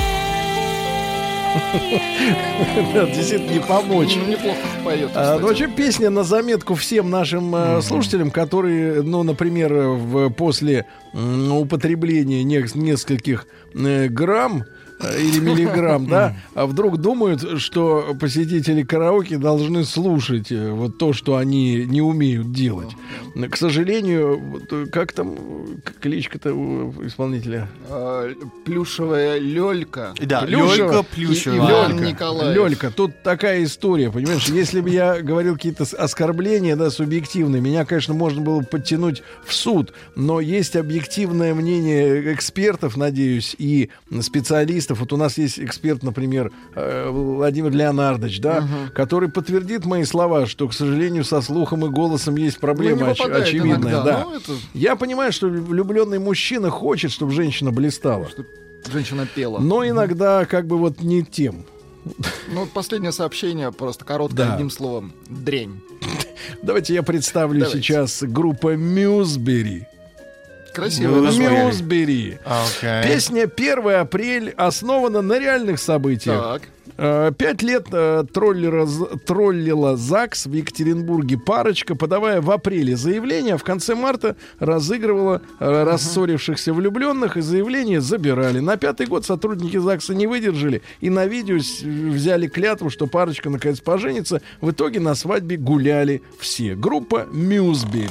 Да, действительно, не помочь. Неплохо поет. Ну, вообще, песня на заметку всем нашим слушателям, которые, ну, например, после употребления нескольких грамм или миллиграмм, да, а вдруг думают, что посетители караоке должны слушать вот то, что они не умеют делать. К сожалению, как там кличка-то у исполнителя? Плюшевая Лёлька. Да, Лёлька Плюшевая. Иван Николаев. Лёлька, тут такая история, понимаешь, если бы я говорил какие-то оскорбления, да, субъективные, меня, конечно, можно было подтянуть в суд, но есть объективное мнение экспертов, надеюсь, и специалистов, артистов. Вот у нас есть эксперт, например, Владимир Леонардович, да, который подтвердит мои слова, что, к сожалению, со слухом и голосом есть проблема очевидная. Да. Я понимаю, что влюбленный мужчина хочет, чтобы женщина блистала. Чтобы женщина пела. Но иногда как бы вот не тем. Ну, вот последнее сообщение, просто короткое, одним словом. Дрянь. Давайте я представлю сейчас группа Мюзбери. Красивое название. Мюзбери. Песня «1 апрель» основана на реальных событиях. 5 лет троллила ЗАГС в Екатеринбурге парочка, подавая в апреле заявление, а в конце марта разыгрывала рассорившихся влюбленных, и заявление забирали. На 5-й год сотрудники ЗАГСа не выдержали и на видео взяли клятву, что парочка наконец поженится. В итоге на свадьбе гуляли все. Группа Мюзбери.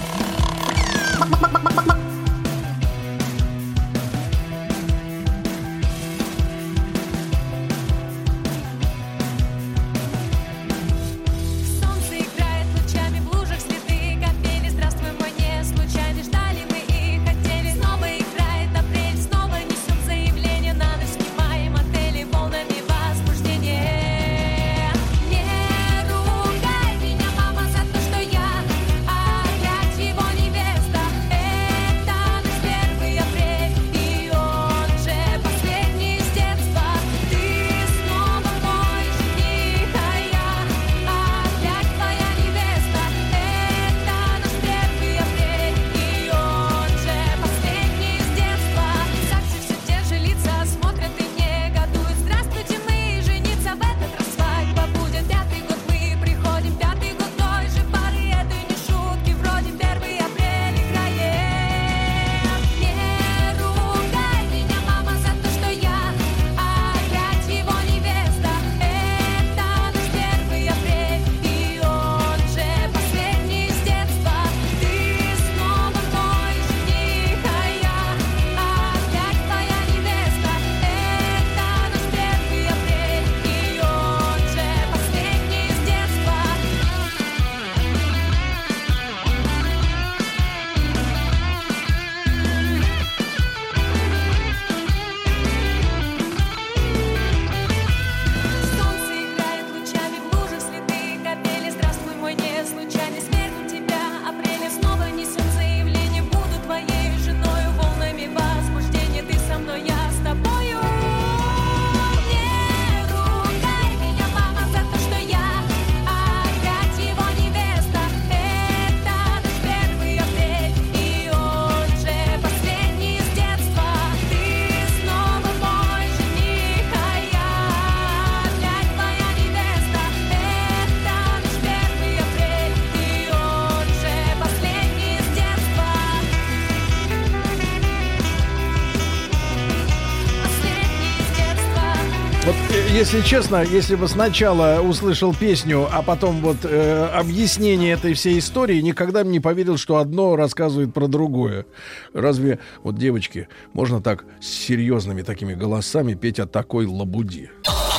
Если честно, если бы сначала услышал песню, а потом вот объяснение этой всей истории, никогда бы не поверил, что одно рассказывает про другое. Разве, вот, девочки, можно так с серьезными такими голосами петь о такой лабуде?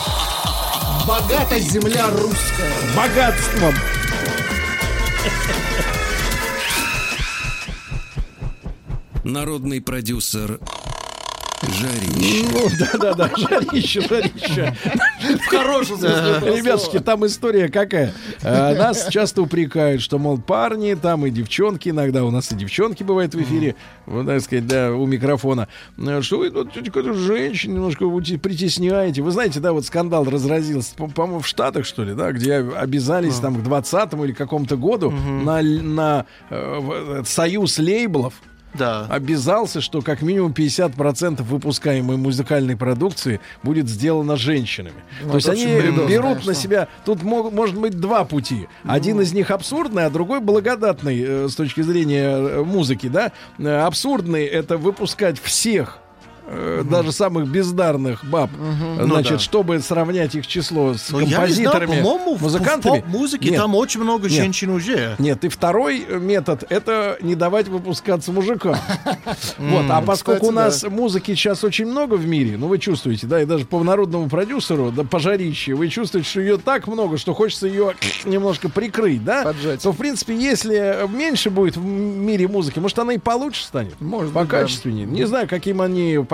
Богата земля русская. Богатством. Народный продюсер Жарища. Ну, да, жарища. В хорошем смысле. Ребятушки, там история какая. Нас часто упрекают, что, мол, парни, там и девчонки, иногда у нас и девчонки бывают в эфире, вот, так сказать, да, у микрофона, что вы тут женщин немножко притесняете. Вы знаете, да, вот скандал разразился, по-моему, в Штатах, что ли, да, где обязались там к 20-му или какому-то году на союз лейблов, да, обязался, что как минимум 50% выпускаемой музыкальной продукции будет сделано женщинами. То есть они берут на себя... Тут может быть два пути. Один из них абсурдный, а другой благодатный с точки зрения музыки. Да? Абсурдный — это выпускать всех, даже самых бездарных баб, значит, чтобы сравнять их число с композиторами, музыкантами. В поп-музыке там очень много женщин уже. Нет, и второй метод — это не давать выпускаться мужикам. Вот, а поскольку у нас музыки сейчас очень много в мире, ну вы чувствуете, да, и даже по народному продюсеру, да, по Жарище, вы чувствуете, что ее так много, что хочется ее немножко прикрыть, да? Поджать. То, в принципе, если меньше будет в мире музыки, может, она и получше станет. Может покачественнее. Не знаю, каким они по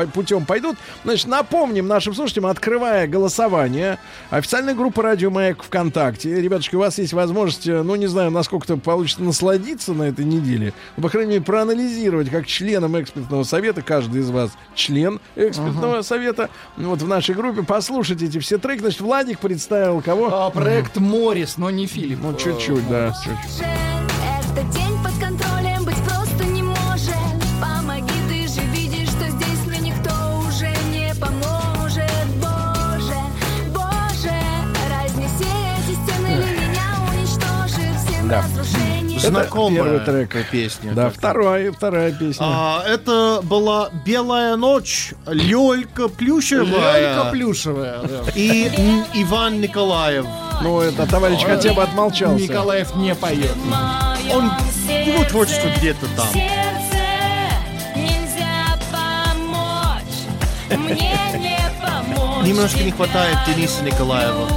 путем пойдут. Значит, напомним нашим слушателям, открывая голосование, официальная группа «Радио Маяк» ВКонтакте. Ребятушки, у вас есть возможность, ну, не знаю, насколько-то получится насладиться на этой неделе, но, по крайней мере, проанализировать, как членам экспертного совета, каждый из вас член экспертного совета, вот в нашей группе, послушайте эти все треки. Значит, Владик представил кого? Проект Моррис, но не Филипп. Ну, чуть-чуть, да, чуть-чуть. Этот день под контролем быть просто не может. Помоги, ты же видишь, что здесь мне никто уже не поможет. Боже, Боже, разнеси эти стены или меня уничтожит всем разрушением. Знакомая первая песня. Да, вторая песня. Это была «Белая ночь», Лёлька Плюшевая. Да. И Иван Николаев. Ну, это товарищ хотя бы отмолчался. Николаев не поет. Он, его творчество где-то там. Немножко не хватает Дениса Николаева.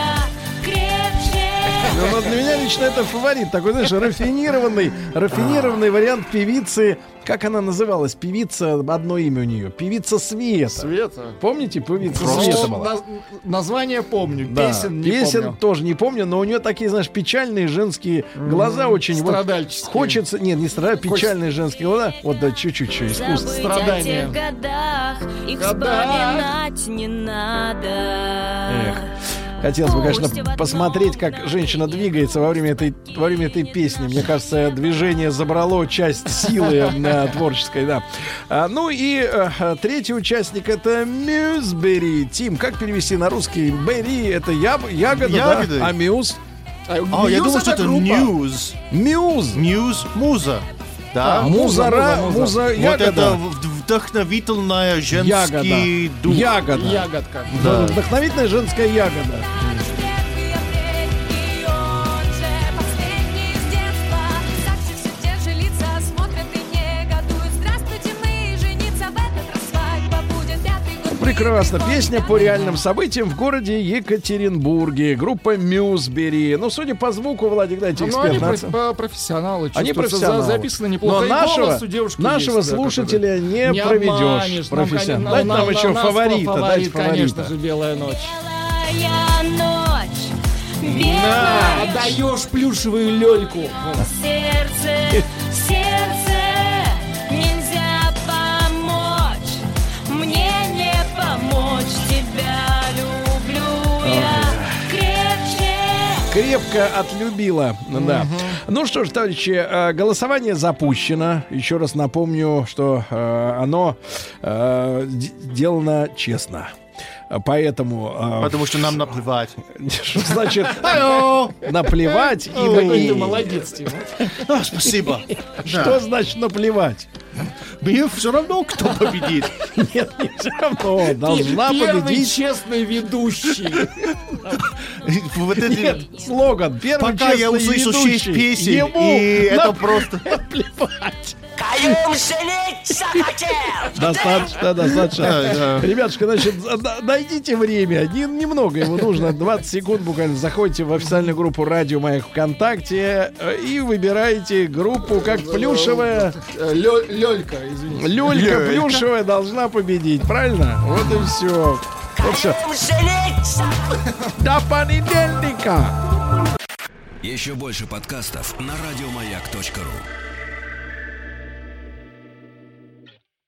Ну, для меня лично это фаворит. Такой, знаешь, рафинированный вариант певицы. Как она называлась? Певица, одно имя у нее. Певица Света. Света? Помните, певица Света была? Название помню, да. песен не песен помню. Тоже не помню, но у нее такие, знаешь, печальные женские глаза очень. Страдальческие. Вот, хочется, нет, не страдальческие, печальные женские глаза. Вот, да, чуть-чуть еще искусство. Страдания. Их вспоминать не надо. Хотелось бы, конечно, посмотреть, как женщина двигается во время этой песни. Мне кажется, движение забрало часть силы творческой, да. Ну и третий участник — это Мюзбери. Тим, как перевести на русский? Бери — это ягода, да? А Мюз? Я думал, что это Мьюз. Мьюз? Муза. Да? Муза ягода. Вот это вдохновительная женский дух. Ягодка. Да. Вдохновительная женская ягода. Прекрасно. Песня по реальным событиям в городе Екатеринбурге. Группа Мюзбери. Ну, судя по звуку, Владик, дайте эксперт. Они профессионалы. Они профессионалы. Записано неплохо. Но нашего слушателя не проведешь. Профессионал. Дайте нам еще фаворита. Конечно же, «Белая ночь». Отдаешь плюшевую Лёльку. Сердце. Тебя люблю я крепко отлюбила. Да. Ну что ж, товарищи, голосование запущено. Еще раз напомню, что оно сделано честно. Поэтому... Потому что нам наплевать. Что значит наплевать? И мне... Молодец, Тима. Спасибо. Что значит наплевать? Мне все равно, кто победит. Нет, не все равно. Должна победить. Первый честный ведущий. Вот Нет, слоган. Первый пока я услышу 6 песен, и это просто... Наплевать. Каюм жениться хотел! Достаточно. Ребятушка, значит, найдите время. Немного его нужно. 20 секунд буквально. Заходите в официальную группу «Радио Маяк» ВКонтакте и выбираете группу как плюшевая... Лёлька, извините. Лёлька плюшевая должна победить. Правильно? Вот и все. Вот все. До понедельника. Еще больше подкастов на радиомаяк.ру.